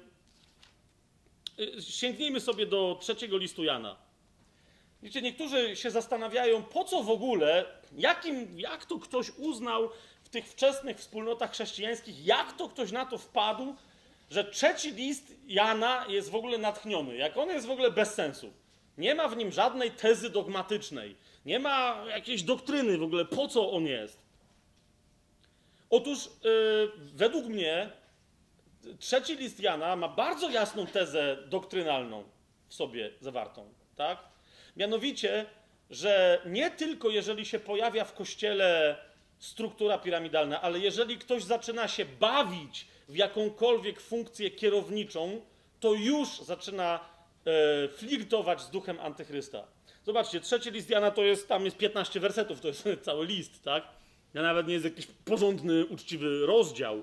sięgnijmy sobie do trzeciego listu Jana. Wiecie, niektórzy się zastanawiają, po co w ogóle, jakim, jak to ktoś uznał w tych wczesnych wspólnotach chrześcijańskich, jak to ktoś na to wpadł, że trzeci list Jana jest w ogóle natchniony, jak on jest w ogóle bez sensu. Nie ma w nim żadnej tezy dogmatycznej, nie ma jakiejś doktryny w ogóle, po co on jest. Otóż yy, według mnie trzeci list Jana ma bardzo jasną tezę doktrynalną w sobie zawartą, tak? Mianowicie, że nie tylko jeżeli się pojawia w Kościele struktura piramidalna, ale jeżeli ktoś zaczyna się bawić w jakąkolwiek funkcję kierowniczą, to już zaczyna e, flirtować z duchem antychrysta. Zobaczcie, trzeci list Jana to jest, tam jest piętnaście wersetów, to jest cały list, tak? To nawet nie jest jakiś porządny, uczciwy rozdział.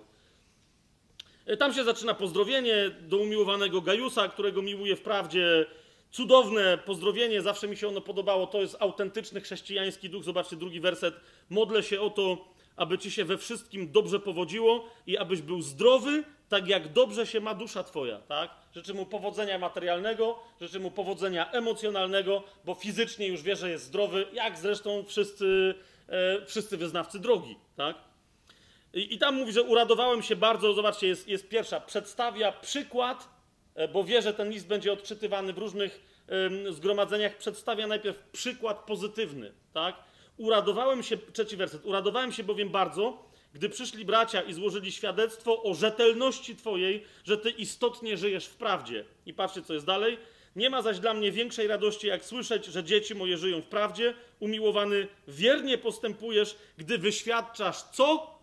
Tam się zaczyna pozdrowienie do umiłowanego Gajusa, którego miłuje wprawdzie. Cudowne pozdrowienie, zawsze mi się ono podobało, to jest autentyczny chrześcijański duch. Zobaczcie drugi werset. Modlę się o to, aby ci się we wszystkim dobrze powodziło i abyś był zdrowy, tak jak dobrze się ma dusza twoja, tak? Życzę mu powodzenia materialnego, życzę mu powodzenia emocjonalnego, bo fizycznie już wie, że jest zdrowy, jak zresztą wszyscy, e, wszyscy wyznawcy drogi, tak? I, I tam mówi, że uradowałem się bardzo, zobaczcie, jest, jest pierwsza, przedstawia przykład, e, bo wie, że ten list będzie odczytywany w różnych e, zgromadzeniach, przedstawia najpierw przykład pozytywny, tak? Uradowałem się, trzeci werset, uradowałem się bowiem bardzo, gdy przyszli bracia i złożyli świadectwo o rzetelności twojej, że ty istotnie żyjesz w prawdzie. I patrzcie, co jest dalej. Nie ma zaś dla mnie większej radości, jak słyszeć, że dzieci moje żyją w prawdzie. Umiłowany, wiernie postępujesz, gdy wyświadczasz co?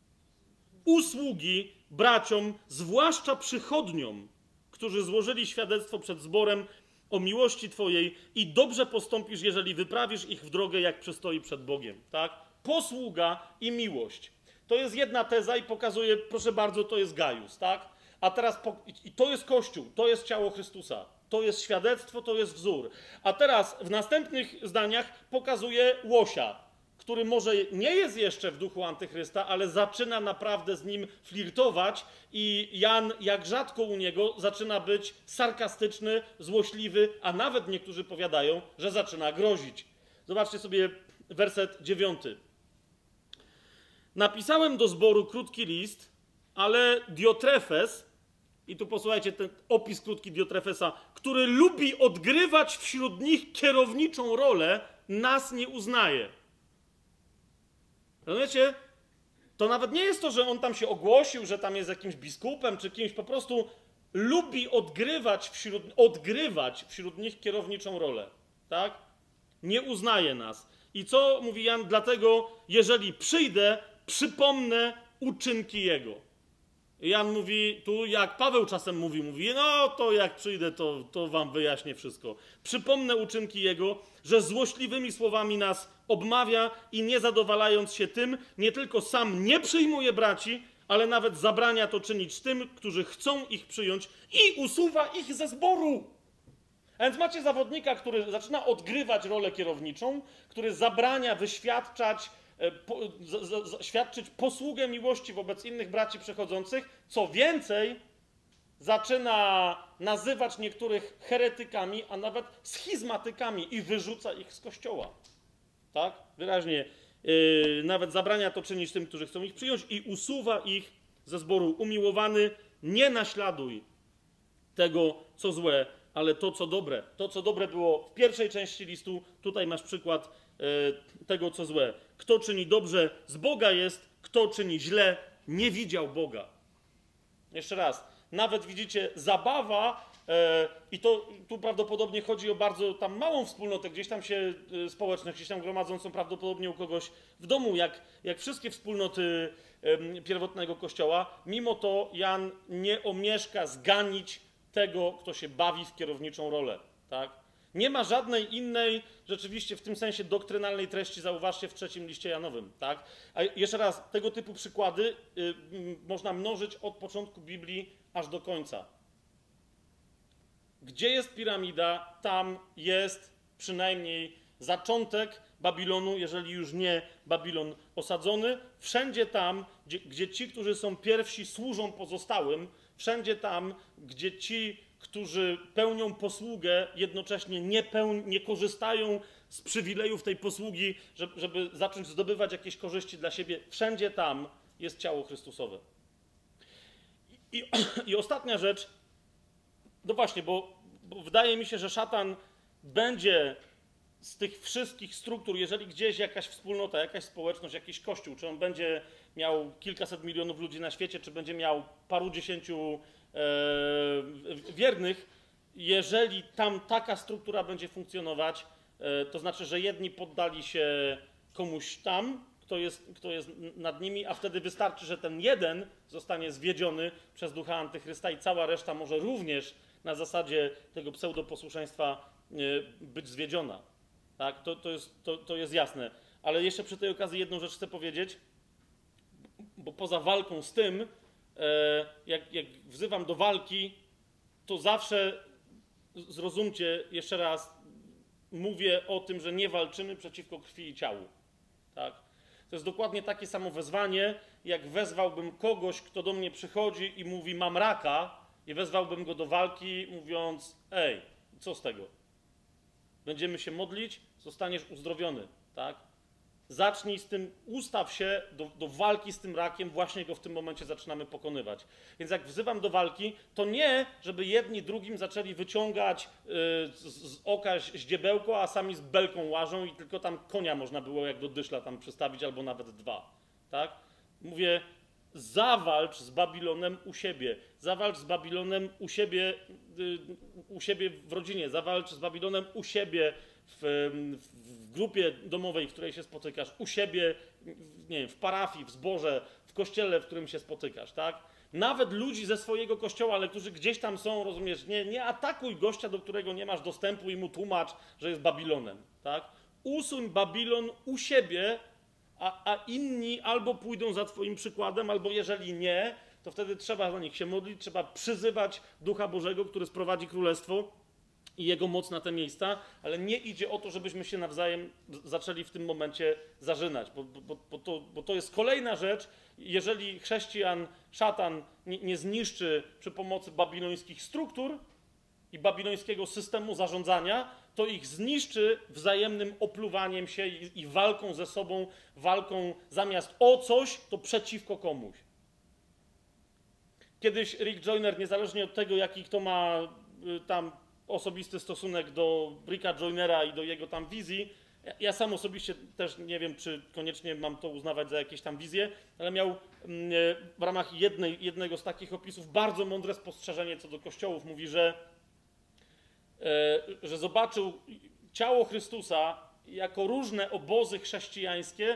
Usługi braciom, zwłaszcza przychodniom, którzy złożyli świadectwo przed zborem o miłości twojej i dobrze postąpisz, jeżeli wyprawisz ich w drogę, jak przystoi przed Bogiem. Tak? Posługa i miłość. To jest jedna teza i pokazuje, proszę bardzo, to jest Gajus, tak? A teraz, po, i to jest Kościół, to jest ciało Chrystusa, to jest świadectwo, to jest wzór. A teraz w następnych zdaniach pokazuje Łosia, który może nie jest jeszcze w duchu antychrysta, ale zaczyna naprawdę z nim flirtować i Jan, jak rzadko u niego, zaczyna być sarkastyczny, złośliwy, a nawet niektórzy powiadają, że zaczyna grozić. Zobaczcie sobie werset dziewiąty. Napisałem do zboru krótki list, ale Diotrefes, i tu posłuchajcie ten opis krótki Diotrefesa, który lubi odgrywać wśród nich kierowniczą rolę, nas nie uznaje. Rozumiecie? To nawet nie jest to, że on tam się ogłosił, że tam jest jakimś biskupem czy kimś, po prostu lubi odgrywać wśród, odgrywać wśród nich kierowniczą rolę. Tak? Nie uznaje nas. I co mówi Jan? Dlatego, jeżeli przyjdę, przypomnę uczynki Jego. Jan mówi tu, jak Paweł czasem mówi, mówi, no to jak przyjdę, to, to wam wyjaśnię wszystko. Przypomnę uczynki Jego, że złośliwymi słowami nas obmawia i nie zadowalając się tym, nie tylko sam nie przyjmuje braci, ale nawet zabrania to czynić tym, którzy chcą ich przyjąć i usuwa ich ze zboru. A więc macie zawodnika, który zaczyna odgrywać rolę kierowniczą, który zabrania wyświadczać, Po, z, z, świadczyć posługę miłości wobec innych braci przechodzących, co więcej, zaczyna nazywać niektórych heretykami, a nawet schizmatykami i wyrzuca ich z kościoła. Tak? Wyraźnie. Yy, nawet zabrania to czynić tym, którzy chcą ich przyjąć i usuwa ich ze zboru. Umiłowany, nie naśladuj tego, co złe, ale to, co dobre. To, co dobre było w pierwszej części listu, tutaj masz przykład yy, tego, co złe. Kto czyni dobrze, z Boga jest, kto czyni źle, nie widział Boga. Jeszcze raz, nawet widzicie, zabawa, e, i to tu prawdopodobnie chodzi o bardzo tam małą wspólnotę, gdzieś tam się e, społeczność, gdzieś tam gromadzącą prawdopodobnie u kogoś w domu, jak, jak wszystkie wspólnoty e, pierwotnego Kościoła. Mimo to Jan nie omieszka zganić tego, kto się bawi w kierowniczą rolę. Tak? Nie ma żadnej innej, rzeczywiście w tym sensie doktrynalnej treści, zauważcie, w trzecim liście Janowym. Tak? A jeszcze raz, tego typu przykłady y, y, można mnożyć od początku Biblii aż do końca. Gdzie jest piramida, tam jest przynajmniej zaczątek Babilonu, jeżeli już nie Babilon osadzony. Wszędzie tam, gdzie, gdzie ci, którzy są pierwsi, służą pozostałym, wszędzie tam, gdzie ci, którzy pełnią posługę, jednocześnie nie, peł- nie korzystają z przywilejów tej posługi, żeby, żeby zacząć zdobywać jakieś korzyści dla siebie. Wszędzie tam jest ciało Chrystusowe. I, i, i ostatnia rzecz, no właśnie, bo, bo wydaje mi się, że szatan będzie z tych wszystkich struktur, jeżeli gdzieś jakaś wspólnota, jakaś społeczność, jakiś kościół, czy on będzie miał kilkaset milionów ludzi na świecie, czy będzie miał paru dziesięciu e, wiernych, jeżeli tam taka struktura będzie funkcjonować, e, to znaczy, że jedni poddali się komuś tam, kto jest, kto jest nad nimi, a wtedy wystarczy, że ten jeden zostanie zwiedziony przez ducha antychrysta i cała reszta może również na zasadzie tego pseudoposłuszeństwa e, być zwiedziona. Tak? To, to, jest, to, to jest jasne. Ale jeszcze przy tej okazji jedną rzecz chcę powiedzieć, bo poza walką z tym, e, jak, jak wzywam do walki, to zawsze zrozumcie, jeszcze raz, mówię o tym, że nie walczymy przeciwko krwi i ciału. Tak? To jest dokładnie takie samo wezwanie, jak wezwałbym kogoś, kto do mnie przychodzi i mówi, mam raka, i wezwałbym go do walki, mówiąc, ej, co z tego? Będziemy się modlić, zostaniesz uzdrowiony, tak? Zacznij z tym, ustaw się do, do walki z tym rakiem, właśnie go w tym momencie zaczynamy pokonywać. Więc jak wzywam do walki, to nie, żeby jedni drugim zaczęli wyciągać yy, z, z oka ździebełko, a sami z belką łażą i tylko tam konia można było jak do dyszla tam przystawić, albo nawet dwa, tak? Mówię, zawalcz z Babilonem u siebie, zawalcz z Babilonem u siebie, yy, u siebie w rodzinie, zawalcz z Babilonem u siebie w, w grupie domowej, w której się spotykasz, u siebie, nie wiem, w parafii, w zborze, w kościele, w którym się spotykasz, tak? Nawet ludzi ze swojego kościoła, ale którzy gdzieś tam są, rozumiesz, nie, nie atakuj gościa, do którego nie masz dostępu i mu tłumacz, że jest Babilonem, tak? Usuń Babilon u siebie, a, a inni albo pójdą za twoim przykładem, albo jeżeli nie, to wtedy trzeba za nich się modlić, trzeba przyzywać Ducha Bożego, który sprowadzi królestwo i jego moc na te miejsca, ale nie idzie o to, żebyśmy się nawzajem zaczęli w tym momencie zarzynać, bo, bo, bo, to, bo to jest kolejna rzecz. Jeżeli chrześcijan, szatan nie, nie zniszczy przy pomocy babilońskich struktur i babilońskiego systemu zarządzania, to ich zniszczy wzajemnym opluwaniem się i, i walką ze sobą, walką zamiast o coś, to przeciwko komuś. Kiedyś Rick Joyner, niezależnie od tego, jaki kto ma y, tam osobisty stosunek do Ricka Joynera i do jego tam wizji. Ja, ja sam osobiście też nie wiem, czy koniecznie mam to uznawać za jakieś tam wizje, ale miał mm, w ramach jednej, jednego z takich opisów bardzo mądre spostrzeżenie co do kościołów. Mówi, że, e, że zobaczył ciało Chrystusa jako różne obozy chrześcijańskie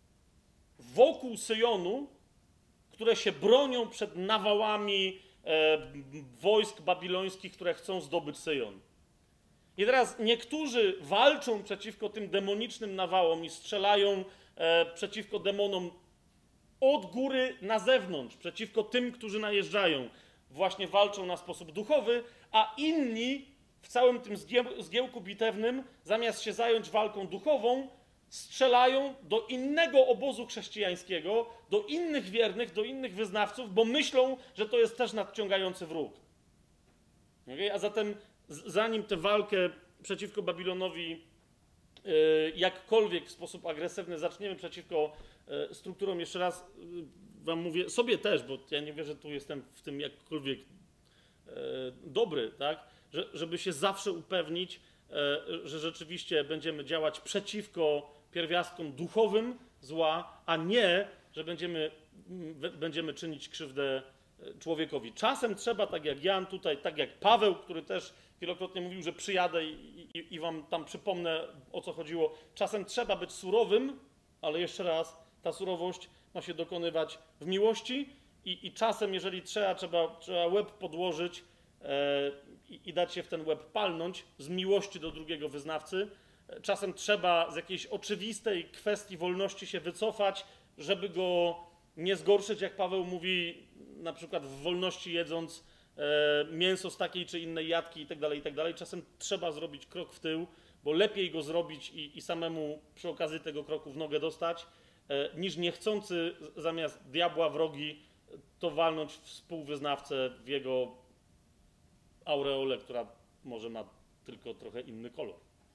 wokół Syjonu, które się bronią przed nawałami e, wojsk babilońskich, które chcą zdobyć Syjon. I teraz niektórzy walczą przeciwko tym demonicznym nawałom i strzelają e, przeciwko demonom od góry na zewnątrz, przeciwko tym, którzy najeżdżają. Właśnie walczą na sposób duchowy, a inni w całym tym zgiełku bitewnym, zamiast się zająć walką duchową, strzelają do innego obozu chrześcijańskiego, do innych wiernych, do innych wyznawców, bo myślą, że to jest też nadciągający wróg. Okay? A zatem zanim tę walkę przeciwko Babilonowi yy, jakkolwiek w sposób agresywny zaczniemy przeciwko yy, strukturom, jeszcze raz yy, wam mówię, sobie też, bo ja nie wierzę, że tu jestem w tym jakkolwiek yy, dobry, tak? Że, żeby się zawsze upewnić, yy, że rzeczywiście będziemy działać przeciwko pierwiastkom duchowym zła, a nie, że będziemy, yy, będziemy czynić krzywdę człowiekowi. Czasem trzeba, tak jak Jan tutaj, tak jak Paweł, który też wielokrotnie mówił, że przyjadę i, i, i wam tam przypomnę, o co chodziło. Czasem trzeba być surowym, ale jeszcze raz, ta surowość ma się dokonywać w miłości i, i czasem, jeżeli trzeba, trzeba, trzeba łeb podłożyć e, i, i dać się w ten łeb palnąć z miłości do drugiego wyznawcy. Czasem trzeba z jakiejś oczywistej kwestii wolności się wycofać, żeby go nie zgorszyć, jak Paweł mówi, na przykład w wolności jedząc e, mięso z takiej czy innej jatki itd., itd. Czasem trzeba zrobić krok w tył, bo lepiej go zrobić i, i samemu przy okazji tego kroku w nogę dostać, e, niż niechcący zamiast diabła wrogi to walnąć współwyznawcę w jego aureole, która może ma tylko trochę inny kolor.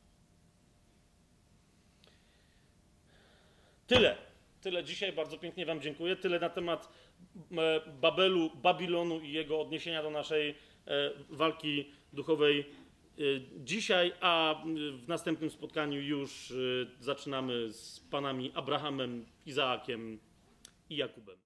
Tyle. Tyle dzisiaj, bardzo pięknie wam dziękuję. Tyle na temat Babelu, Babilonu i jego odniesienia do naszej walki duchowej dzisiaj, a w następnym spotkaniu już zaczynamy z panami Abrahamem, Izaakiem i Jakubem.